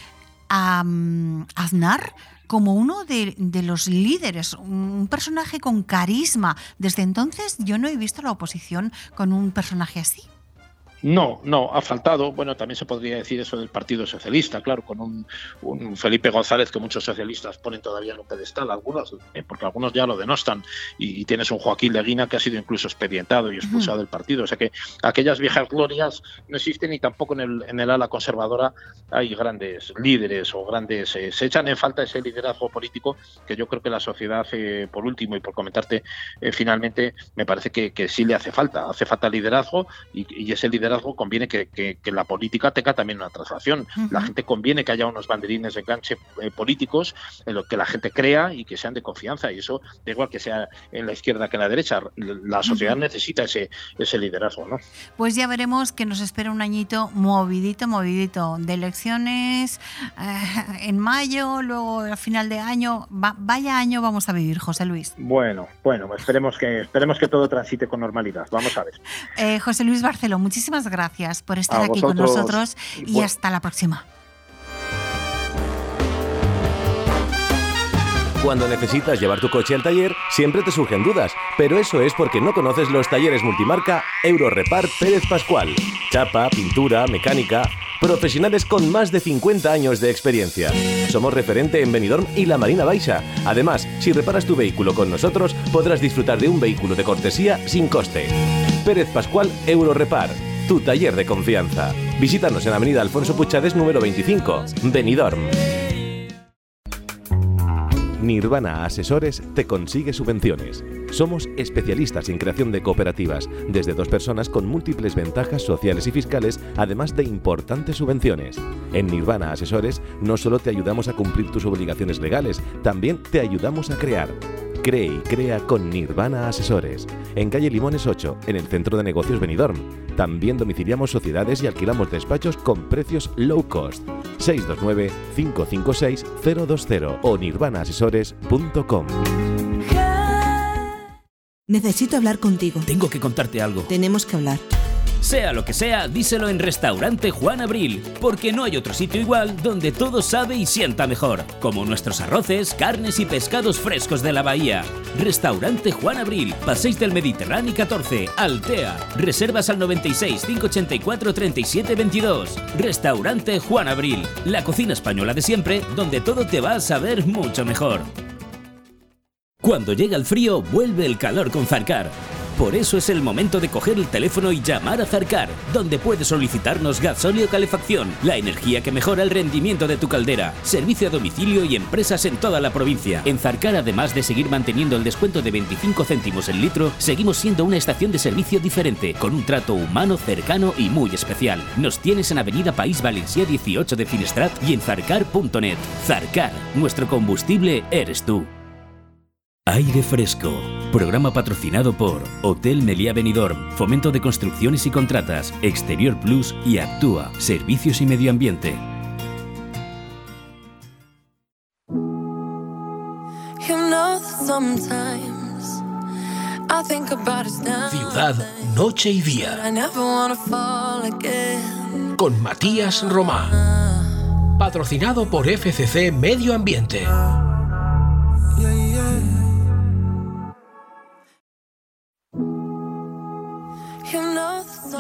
a um, Aznar como uno de, de los líderes, un personaje con carisma. Desde entonces yo no he visto la oposición con un personaje así. No, no, ha faltado. Bueno, también se podría decir eso del Partido Socialista, claro, con un, un Felipe González que muchos socialistas ponen todavía en un pedestal, algunos, eh, porque algunos ya lo denostan, y, y tienes un Joaquín Leguina que ha sido incluso expedientado y expulsado uh-huh. del partido. O sea que aquellas viejas glorias no existen, y tampoco en el, en el ala conservadora hay grandes líderes o grandes... Eh, se echan en falta ese liderazgo político que yo creo que la sociedad, eh, por último, y por comentarte eh, finalmente, me parece que, que sí le hace falta. Hace falta liderazgo, y, y ese liderazgo conviene que, que, que la política tenga también una traslación. Uh-huh. La gente conviene que haya unos banderines de enganche eh, políticos en los que la gente crea y que sean de confianza, y eso da igual que sea en la izquierda que en la derecha. La sociedad uh-huh. necesita ese, ese liderazgo, ¿no? Pues ya veremos que nos espera un añito movidito, movidito, de elecciones eh, en mayo, luego a final de año. Va, vaya año vamos a vivir, José Luis. Bueno, bueno, esperemos que, esperemos que todo transite con normalidad. Vamos a ver. Eh, José Luis Barceló, muchísimas gracias por estar aquí con nosotros, y bueno, hasta la próxima. Cuando necesitas llevar tu coche al taller, siempre te surgen dudas, pero eso es porque no conoces los talleres multimarca Eurorepar Pérez Pascual. Chapa, pintura, mecánica... Profesionales con más de cincuenta años de experiencia. Somos referente en Benidorm y la Marina Baixa. Además, si reparas tu vehículo con nosotros, podrás disfrutar de un vehículo de cortesía sin coste. Pérez Pascual Eurorepar, tu taller de confianza. Visítanos en Avenida Alfonso Puchades número veinticinco, Benidorm. Nirvana Asesores te consigue subvenciones. Somos especialistas en creación de cooperativas, desde dos personas con múltiples ventajas sociales y fiscales, además de importantes subvenciones. En Nirvana Asesores no solo te ayudamos a cumplir tus obligaciones legales, también te ayudamos a crear. Cree y crea con Nirvana Asesores. En calle Limones ocho, en el Centro de Negocios Benidorm. También domiciliamos sociedades y alquilamos despachos con precios low cost. seis dos nueve, cinco cinco seis, cero dos cero o nirvana asesores punto com. Necesito hablar contigo. Tengo que contarte algo. Tenemos que hablar. Sea lo que sea, díselo en Restaurante Juan Abril, porque no hay otro sitio igual donde todo sabe y sienta mejor, como nuestros arroces, carnes y pescados frescos de la bahía. Restaurante Juan Abril, Passeig del Mediterráneo catorce, Altea. Reservas al noventa y seis, cinco ochenta y cuatro, treinta y siete veintidós. Restaurante Juan Abril, la cocina española de siempre, donde todo te va a saber mucho mejor. Cuando llega el frío, vuelve el calor con Zarcar. Por eso es el momento de coger el teléfono y llamar a Zarcar, donde puedes solicitarnos gasóleo o calefacción, la energía que mejora el rendimiento de tu caldera, servicio a domicilio y empresas en toda la provincia. En Zarcar, además de seguir manteniendo el descuento de veinticinco céntimos el litro, seguimos siendo una estación de servicio diferente, con un trato humano, cercano y muy especial. Nos tienes en Avenida País Valencià dieciocho de Finestrat y en zarcar punto net. Zarcar, nuestro combustible eres tú. Aire Fresco, programa patrocinado por Hotel Meliá Benidorm, Fomento de Construcciones y Contratas, Exterior Plus y Actúa, Servicios y Medio Ambiente. Ciudad, noche y día. Con Matías Romá. Patrocinado por F C C Medio Ambiente.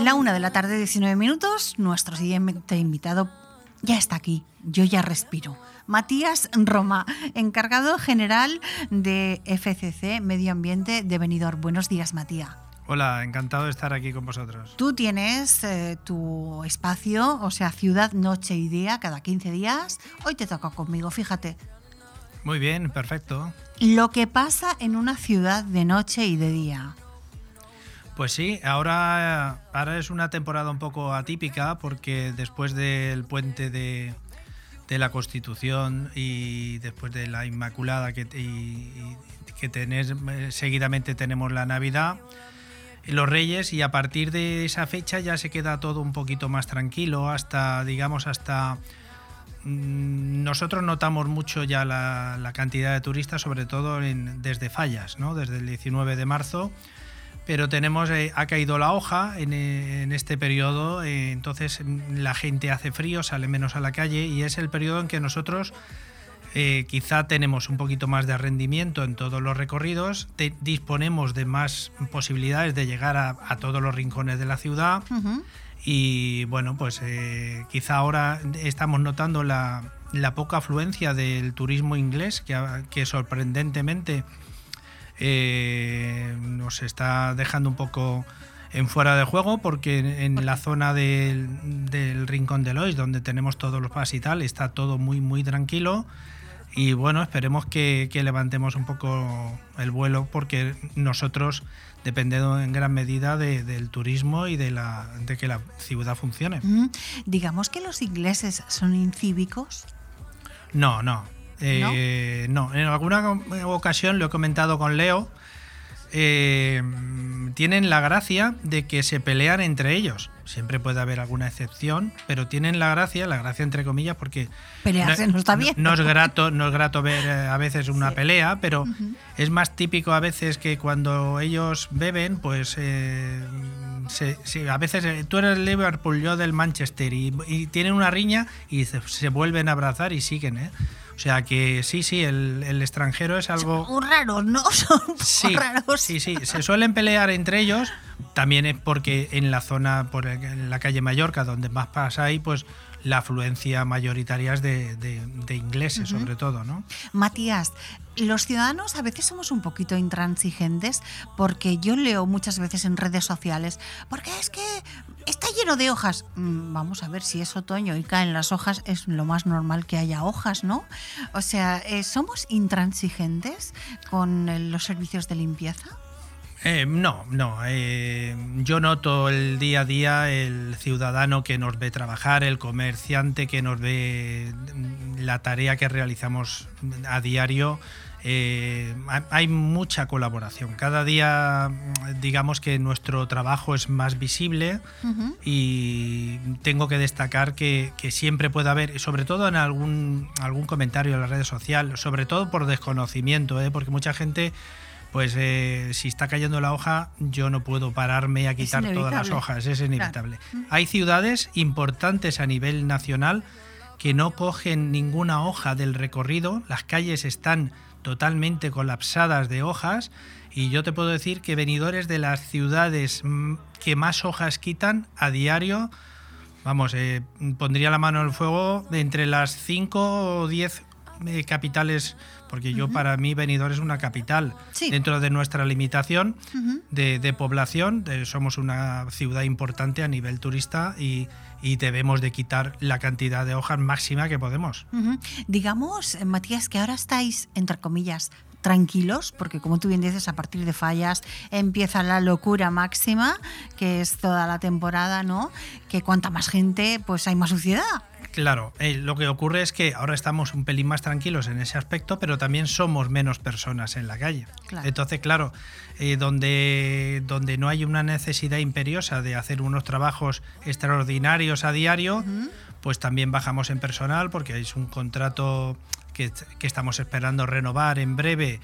La una de la tarde, diecinueve minutos, nuestro siguiente invitado ya está aquí, yo ya respiro. Matías Roma, encargado general de F C C Medio Ambiente de Benidorm. Buenos días, Matías. Hola, encantado de estar aquí con vosotros. Tú tienes eh, tu espacio, o sea, ciudad, noche y día, cada quince días. Hoy te toca conmigo, fíjate. Muy bien, perfecto. Lo que pasa en una ciudad de noche y de día. Pues sí, ahora, ahora es una temporada un poco atípica porque después del puente de, de la Constitución y después de la Inmaculada que, y, y, que tener, seguidamente tenemos la Navidad, los Reyes, y a partir de esa fecha ya se queda todo un poquito más tranquilo hasta, digamos, hasta... Nosotros notamos mucho ya la, la cantidad de turistas, sobre todo en, desde Fallas, ¿no? Desde el diecinueve de marzo, pero tenemos, eh, ha caído la hoja en, en este periodo, eh, entonces la gente hace frío, sale menos a la calle y es el periodo en que nosotros eh, quizá tenemos un poquito más de rendimiento en todos los recorridos, te, disponemos de más posibilidades de llegar a, a todos los rincones de la ciudad. Uh-huh. Y bueno, pues eh, quizá ahora estamos notando la, la poca afluencia del turismo inglés, que, que sorprendentemente eh, nos está dejando un poco en fuera de juego, porque en, en la zona del, del Rincón de Lois, donde tenemos todos los pas y tal, está todo muy, muy tranquilo. Y bueno, esperemos que, que levantemos un poco el vuelo, porque nosotros dependemos en gran medida de, del turismo y de, la, de que la ciudad funcione. Mm, digamos que los ingleses son incívicos. No, no. Eh, ¿No? no. En alguna ocasión lo he comentado con Leo. Eh, tienen la gracia de que se pelean entre ellos. Siempre puede haber alguna excepción, pero tienen la gracia, la gracia entre comillas, porque pelearse no, no está bien. No, no es grato, no es grato ver a veces una sí. pelea, pero uh-huh. es más típico a veces que cuando ellos beben, pues eh, se, se, a veces eh, tú eres el Liverpool, yo del Manchester, y, y tienen una riña y se, se vuelven a abrazar y siguen, ¿eh? O sea que sí, sí, el, el extranjero es algo... Son raros, ¿no? Son sí, raros. Sí, sí, se suelen pelear entre ellos. También es porque en la zona, por en la calle Mallorca, donde más pasa ahí, pues la afluencia mayoritaria es de, de, de ingleses, uh-huh. sobre todo, ¿no? Matías, los ciudadanos a veces somos un poquito intransigentes, porque yo leo muchas veces en redes sociales, porque es que está lleno de hojas. Mm, vamos a ver, si es otoño y caen las hojas, es lo más normal que haya hojas, ¿no? O sea, eh, ¿somos intransigentes con eh, los servicios de limpieza? Eh, no, no. Eh, yo noto el día a día el ciudadano que nos ve trabajar, el comerciante que nos ve la tarea que realizamos a diario. Eh, hay mucha colaboración. Cada día, digamos que nuestro trabajo es más visible. Uh-huh. Y tengo que destacar que, que siempre puede haber, sobre todo en algún, algún comentario en las redes sociales, sobre todo por desconocimiento, ¿eh? Porque mucha gente... Pues eh, si está cayendo la hoja, yo no puedo pararme a quitar todas las hojas, es inevitable. Claro. Hay ciudades importantes a nivel nacional que no cogen ninguna hoja del recorrido, las calles están totalmente colapsadas de hojas, y yo te puedo decir que Benidorm es de las ciudades que más hojas quitan a diario. Vamos, eh, pondría la mano en el fuego de entre las cinco o diez eh, capitales, porque yo, uh-huh. para mí, Benidorm es una capital. Sí. Dentro de nuestra limitación uh-huh. de, de población, de, somos una ciudad importante a nivel turista y, y debemos de quitar la cantidad de hojas máxima que podemos. Uh-huh. Digamos, Matías, que ahora estáis, entre comillas, tranquilos, porque como tú bien dices, a partir de Fallas empieza la locura máxima, que es toda la temporada, ¿no? Que cuanta más gente, pues hay más suciedad. Claro, eh, lo que ocurre es que ahora estamos un pelín más tranquilos en ese aspecto, pero también somos menos personas en la calle. Claro. Entonces, claro, eh, donde, donde no hay una necesidad imperiosa de hacer unos trabajos extraordinarios a diario, uh-huh. pues también bajamos en personal, porque es un contrato que, que estamos esperando renovar en breve.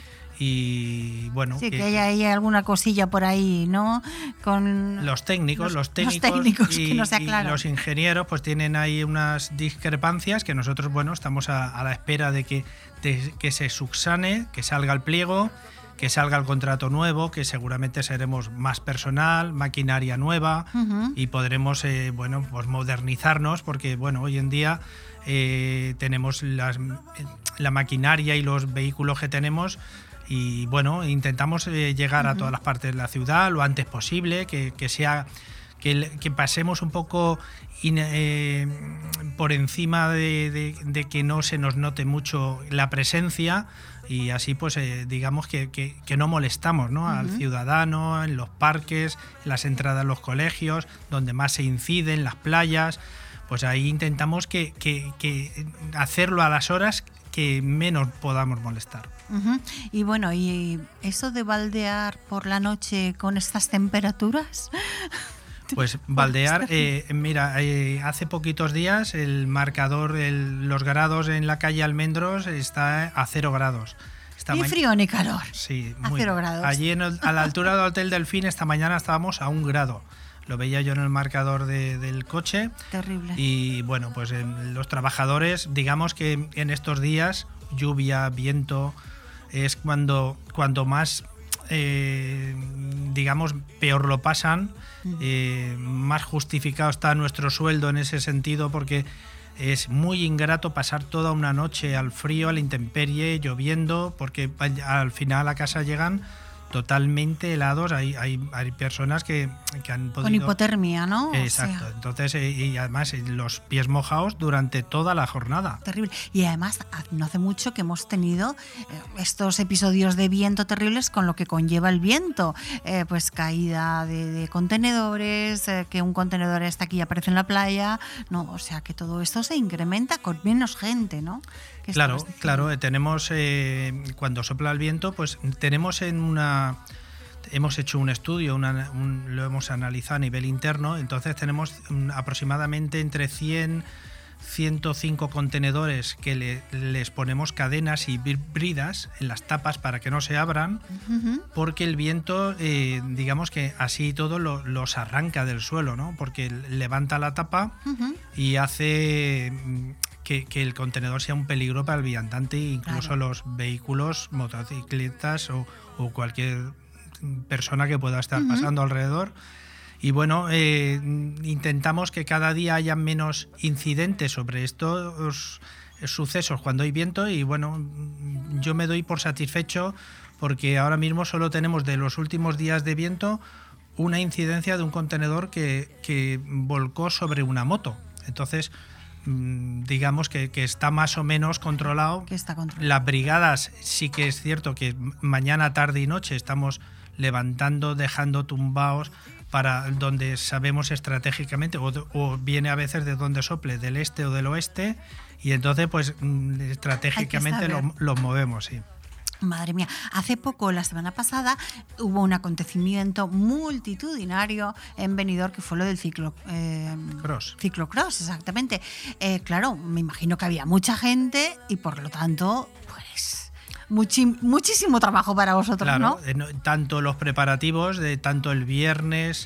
Y bueno, sí, que, que haya, haya alguna cosilla por ahí, ¿no? Con los técnicos, los, los técnicos, los técnicos y, que no se aclaran. Y los ingenieros, pues tienen ahí unas discrepancias que nosotros, bueno, estamos a, a la espera de que, de que se subsane, que salga el pliego que salga el contrato nuevo, que seguramente seremos más personal, maquinaria nueva uh-huh. y podremos eh, bueno, pues modernizarnos, porque bueno, hoy en día eh, tenemos las, la maquinaria y los vehículos que tenemos y bueno, intentamos eh, llegar uh-huh. a todas las partes de la ciudad lo antes posible, que, que sea que, que pasemos un poco in, eh, por encima de, de, de que no se nos note mucho la presencia. Y así pues eh, digamos que, que, que no molestamos, ¿no? Uh-huh. al ciudadano en los parques, en las entradas a los colegios, donde más se incide, en las playas, pues ahí intentamos que, que, que hacerlo a las horas que menos podamos molestar. Uh-huh. Y bueno, ¿y eso de baldear por la noche con estas temperaturas? Pues baldear, eh, mira, eh, hace poquitos días el marcador, el, los grados en la calle Almendros está a cero grados. Esta ni ma- frío ni calor. Sí, a muy cero bien. grados. Allí en el, a la altura del Hotel Delfín esta mañana estábamos a un grado. Lo veía yo en el marcador de, del coche. Terrible. Y bueno, pues eh, los trabajadores, digamos que en estos días, lluvia, viento, es cuando, cuando más... Eh, digamos, peor lo pasan, eh, más justificado está nuestro sueldo en ese sentido, porque es muy ingrato pasar toda una noche al frío, a la intemperie, lloviendo, porque al final a casa llegan totalmente helados. Hay, hay, hay personas que, que han podido... Con hipotermia, ¿no? Exacto. O sea... Entonces, eh, y además eh, los pies mojados durante toda la jornada. Terrible. Y además, no hace mucho que hemos tenido eh, estos episodios de viento terribles con lo que conlleva el viento. Eh, pues caída de, de contenedores, eh, que un contenedor está aquí y aparece en la playa. No, o sea, que todo esto se incrementa con menos gente, ¿no? Claro, claro, eh, tenemos, eh, cuando sopla el viento, pues tenemos en una, hemos hecho un estudio, una, un, lo hemos analizado a nivel interno, entonces tenemos un, aproximadamente entre cien, ciento cinco contenedores que le, les ponemos cadenas y bridas en las tapas para que no se abran, uh-huh. porque el viento, eh, digamos que así todo lo, los arranca del suelo, ¿no? Porque levanta la tapa uh-huh. y hace... Que, que el contenedor sea un peligro para el viandante, incluso claro. los vehículos, motocicletas o, o cualquier persona que pueda estar uh-huh. pasando alrededor. Y bueno, eh, intentamos que cada día haya menos incidentes sobre estos sucesos cuando hay viento, y bueno, yo me doy por satisfecho porque ahora mismo solo tenemos de los últimos días de viento una incidencia de un contenedor que, que volcó sobre una moto. Entonces, digamos que, que está más o menos controlado. Que está controlado. Las brigadas sí que es cierto que mañana, tarde y noche estamos levantando, dejando tumbados para donde sabemos estratégicamente, o, o viene a veces de donde sople, del este o del oeste, y entonces pues estratégicamente los lo movemos, sí. Madre mía, hace poco, la semana pasada, hubo un acontecimiento multitudinario en Benidorm, que fue lo del ciclo eh, cross. Ciclocross, exactamente. Eh, claro, me imagino que había mucha gente y por lo tanto, pues muchi- muchísimo trabajo para vosotros, claro, ¿no? Eh, tanto los preparativos, de tanto el viernes,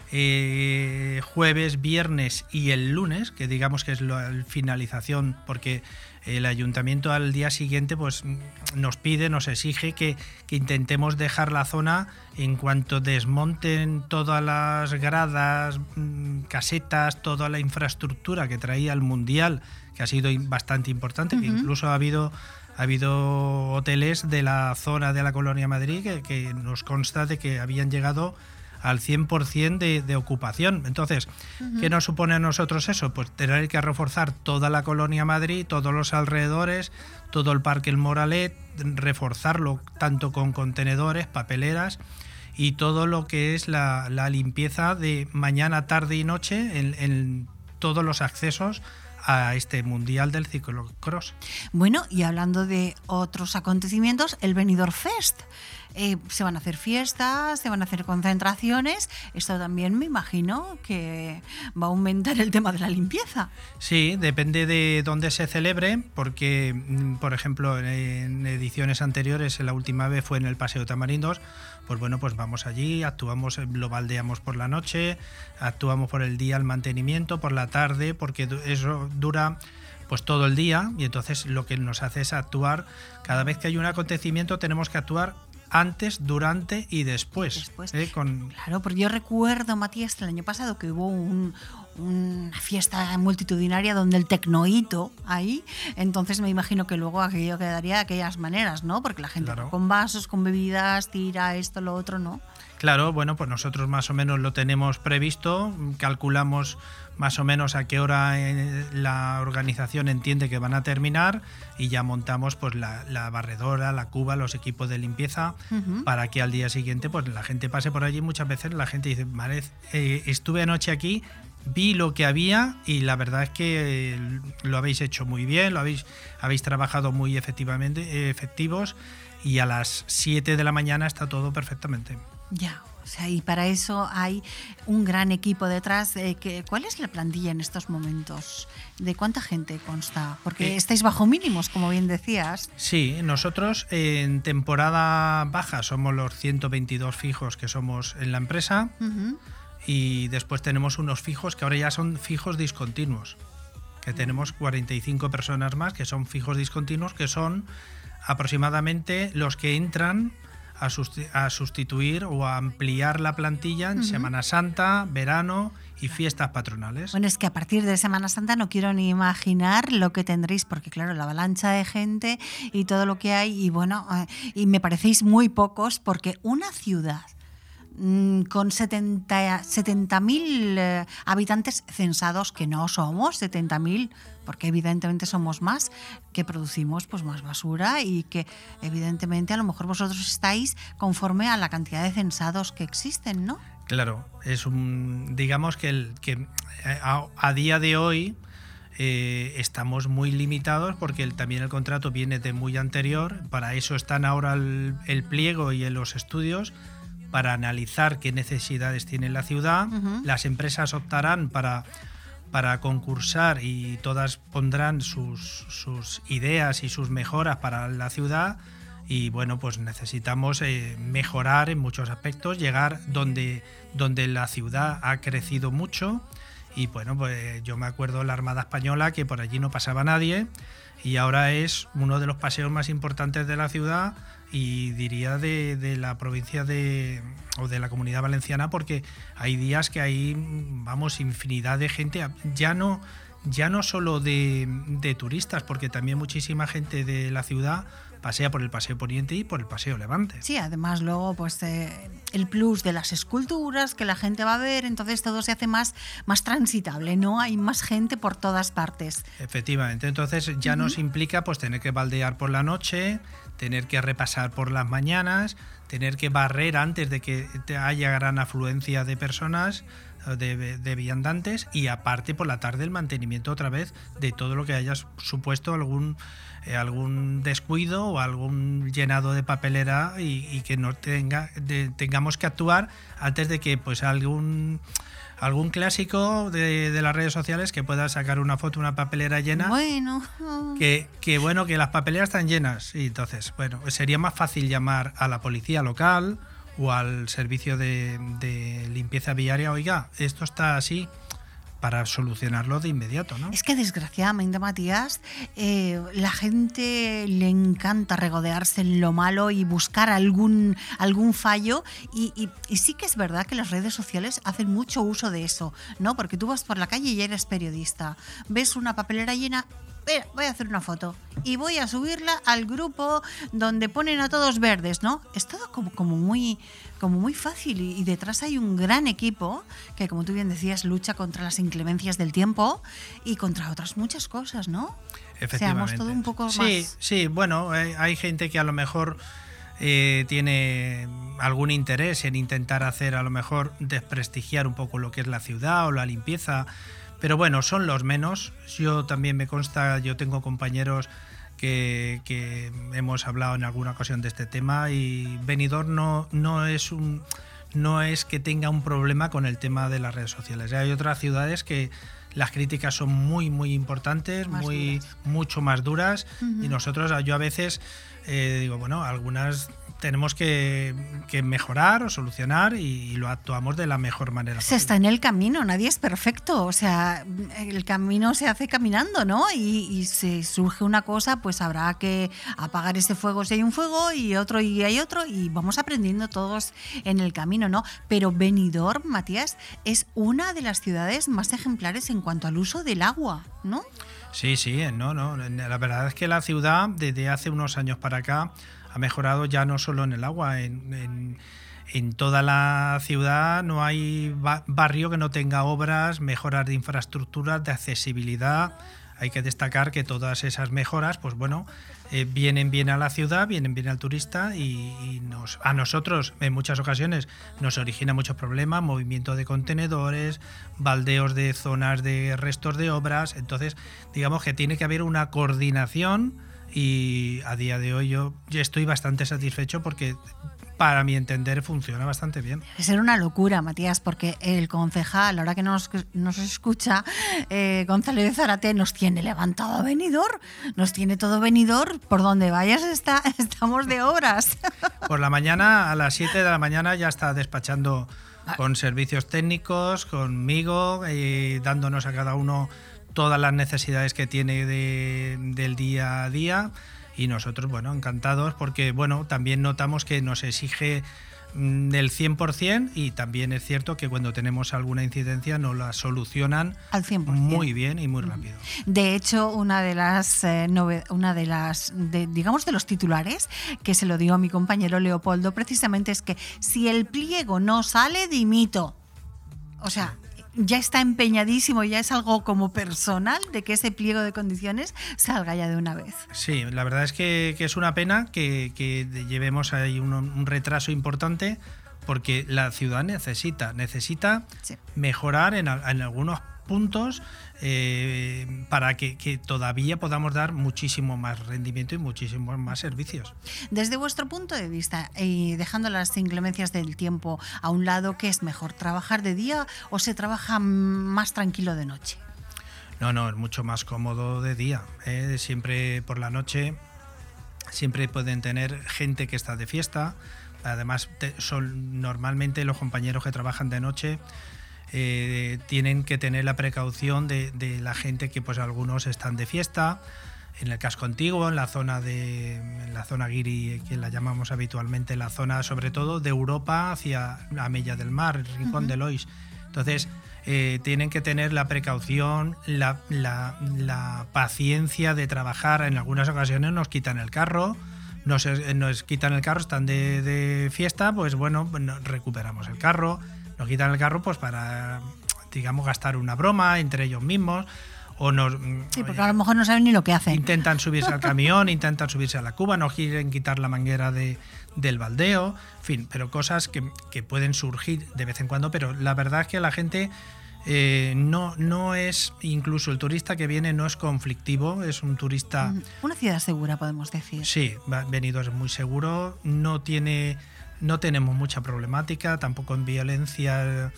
eh, jueves, viernes y el lunes, que digamos que es la finalización, porque el ayuntamiento al día siguiente pues nos pide, nos exige que, que intentemos dejar la zona en cuanto desmonten todas las gradas, casetas, toda la infraestructura que traía el Mundial, que ha sido bastante importante, uh-huh. que incluso ha habido, ha habido hoteles de la zona de la Colonia Madrid que, que nos consta de que habían llegado al cien por ciento de, de ocupación. Entonces, uh-huh. ¿qué nos supone a nosotros eso? Pues tener que reforzar toda la Colonia Madrid, todos los alrededores, todo el Parque El Moralet, reforzarlo tanto con contenedores, papeleras y todo lo que es la, la limpieza de mañana, tarde y noche en, en todos los accesos a este Mundial del Ciclocross. Bueno, y hablando de otros acontecimientos, el Benidorm Fest. Eh, se van a hacer fiestas, se van a hacer concentraciones. Esto también me imagino que va a aumentar el tema de la limpieza. Sí, depende de dónde se celebre, porque, por ejemplo, en ediciones anteriores, la última vez fue en el Paseo Tamarindos, pues bueno, pues vamos allí, actuamos, lo baldeamos por la noche, actuamos por el día el mantenimiento, por la tarde, porque eso dura pues todo el día, y entonces lo que nos hace es actuar. Cada vez que hay un acontecimiento tenemos que actuar antes, durante y después. después. ¿eh? Con... Claro, porque yo recuerdo, Matías, el año pasado que hubo un, una fiesta multitudinaria donde el tecnohito ahí, entonces me imagino que luego aquello quedaría de aquellas maneras, ¿no? Porque la gente Claro. con vasos, con bebidas, tira esto, lo otro, ¿no? Claro, bueno, pues nosotros más o menos lo tenemos previsto, calculamos más o menos a qué hora eh, la organización entiende que van a terminar y ya montamos pues la, la barredora, la cuba, los equipos de limpieza Ujú. para que al día siguiente pues la gente pase por allí. Muchas veces la gente dice, vale, eh, estuve anoche aquí, vi lo que había y la verdad es que eh, lo habéis hecho muy bien, lo habéis, habéis trabajado muy efectivamente, eh, efectivos y a las siete de la mañana está todo perfectamente. Ya, o sea, y para eso hay un gran equipo detrás. Eh, que, ¿Cuál es la plantilla en estos momentos? ¿De cuánta gente consta? Porque Eh, estáis bajo mínimos, como bien decías. Sí, nosotros en temporada baja somos los ciento veintidós fijos que somos en la empresa Ujú. y después tenemos unos fijos que ahora ya son fijos discontinuos, que tenemos cuarenta y cinco personas más que son fijos discontinuos, que son aproximadamente los que entran a, susti- a sustituir o a ampliar la plantilla en Ujú. Semana Santa, verano y fiestas patronales. Bueno, es que a partir de Semana Santa no quiero ni imaginar lo que tendréis, porque claro, la avalancha de gente y todo lo que hay, y bueno, eh, y me parecéis muy pocos, porque una ciudad mm, con setenta mil eh, habitantes censados, que no somos setenta mil, porque evidentemente somos más, que producimos pues más basura y que evidentemente a lo mejor vosotros estáis conforme a la cantidad de censados que existen, ¿no? Claro, es un, digamos que, el, que a, a día de hoy eh, estamos muy limitados porque el, también el contrato viene de muy anterior. Para eso están ahora el, el pliego y los estudios para analizar qué necesidades tiene la ciudad. Ujú. Las empresas optarán para, para concursar y todas pondrán sus, sus ideas y sus mejoras para la ciudad. Y bueno, pues necesitamos eh, mejorar en muchos aspectos, llegar donde, donde la ciudad ha crecido mucho. Y bueno, pues yo me acuerdo de la Armada Española, que por allí no pasaba nadie, y ahora es uno de los paseos más importantes de la ciudad y diría de, de la provincia de, o de la Comunidad Valenciana, porque hay días que hay, vamos, infinidad de gente, ya no, ya no solo de, de turistas, porque también muchísima gente de la ciudad pasea por el Paseo Poniente y por el Paseo Levante. Sí, además luego pues eh, el plus de las esculturas que la gente va a ver, entonces todo se hace más, más transitable, ¿no? Hay más gente por todas partes. Efectivamente, entonces ya Ujú. nos implica pues tener que baldear por la noche, tener que repasar por las mañanas, tener que barrer antes de que te haya gran afluencia de personas, de, de viandantes, y aparte por la tarde el mantenimiento otra vez de todo lo que haya supuesto algún eh, algún descuido o algún llenado de papelera y, y que no tenga de, tengamos que actuar antes de que pues algún algún clásico de, de las redes sociales que pueda sacar una foto, una papelera llena. Bueno. Que, que bueno, que las papeleras están llenas. Y entonces, bueno, sería más fácil llamar a la policía local o al servicio de, de limpieza viaria. Oiga, esto está así, para solucionarlo de inmediato, ¿no? Es que desgraciadamente, Matías, eh, la gente le encanta regodearse en lo malo y buscar algún, algún fallo y, y, y sí que es verdad que las redes sociales hacen mucho uso de eso, ¿no? Porque tú vas por la calle y eres periodista, ves una papelera llena, "Mira, voy a hacer una foto y voy a subirla al grupo donde ponen a todos verdes", ¿no? Es todo como, como muy... como muy fácil y, y detrás hay un gran equipo que, como tú bien decías, lucha contra las inclemencias del tiempo y contra otras muchas cosas, ¿no? Efectivamente. Seamos todo un poco sí, más... Sí, bueno, hay, hay gente que a lo mejor eh, tiene algún interés en intentar hacer, a lo mejor, desprestigiar un poco lo que es la ciudad o la limpieza, pero bueno, son los menos. Yo también me consta, yo tengo compañeros Que, que hemos hablado en alguna ocasión de este tema y Benidorm no, no es un no es que tenga un problema con el tema de las redes sociales. Hay otras ciudades que las críticas son muy muy importantes, Más muy duras. mucho más duras. Ujú. Y nosotros, yo a veces eh, digo, bueno, algunas tenemos que, que mejorar o solucionar y, y lo actuamos de la mejor manera Se posible. está en el camino, nadie es perfecto, o sea, el camino se hace caminando, ¿no? Y, y si surge una cosa, pues habrá que apagar ese fuego si hay un fuego y otro y hay otro y vamos aprendiendo todos en el camino, ¿no? Pero Benidorm, Matías, es una de las ciudades más ejemplares en cuanto al uso del agua, ¿no? Sí, sí, no, no. La verdad es que la ciudad desde hace unos años para acá ha mejorado ya no solo en el agua, en, en, en toda la ciudad no hay ba- barrio que no tenga obras, mejoras de infraestructuras, de accesibilidad. Hay que destacar que todas esas mejoras, pues bueno, eh, vienen bien a la ciudad, vienen bien al turista y, y nos, a nosotros en muchas ocasiones nos origina muchos problemas, movimiento de contenedores, baldeos de zonas de restos de obras. Entonces, digamos que tiene que haber una coordinación y a día de hoy yo, yo estoy bastante satisfecho porque para mi entender funciona bastante bien. Debe ser una locura, Matías, porque el concejal, ahora que nos, nos escucha, eh, Gonzalo de Zárate, nos tiene levantado a Benidorm, nos tiene todo Benidorm, por donde vayas está, estamos de obras. Por la mañana, a las siete de la mañana ya está despachando con servicios técnicos, conmigo, eh, dándonos a cada uno todas las necesidades que tiene de, del día a día. Y nosotros, bueno, encantados porque, bueno, también notamos que nos exige mm, el cien por ciento y también es cierto que cuando tenemos alguna incidencia nos la solucionan al cien por ciento. Muy bien y muy rápido. De hecho, una de las, eh, nove- una de las de, digamos, de los titulares que se lo dio a mi compañero Leopoldo precisamente es que si el pliego no sale, dimito. O sea, ya está empeñadísimo, ya es algo como personal de que ese pliego de condiciones salga ya de una vez. Sí, la verdad es que, que es una pena que, que llevemos ahí un, un retraso importante porque la ciudad necesita, necesita sí. mejorar en, en algunos puntos eh, para que, que todavía podamos dar muchísimo más rendimiento y muchísimos más servicios. Desde vuestro punto de vista, y dejando las inclemencias del tiempo a un lado, ¿qué es mejor, trabajar de día o se trabaja más tranquilo de noche? No, no, es mucho más cómodo de día. ¿eh? Siempre por la noche, siempre pueden tener gente que está de fiesta. Además, te, son normalmente los compañeros que trabajan de noche eh, tienen que tener la precaución de, de la gente que, pues, algunos están de fiesta. En el casco antiguo, en la zona de en la zona guiri, que la llamamos habitualmente, la zona sobre todo de Europa hacia la Mella del Mar, el Rincón uh-huh. de Lois. Entonces, eh, tienen que tener la precaución, la, la, la paciencia de trabajar. En algunas ocasiones nos quitan el carro, nos, nos quitan el carro, están de, de fiesta, pues bueno, recuperamos el carro, nos quitan el carro pues para, digamos, gastar una broma entre ellos mismos. O nos, sí, porque a lo mejor no saben ni lo que hacen. Intentan subirse al camión, intentan subirse a la cuba, no quieren quitar la manguera de, del baldeo, en fin, pero cosas que, que pueden surgir de vez en cuando, pero la verdad es que la gente eh, no, no es, incluso el turista que viene no es conflictivo, es un turista... Una ciudad segura, podemos decir. Sí, Benidorm es muy seguro, no tiene, no tenemos mucha problemática, tampoco en violencia...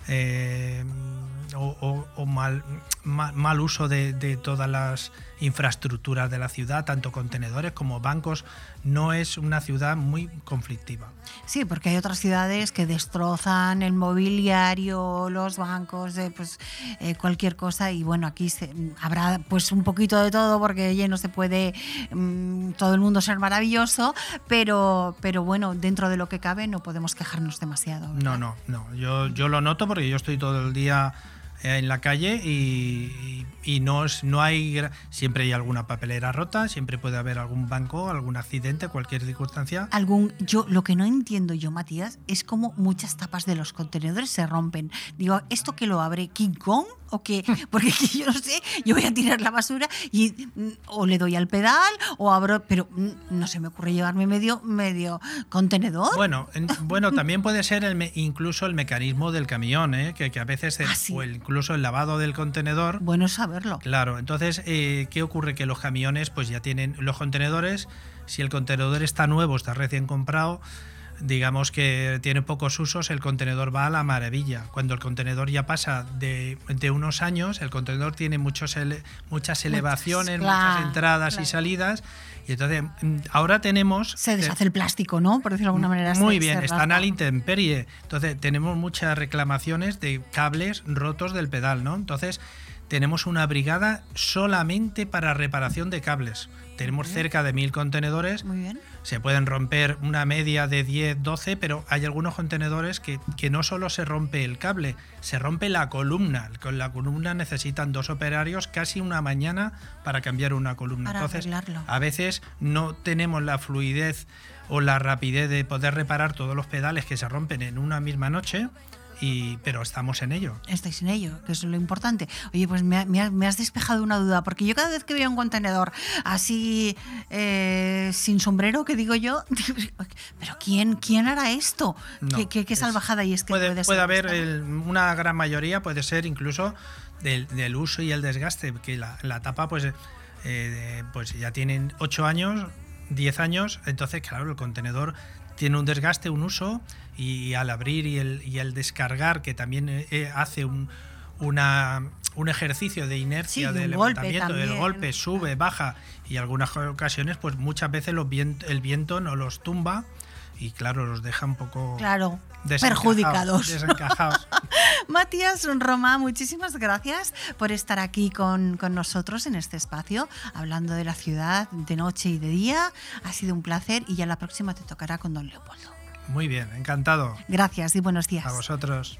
Eh, o, o, o mal, mal, mal uso de, de todas las infraestructuras de la ciudad, tanto contenedores como bancos. No es una ciudad muy conflictiva. Sí, porque hay otras ciudades que destrozan el mobiliario, los bancos, eh, pues eh, cualquier cosa, y bueno, aquí se, habrá pues un poquito de todo porque oye, no se puede mmm, todo el mundo ser maravilloso, pero, pero bueno, dentro de lo que cabe no podemos quejarnos demasiado, ¿verdad? No, no, no. Yo, yo lo noto porque yo estoy todo el día en la calle y, y, y no, es, no hay, siempre hay alguna papelera rota, siempre puede haber algún banco, algún accidente, cualquier circunstancia. Algún, yo lo que no entiendo yo, Matías, es cómo muchas tapas de los contenedores se rompen. Digo, ¿esto que lo abre King Kong o qué? Porque yo no sé, yo voy a tirar la basura y o le doy al pedal o abro, pero no se me ocurre llevarme medio, medio contenedor. Bueno, en, bueno, también puede ser el me, incluso el mecanismo del camión, ¿eh? que, que a veces el, ¿Ah, sí? o el, incluso el lavado del contenedor. Bueno saberlo. Claro, entonces, eh, ¿qué ocurre? Que los camiones pues ya tienen los contenedores, si el contenedor está nuevo, está recién comprado, digamos que tiene pocos usos, el contenedor va a la maravilla. Cuando el contenedor ya pasa de, de unos años, el contenedor tiene muchos ele, muchas elevaciones, muchas, claro, muchas entradas claro. y salidas. Y entonces, ahora tenemos... Se deshace el plástico, ¿no? Por decirlo de alguna manera. Muy se, bien, se están a la intemperie. Entonces, tenemos muchas reclamaciones de cables rotos del pedal, ¿no? Entonces, tenemos una brigada solamente para reparación de cables. Tenemos cerca de mil contenedores. Muy bien. Se pueden romper una media de diez, doce, pero hay algunos contenedores que, que no solo se rompe el cable, se rompe la columna. Con la columna necesitan dos operarios casi una mañana para cambiar una columna. Para Entonces, arreglarlo. A veces no tenemos la fluidez o la rapidez de poder reparar todos los pedales que se rompen en una misma noche. Y, pero estamos en ello. Estáis en ello, que es lo importante. Oye, pues me, me, me has despejado una duda, porque yo cada vez que veo un contenedor así eh, sin sombrero, que digo yo, pero ¿quién, quién hará esto? No, ¿Qué, qué, qué salvajada y es que puede, puede, puede haber el, una gran mayoría, puede ser incluso del, del uso y el desgaste, que la, la tapa pues, eh, pues ya tienen ocho años, diez años, entonces claro, el contenedor tiene un desgaste, un uso, y al abrir y el, y el descargar, que también eh, hace un, una, un ejercicio de inercia, sí, de levantamiento, golpe el golpe sube, baja, y en algunas ocasiones pues muchas veces los viento, el viento nos los tumba y claro, los deja un poco claro, perjudicados. Desencajados. Matías Roma, muchísimas gracias por estar aquí con, con nosotros en este espacio, hablando de la ciudad de noche y de día. Ha sido un placer y ya la próxima te tocará con don Leopoldo. Muy bien, encantado. Gracias y buenos días. A vosotros.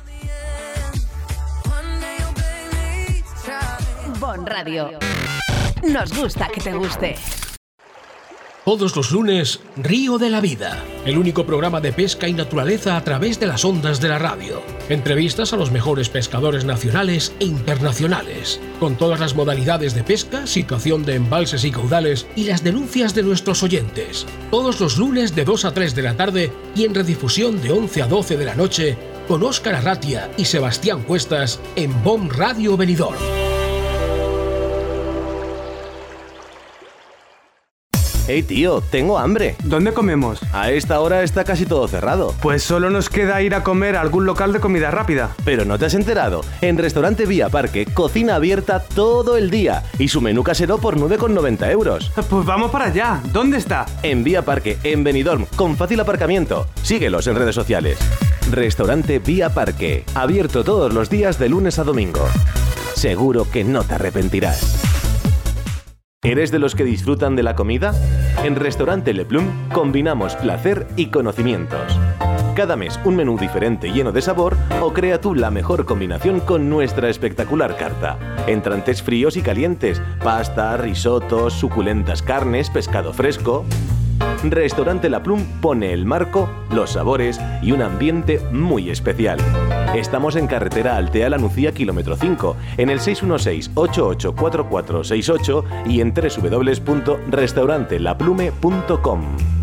Bon Radio. Nos gusta que te guste. Todos los lunes, Río de la Vida, el único programa de pesca y naturaleza a través de las ondas de la radio. Entrevistas a los mejores pescadores nacionales e internacionales, con todas las modalidades de pesca, situación de embalses y caudales y las denuncias de nuestros oyentes. Todos los lunes de dos a tres de la tarde y en redifusión de once a doce de la noche, con Óscar Arratia y Sebastián Cuestas en Bon Radio Benidorm. Hey tío, tengo hambre. ¿Dónde comemos? A esta hora está casi todo cerrado. Pues solo nos queda ir a comer a algún local de comida rápida. Pero no te has enterado. En Restaurante Vía Parque, cocina abierta todo el día y su menú casero por nueve con noventa euros. Pues vamos para allá. ¿Dónde está? En Vía Parque, en Benidorm, con fácil aparcamiento. Síguelos en redes sociales. Restaurante Vía Parque, abierto todos los días de lunes a domingo. Seguro que no te arrepentirás. ¿Eres de los que disfrutan de la comida? En Restaurante Le Plum combinamos placer y conocimientos. Cada mes un menú diferente lleno de sabor o crea tú la mejor combinación con nuestra espectacular carta. Entrantes fríos y calientes, pasta, risotos, suculentas carnes, pescado fresco. Restaurante La Plum pone el marco, los sabores y un ambiente muy especial. Estamos en carretera Altea La Nucía, kilómetro cinco, en el seis uno seis, ocho ocho cuatro cuatro seis ocho y en doble u doble u doble u punto restaurante la plume punto com.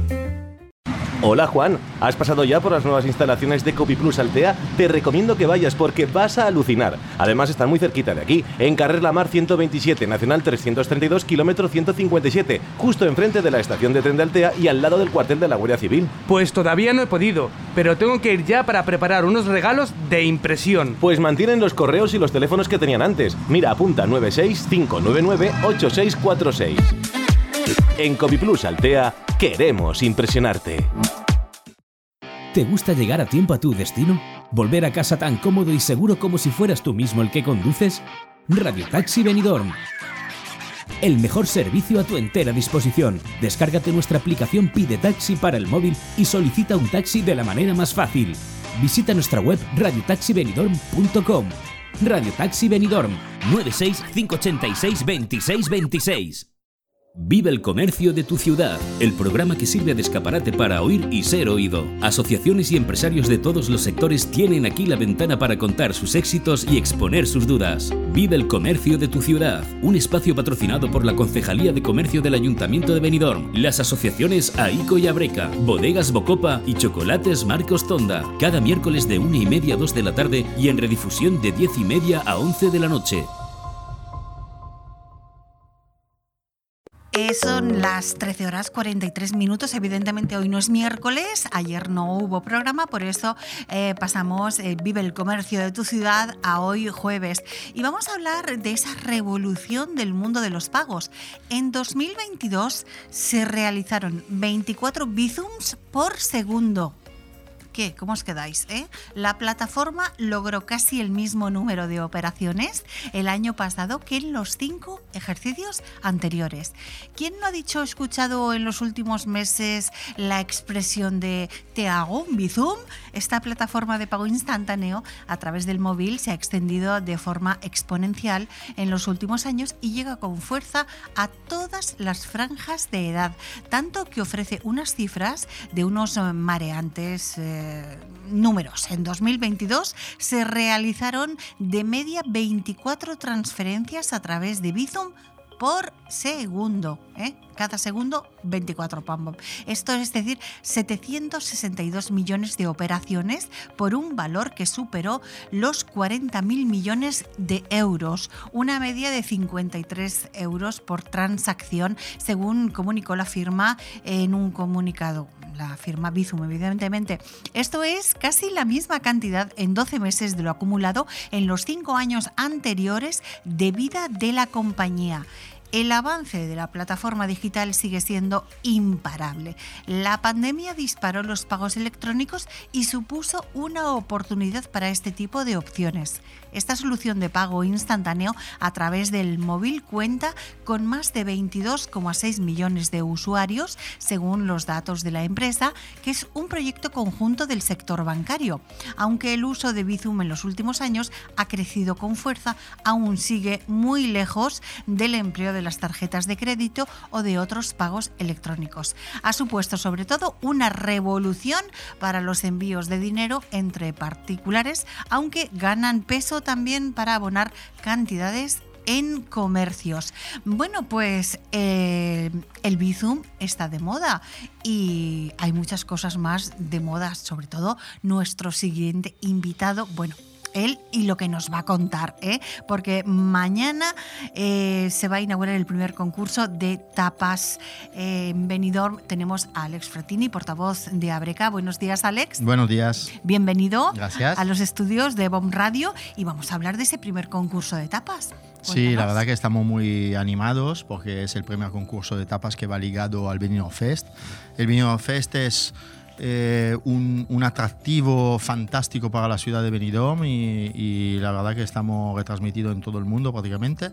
Hola Juan, ¿has pasado ya por las nuevas instalaciones de Copiplus Altea? Te recomiendo que vayas porque vas a alucinar. Además están muy cerquita de aquí, en Carrer La Mar ciento veintisiete, Nacional trescientos treinta y dos, kilómetro ciento cincuenta y siete, justo enfrente de la estación de tren de Altea y al lado del cuartel de la Guardia Civil. Pues todavía no he podido, pero tengo que ir ya para preparar unos regalos de impresión. Pues mantienen los correos y los teléfonos que tenían antes. Mira, apunta nueve seis cinco nueve nueve ocho seis cuatro seis. En Copiplus Altea queremos impresionarte. ¿Te gusta llegar a tiempo a tu destino? ¿Volver a casa tan cómodo y seguro como si fueras tú mismo el que conduces? Radio Taxi Benidorm. El mejor servicio a tu entera disposición. Descárgate nuestra aplicación Pide Taxi para el móvil y solicita un taxi de la manera más fácil. Visita nuestra web radio taxi benidorm punto com. Radio Taxi Benidorm nueve seis cinco ocho seis dos seis dos seis. Vive el comercio de tu ciudad, el programa que sirve de escaparate para oír y ser oído. Asociaciones y empresarios de todos los sectores tienen aquí la ventana para contar sus éxitos y exponer sus dudas. Vive el comercio de tu ciudad, un espacio patrocinado por la Concejalía de Comercio del Ayuntamiento de Benidorm, las asociaciones AICO y Abreca, Bodegas Bocopa y Chocolates Marcos Tonda, cada miércoles de una y media a dos de la tarde y en redifusión de diez y media a once de la noche. Eh, son las trece horas cuarenta y tres minutos. Evidentemente hoy no es miércoles, ayer no hubo programa, por eso eh, pasamos eh, Vive el Comercio de tu Ciudad a hoy jueves. Y vamos a hablar de esa revolución del mundo de los pagos. En dos mil veintidós se realizaron veinticuatro Bizums por segundo. ¿Qué? ¿Cómo os quedáis? Eh? La plataforma logró casi el mismo número de operaciones el año pasado que en los cinco ejercicios anteriores. ¿Quién no ha dicho o escuchado en los últimos meses la expresión de ¿te hago un Bizum? Esta plataforma de pago instantáneo a través del móvil se ha extendido de forma exponencial en los últimos años y llega con fuerza a todas las franjas de edad, tanto que ofrece unas cifras de unos mareantes eh, números. En dos mil veintidós se realizaron de media veinticuatro transferencias a través de Bizum por segundo, ¿eh? Cada segundo veinticuatro. Pam, esto es decir, setecientos sesenta y dos millones de operaciones por un valor que superó los cuarenta mil millones de euros, una media de cincuenta y tres euros por transacción, según comunicó la firma en un comunicado. La firma Bizum, evidentemente. Esto es casi la misma cantidad en doce meses de lo acumulado en los cinco años anteriores de vida de la compañía. El avance de la plataforma digital sigue siendo imparable. La pandemia disparó los pagos electrónicos y supuso una oportunidad para este tipo de opciones. Esta solución de pago instantáneo a través del móvil cuenta con más de veintidós coma seis millones de usuarios, según los datos de la empresa, que es un proyecto conjunto del sector bancario. Aunque el uso de Bizum en los últimos años ha crecido con fuerza, aún sigue muy lejos del empleo de las tarjetas de crédito o de otros pagos electrónicos. Ha supuesto sobre todo una revolución para los envíos de dinero entre particulares, aunque ganan peso también para abonar cantidades en comercios. Bueno, pues eh, el Bizum está de moda y hay muchas cosas más de moda, sobre todo nuestro siguiente invitado, bueno, él y lo que nos va a contar, ¿eh? Porque mañana eh, se va a inaugurar el primer concurso de tapas eh, en Benidorm. Tenemos a Alex Fratini, portavoz de Abreca. Buenos días, Alex. Buenos días. Bienvenido. Gracias. A los estudios de B O M Radio y vamos a hablar de ese primer concurso de tapas. Sí, Cuéntanos. la verdad que estamos muy animados porque es el primer concurso de tapas que va ligado al Benidorm Fest. El Benidorm Fest es Eh, un, un atractivo fantástico para la ciudad de Benidorm y, y la verdad que estamos retransmitidos en todo el mundo prácticamente,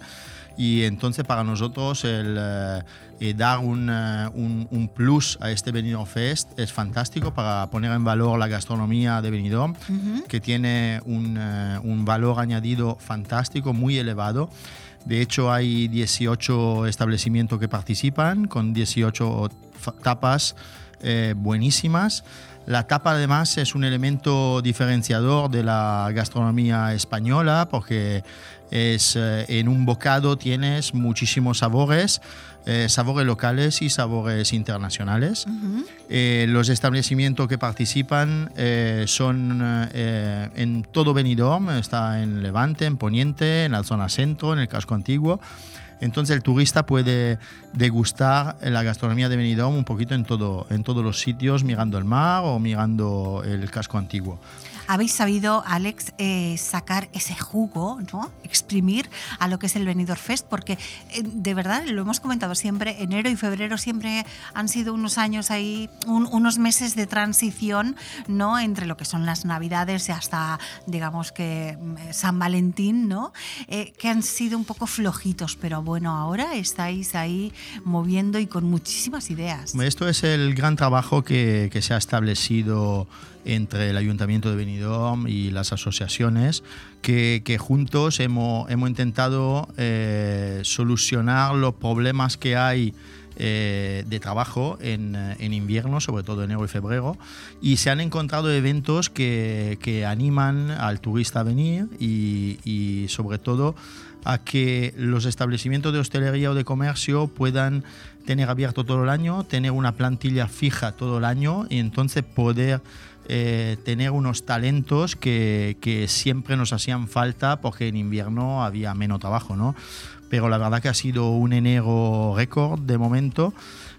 y entonces para nosotros el eh, dar un, uh, un, un plus a este Benidorm Fest es fantástico para poner en valor la gastronomía de Benidorm, uh-huh. que tiene un, uh, un valor añadido fantástico, muy elevado. De hecho, hay dieciocho establecimientos que participan con dieciocho tapas Eh, buenísimas. La tapa además es un elemento diferenciador de la gastronomía española porque es, eh, en un bocado tienes muchísimos sabores, eh, sabores locales y sabores internacionales. Uh-huh. Eh, los establecimientos que participan eh, son eh, en todo Benidorm, está en Levante, en Poniente, en la zona centro, en el casco antiguo. Entonces el turista puede degustar la gastronomía de Benidorm un poquito en, todo, en todos los sitios, mirando el mar o mirando el casco antiguo. Habéis sabido, Alex, eh, sacar ese jugo, ¿no? Exprimir a lo que es el Benidorm Fest, porque eh, de verdad, lo hemos comentado siempre, enero y febrero siempre han sido unos años ahí, un, unos meses de transición, ¿no? Entre lo que son las Navidades y hasta, digamos que San Valentín, ¿no? Eh, que han sido un poco flojitos, pero bueno, ahora estáis ahí moviendo y con muchísimas ideas. Esto es el gran trabajo que, que se ha establecido entre el Ayuntamiento de Benidorm y las asociaciones que, que juntos hemos, hemos intentado eh, solucionar los problemas que hay eh, de trabajo en, en invierno, sobre todo enero y febrero, y se han encontrado eventos que, que animan al turista a venir y, y sobre todo a que los establecimientos de hostelería o de comercio puedan tener abierto todo el año, tener una plantilla fija todo el año y entonces poder eh, tener unos talentos que, que siempre nos hacían falta porque en invierno había menos trabajo, ¿no? pero la verdad que ha sido un enero récord de momento.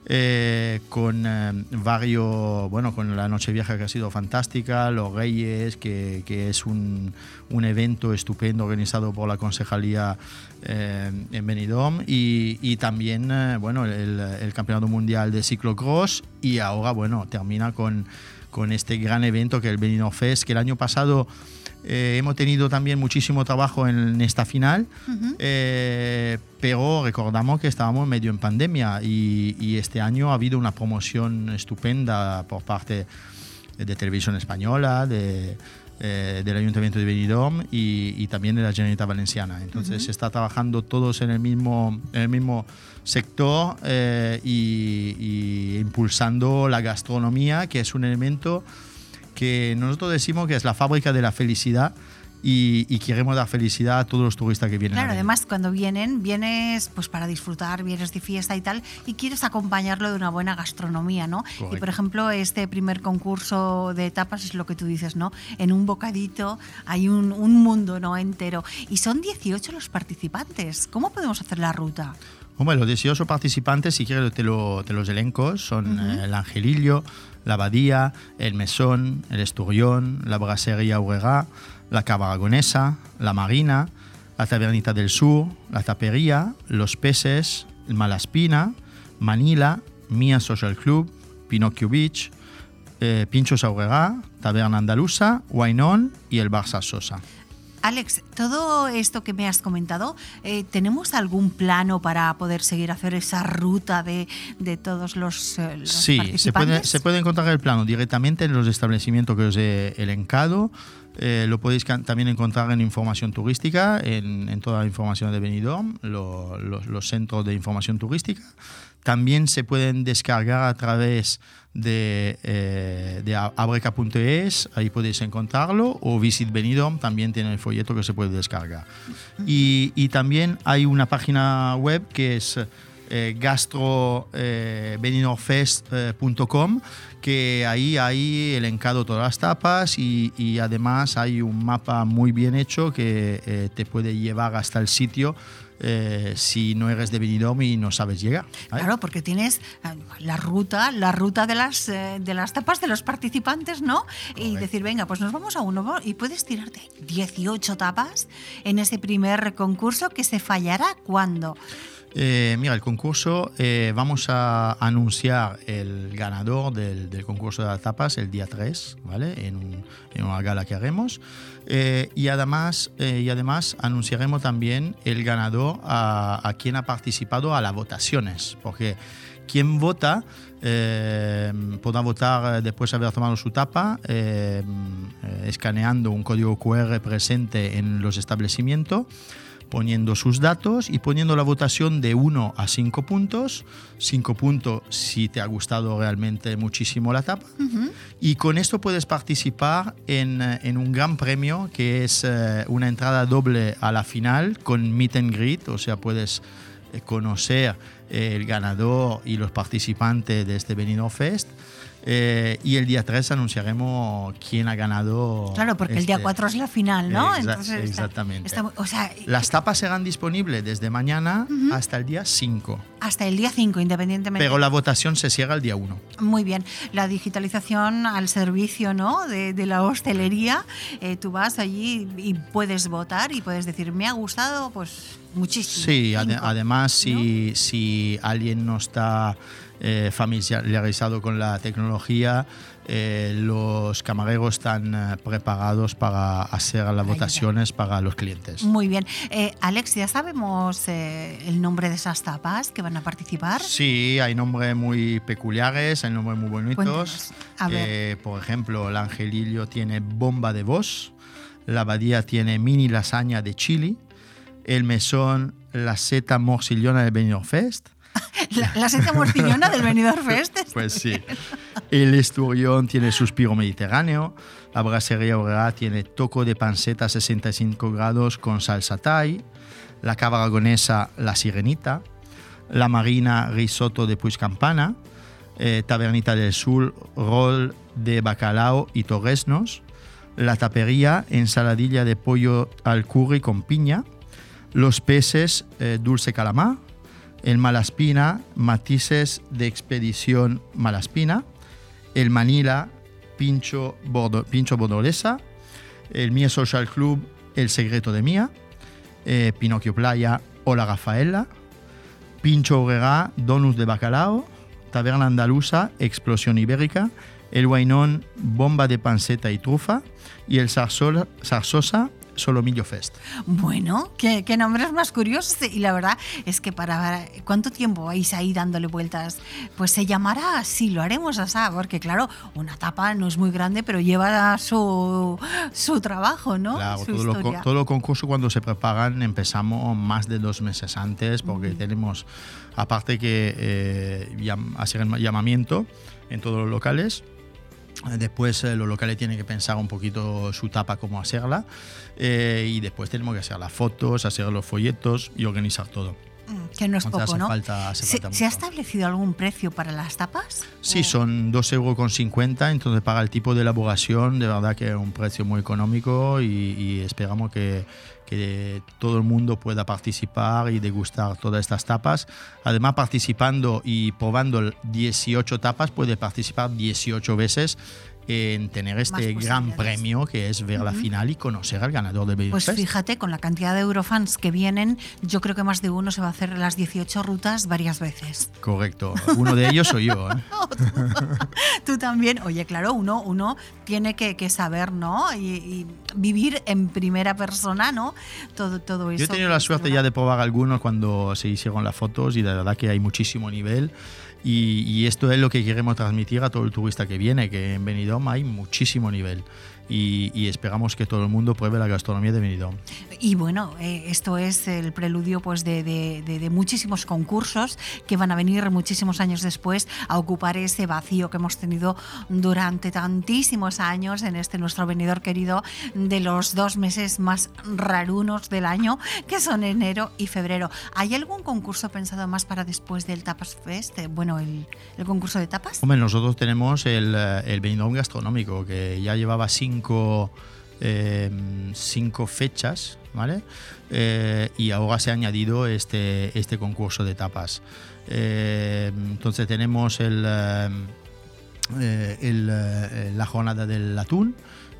Eh, con eh, varios, bueno, con la Nochevieja que ha sido fantástica, los Reyes, que, que es un, un evento estupendo organizado por la Concejalía eh, en Benidorm, y, y también, eh, bueno, el, el Campeonato Mundial de Ciclocross, y ahora, bueno, termina con, con este gran evento que es el Benidorm Fest, que el año pasado Eh, hemos tenido también muchísimo trabajo en esta final, uh-huh. eh, pero recordamos que estábamos medio en pandemia y, y este año ha habido una promoción estupenda por parte de Televisión Española, de, eh, del Ayuntamiento de Benidorm y, y también de la Generalitat Valenciana. Entonces uh-huh. se está trabajando todos en el mismo, en el mismo sector eh, y, y impulsando la gastronomía, que es un elemento que nosotros decimos que es la fábrica de la felicidad y, y queremos dar felicidad a todos los turistas que vienen. Claro, además cuando vienen, vienes pues para disfrutar, vienes de fiesta y tal, y quieres acompañarlo de una buena gastronomía, ¿no? Correcto. Y por ejemplo, este primer concurso de tapas es lo que tú dices, ¿no? En un bocadito hay un, un mundo, ¿no?, entero. Y son dieciocho los participantes. ¿Cómo podemos hacer la ruta? Bueno, los dieciocho participantes, si quieres te, lo, te los elenco, son uh-huh. eh, el Angelillo, la Abadía, el Mesón, el Esturión, la Brassería Aurrera, la Cava Aragonesa, la Marina, la Tabernita del Sur, la Tapería, Los Peces, el Malaspina, Manila, Mia Social Club, Pinocchio Beach, eh, Pinchos Aurrera, Taberna Andaluza, Wainon y el Barça Sosa. Alex, todo esto que me has comentado, eh, ¿tenemos algún plano para poder seguir hacer esa ruta de, de todos los, eh, los sí, participantes? Sí, se puede, se puede encontrar el plano directamente en los establecimientos que os he elencado. Eh, lo podéis también encontrar en información turística, en, en toda la información de Benidorm, lo, los, los centros de información turística. También se pueden descargar a través de, eh, de abreca punto es, ahí podéis encontrarlo, o Visit Benidorm, también tiene el folleto que se puede descargar. Y, y también hay una página web que es eh, gastro benidorm fest punto com, que ahí hay elencado todas las tapas y, y además hay un mapa muy bien hecho que eh, te puede llevar hasta el sitio Eh, si no eres de Benidorm y no sabes llegar. ¿Vale? Claro, porque tienes la ruta, la ruta de las, eh, de las tapas de los participantes, ¿no? Correcto. Y decir, venga, pues nos vamos a uno y puedes tirarte dieciocho tapas en ese primer concurso que se fallará ¿cuándo? Eh, mira, el concurso, eh, vamos a anunciar el ganador del, del concurso de las tapas el día tres, ¿vale? En, un, en una gala que haremos. Eh, y, además, eh, y además anunciaremos también el ganador a, a quien ha participado a las votaciones, porque quien vota eh, podrá votar después de haber tomado su tapa, eh, escaneando un código cu erre presente en los establecimientos, poniendo sus datos y poniendo la votación de uno a cinco puntos. cinco puntos si te ha gustado realmente muchísimo la tapa. Uh-huh. Y con esto puedes participar en, en un gran premio que es eh, una entrada doble a la final con meet and greet, o sea, puedes eh, conocer eh, el ganador y los participantes de este Benidorm Fest. Eh, y el día tres anunciaremos quién ha ganado. Claro, porque este, el día cuatro es la final, ¿no? Exa- Entonces, exactamente. Está, está, o sea, las tapas serán disponibles desde mañana uh-huh. hasta el día cinco. Hasta el día cinco, independientemente. Pero la votación se cierra el día uno. Muy bien. La digitalización al servicio, ¿no?, de, de la hostelería. Eh, tú vas allí y puedes votar y puedes decir, me ha gustado, pues muchísimo. Sí, ad- además, si, ¿no? si alguien no está eh, familiarizado con la tecnología, eh, los camareros están eh, preparados para hacer las votaciones para los clientes. Muy bien. Eh, Alex, ¿ya sabemos eh, el nombre de esas tapas que van a participar? Sí, hay nombres muy peculiares, hay nombres muy bonitos. A ver. Eh, por ejemplo, el Angelillo tiene bomba de voz, la Abadía tiene mini lasaña de chili, el Mesón, la seta morcillona del Benidorm Fest. La, la seta morcillona del Benidorm Fest. Pues sí. El Esturión tiene suspiro mediterráneo. La Brassería Aurrera tiene toco de panceta a sesenta y cinco grados con salsa thai. La Cava Aragonesa, la Sirenita. La Marina, risotto de Puig Campana. Eh, Tabernita del Sur, rol de bacalao y torresnos. La Tapería, ensaladilla de pollo al curry con piña. Los peces, eh, dulce calamar. El Malaspina, matices de expedición Malaspina. El Manila, pincho, bordo, pincho bordolesa. El Mia Social Club, El secreto de Mía. Eh, Pinocchio Playa, Hola Rafaela. Pincho Obrera, Donuts de bacalao. Taberna Andaluza, Explosión Ibérica. El Guainón, Bomba de panceta y trufa. Y el Zarzosa, Zarzosa, Solomillo Fest. Bueno, qué, qué nombres más curiosos. Y la verdad es que para ¿cuánto tiempo vais ahí dándole vueltas? Pues se llamará así, lo haremos así, porque claro, una tapa no es muy grande, pero lleva su, su trabajo, ¿no? Claro, su todo lo, todo lo concurso cuando se preparan empezamos más de dos meses antes, porque mm. tenemos, aparte que eh, llam, hacer el llamamiento en todos los locales. Después eh, los locales tienen que pensar un poquito su tapa, cómo hacerla, eh, y después tenemos que hacer las fotos, hacer los folletos y organizar todo. Que no es Entonces poco, hace ¿no? Falta, hace ¿Se, falta ¿Se ha establecido algún precio para las tapas? Sí, son dos euros con cincuenta, entonces para el tipo de elaboración, de verdad que es un precio muy económico y, y esperamos que, que todo el mundo pueda participar y degustar todas estas tapas. Además, participando y probando dieciocho tapas, puede participar dieciocho veces en tener este gran premio que es ver uh-huh. la final y conocer al ganador del Benidorm Pues Fest. Fíjate, con la cantidad de Eurofans que vienen, yo creo que más de uno se va a hacer las dieciocho rutas varias veces. Correcto, uno de ellos soy yo. ¿eh? Tú también. Oye, claro, uno, uno tiene que, que saber, ¿no? Y, y vivir en primera persona, ¿no? Todo, todo eso. Yo he tenido la suerte ya de probar algunos cuando se hicieron las fotos y de verdad que hay muchísimo nivel. Y, y esto es lo que queremos transmitir a todo el turista que viene, que en Benidorm hay muchísimo nivel y, y esperamos que todo el mundo pruebe la gastronomía de Benidorm. Y bueno, eh, esto es el preludio pues, de, de, de, de muchísimos concursos que van a venir muchísimos años después a ocupar ese vacío que hemos tenido durante tantísimos años en este nuestro Benidorm querido, de los dos meses más rarunos del año, que son enero y febrero. ¿Hay algún concurso pensado más para después del Tapas Fest? Bueno, el, el concurso de tapas. Hombre, nosotros tenemos el, el Benidorm gastronómico, que ya llevaba cinco, eh, cinco fechas, ¿vale? Eh, y ahora se ha añadido este, este concurso de tapas. Eh, entonces tenemos el, eh, el, eh, la jornada del atún,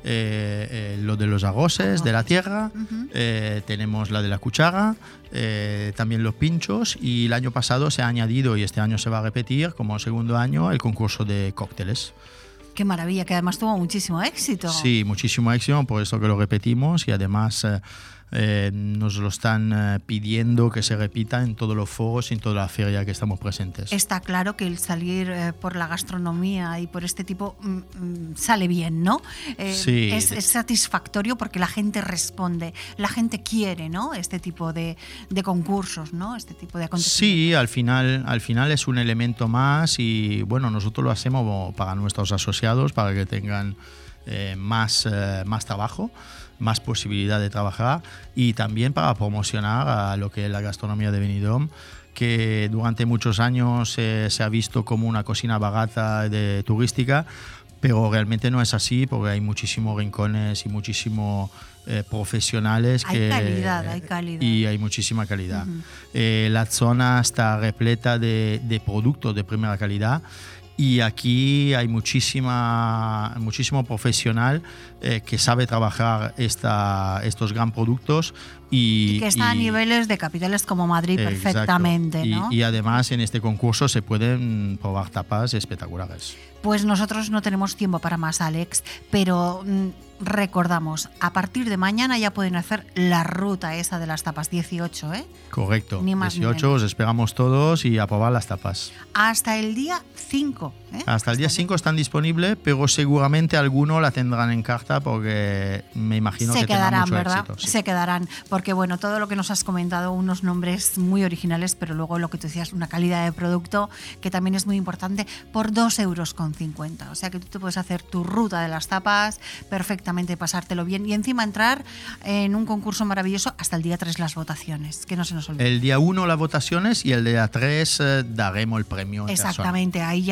Eh, eh, lo de los arroces de la tierra, uh-huh. eh, tenemos la de la cuchara, eh, también los pinchos, y el año pasado se ha añadido y este año se va a repetir como segundo año el concurso de cócteles. Qué maravilla, que además tuvo muchísimo éxito. Sí, muchísimo éxito, por eso que lo repetimos y además eh, eh, nos lo están eh, pidiendo que se repita en todos los foros y en toda la feria que estamos presentes. Está claro que el salir eh, por la gastronomía y por este tipo mm, mm, sale bien, ¿no? Eh, sí. Es, es satisfactorio porque la gente responde, la gente quiere, ¿no? Este tipo de, de concursos, ¿no? Este tipo de acontecimientos. Sí, al final, al final es un elemento más y bueno, nosotros lo hacemos para nuestros asociados, para que tengan eh, más, eh, más trabajo, más posibilidad de trabajar y también para promocionar a lo que es la gastronomía de Benidorm, que durante muchos años eh, se ha visto como una cocina barata de turística, pero realmente no es así porque hay muchísimos rincones y muchísimos eh, profesionales. Hay que, calidad, hay calidad. Y hay muchísima calidad. Uh-huh. eh, la zona está repleta de, de productos de primera calidad. Y aquí hay muchísima, muchísimo profesional eh, que sabe trabajar esta, estos gran productos. Y, y que está y, a niveles de capitales como Madrid eh, perfectamente, exacto. ¿no? Y, y además en este concurso se pueden probar tapas espectaculares. Pues nosotros no tenemos tiempo para más, Alex, pero mm, recordamos, a partir de mañana ya pueden hacer la ruta esa de las tapas dieciocho, ¿eh? Correcto, ni más dieciocho, ni os esperamos todos y a probar las tapas. Hasta el día cinco, ¿eh? Hasta el día cinco están disponibles, pero seguramente algunos la tendrán en carta porque me imagino se que quedarán, tendrán mucho ¿verdad? éxito. Sí. Se quedarán, porque bueno, todo lo que nos has comentado, unos nombres muy originales, pero luego lo que tú decías, una calidad de producto que también es muy importante, por dos euros con cincuenta. O sea que tú te puedes hacer tu ruta de las tapas perfectamente, pasártelo bien y encima entrar en un concurso maravilloso hasta el día tres las votaciones, que no se nos olvide. El día uno las votaciones y el día tres eh, daremos el premio. Exactamente, ahí ya, ya se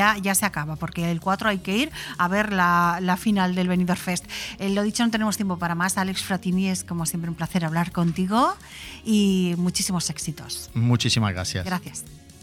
acaba, porque el cuatro hay que ir a ver la, la final del Benidorm Fest. Eh, lo dicho, no tenemos tiempo para más. Alex Fratini, es como siempre un placer hablar contigo y muchísimos éxitos. Muchísimas gracias. Gracias.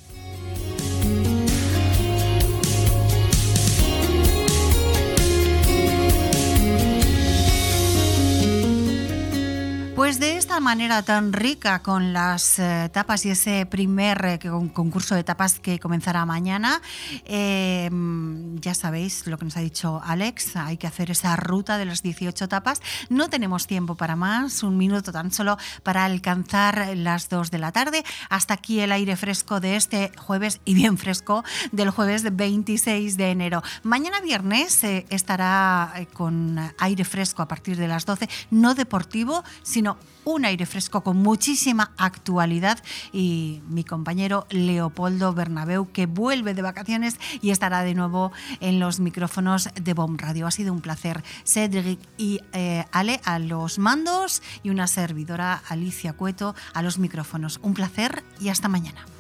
Pues de esta manera tan rica, con las eh, tapas y ese primer eh, concurso de tapas que comenzará mañana, eh, ya sabéis lo que nos ha dicho Alex, hay que hacer esa ruta de las dieciocho tapas. No tenemos tiempo para más, un minuto tan solo para alcanzar las dos de la tarde. Hasta aquí el aire fresco de este jueves, y bien fresco, del jueves veintiséis de enero. Mañana viernes eh, estará eh, con aire fresco a partir de las doce, no deportivo, sino un aire fresco con muchísima actualidad, y mi compañero Leopoldo Bernabeu, que vuelve de vacaciones y estará de nuevo en los micrófonos de B O M Radio. Ha sido un placer. Cédric y eh, Ale a los mandos y una servidora, Alicia Cueto, a los micrófonos. Un placer y hasta mañana.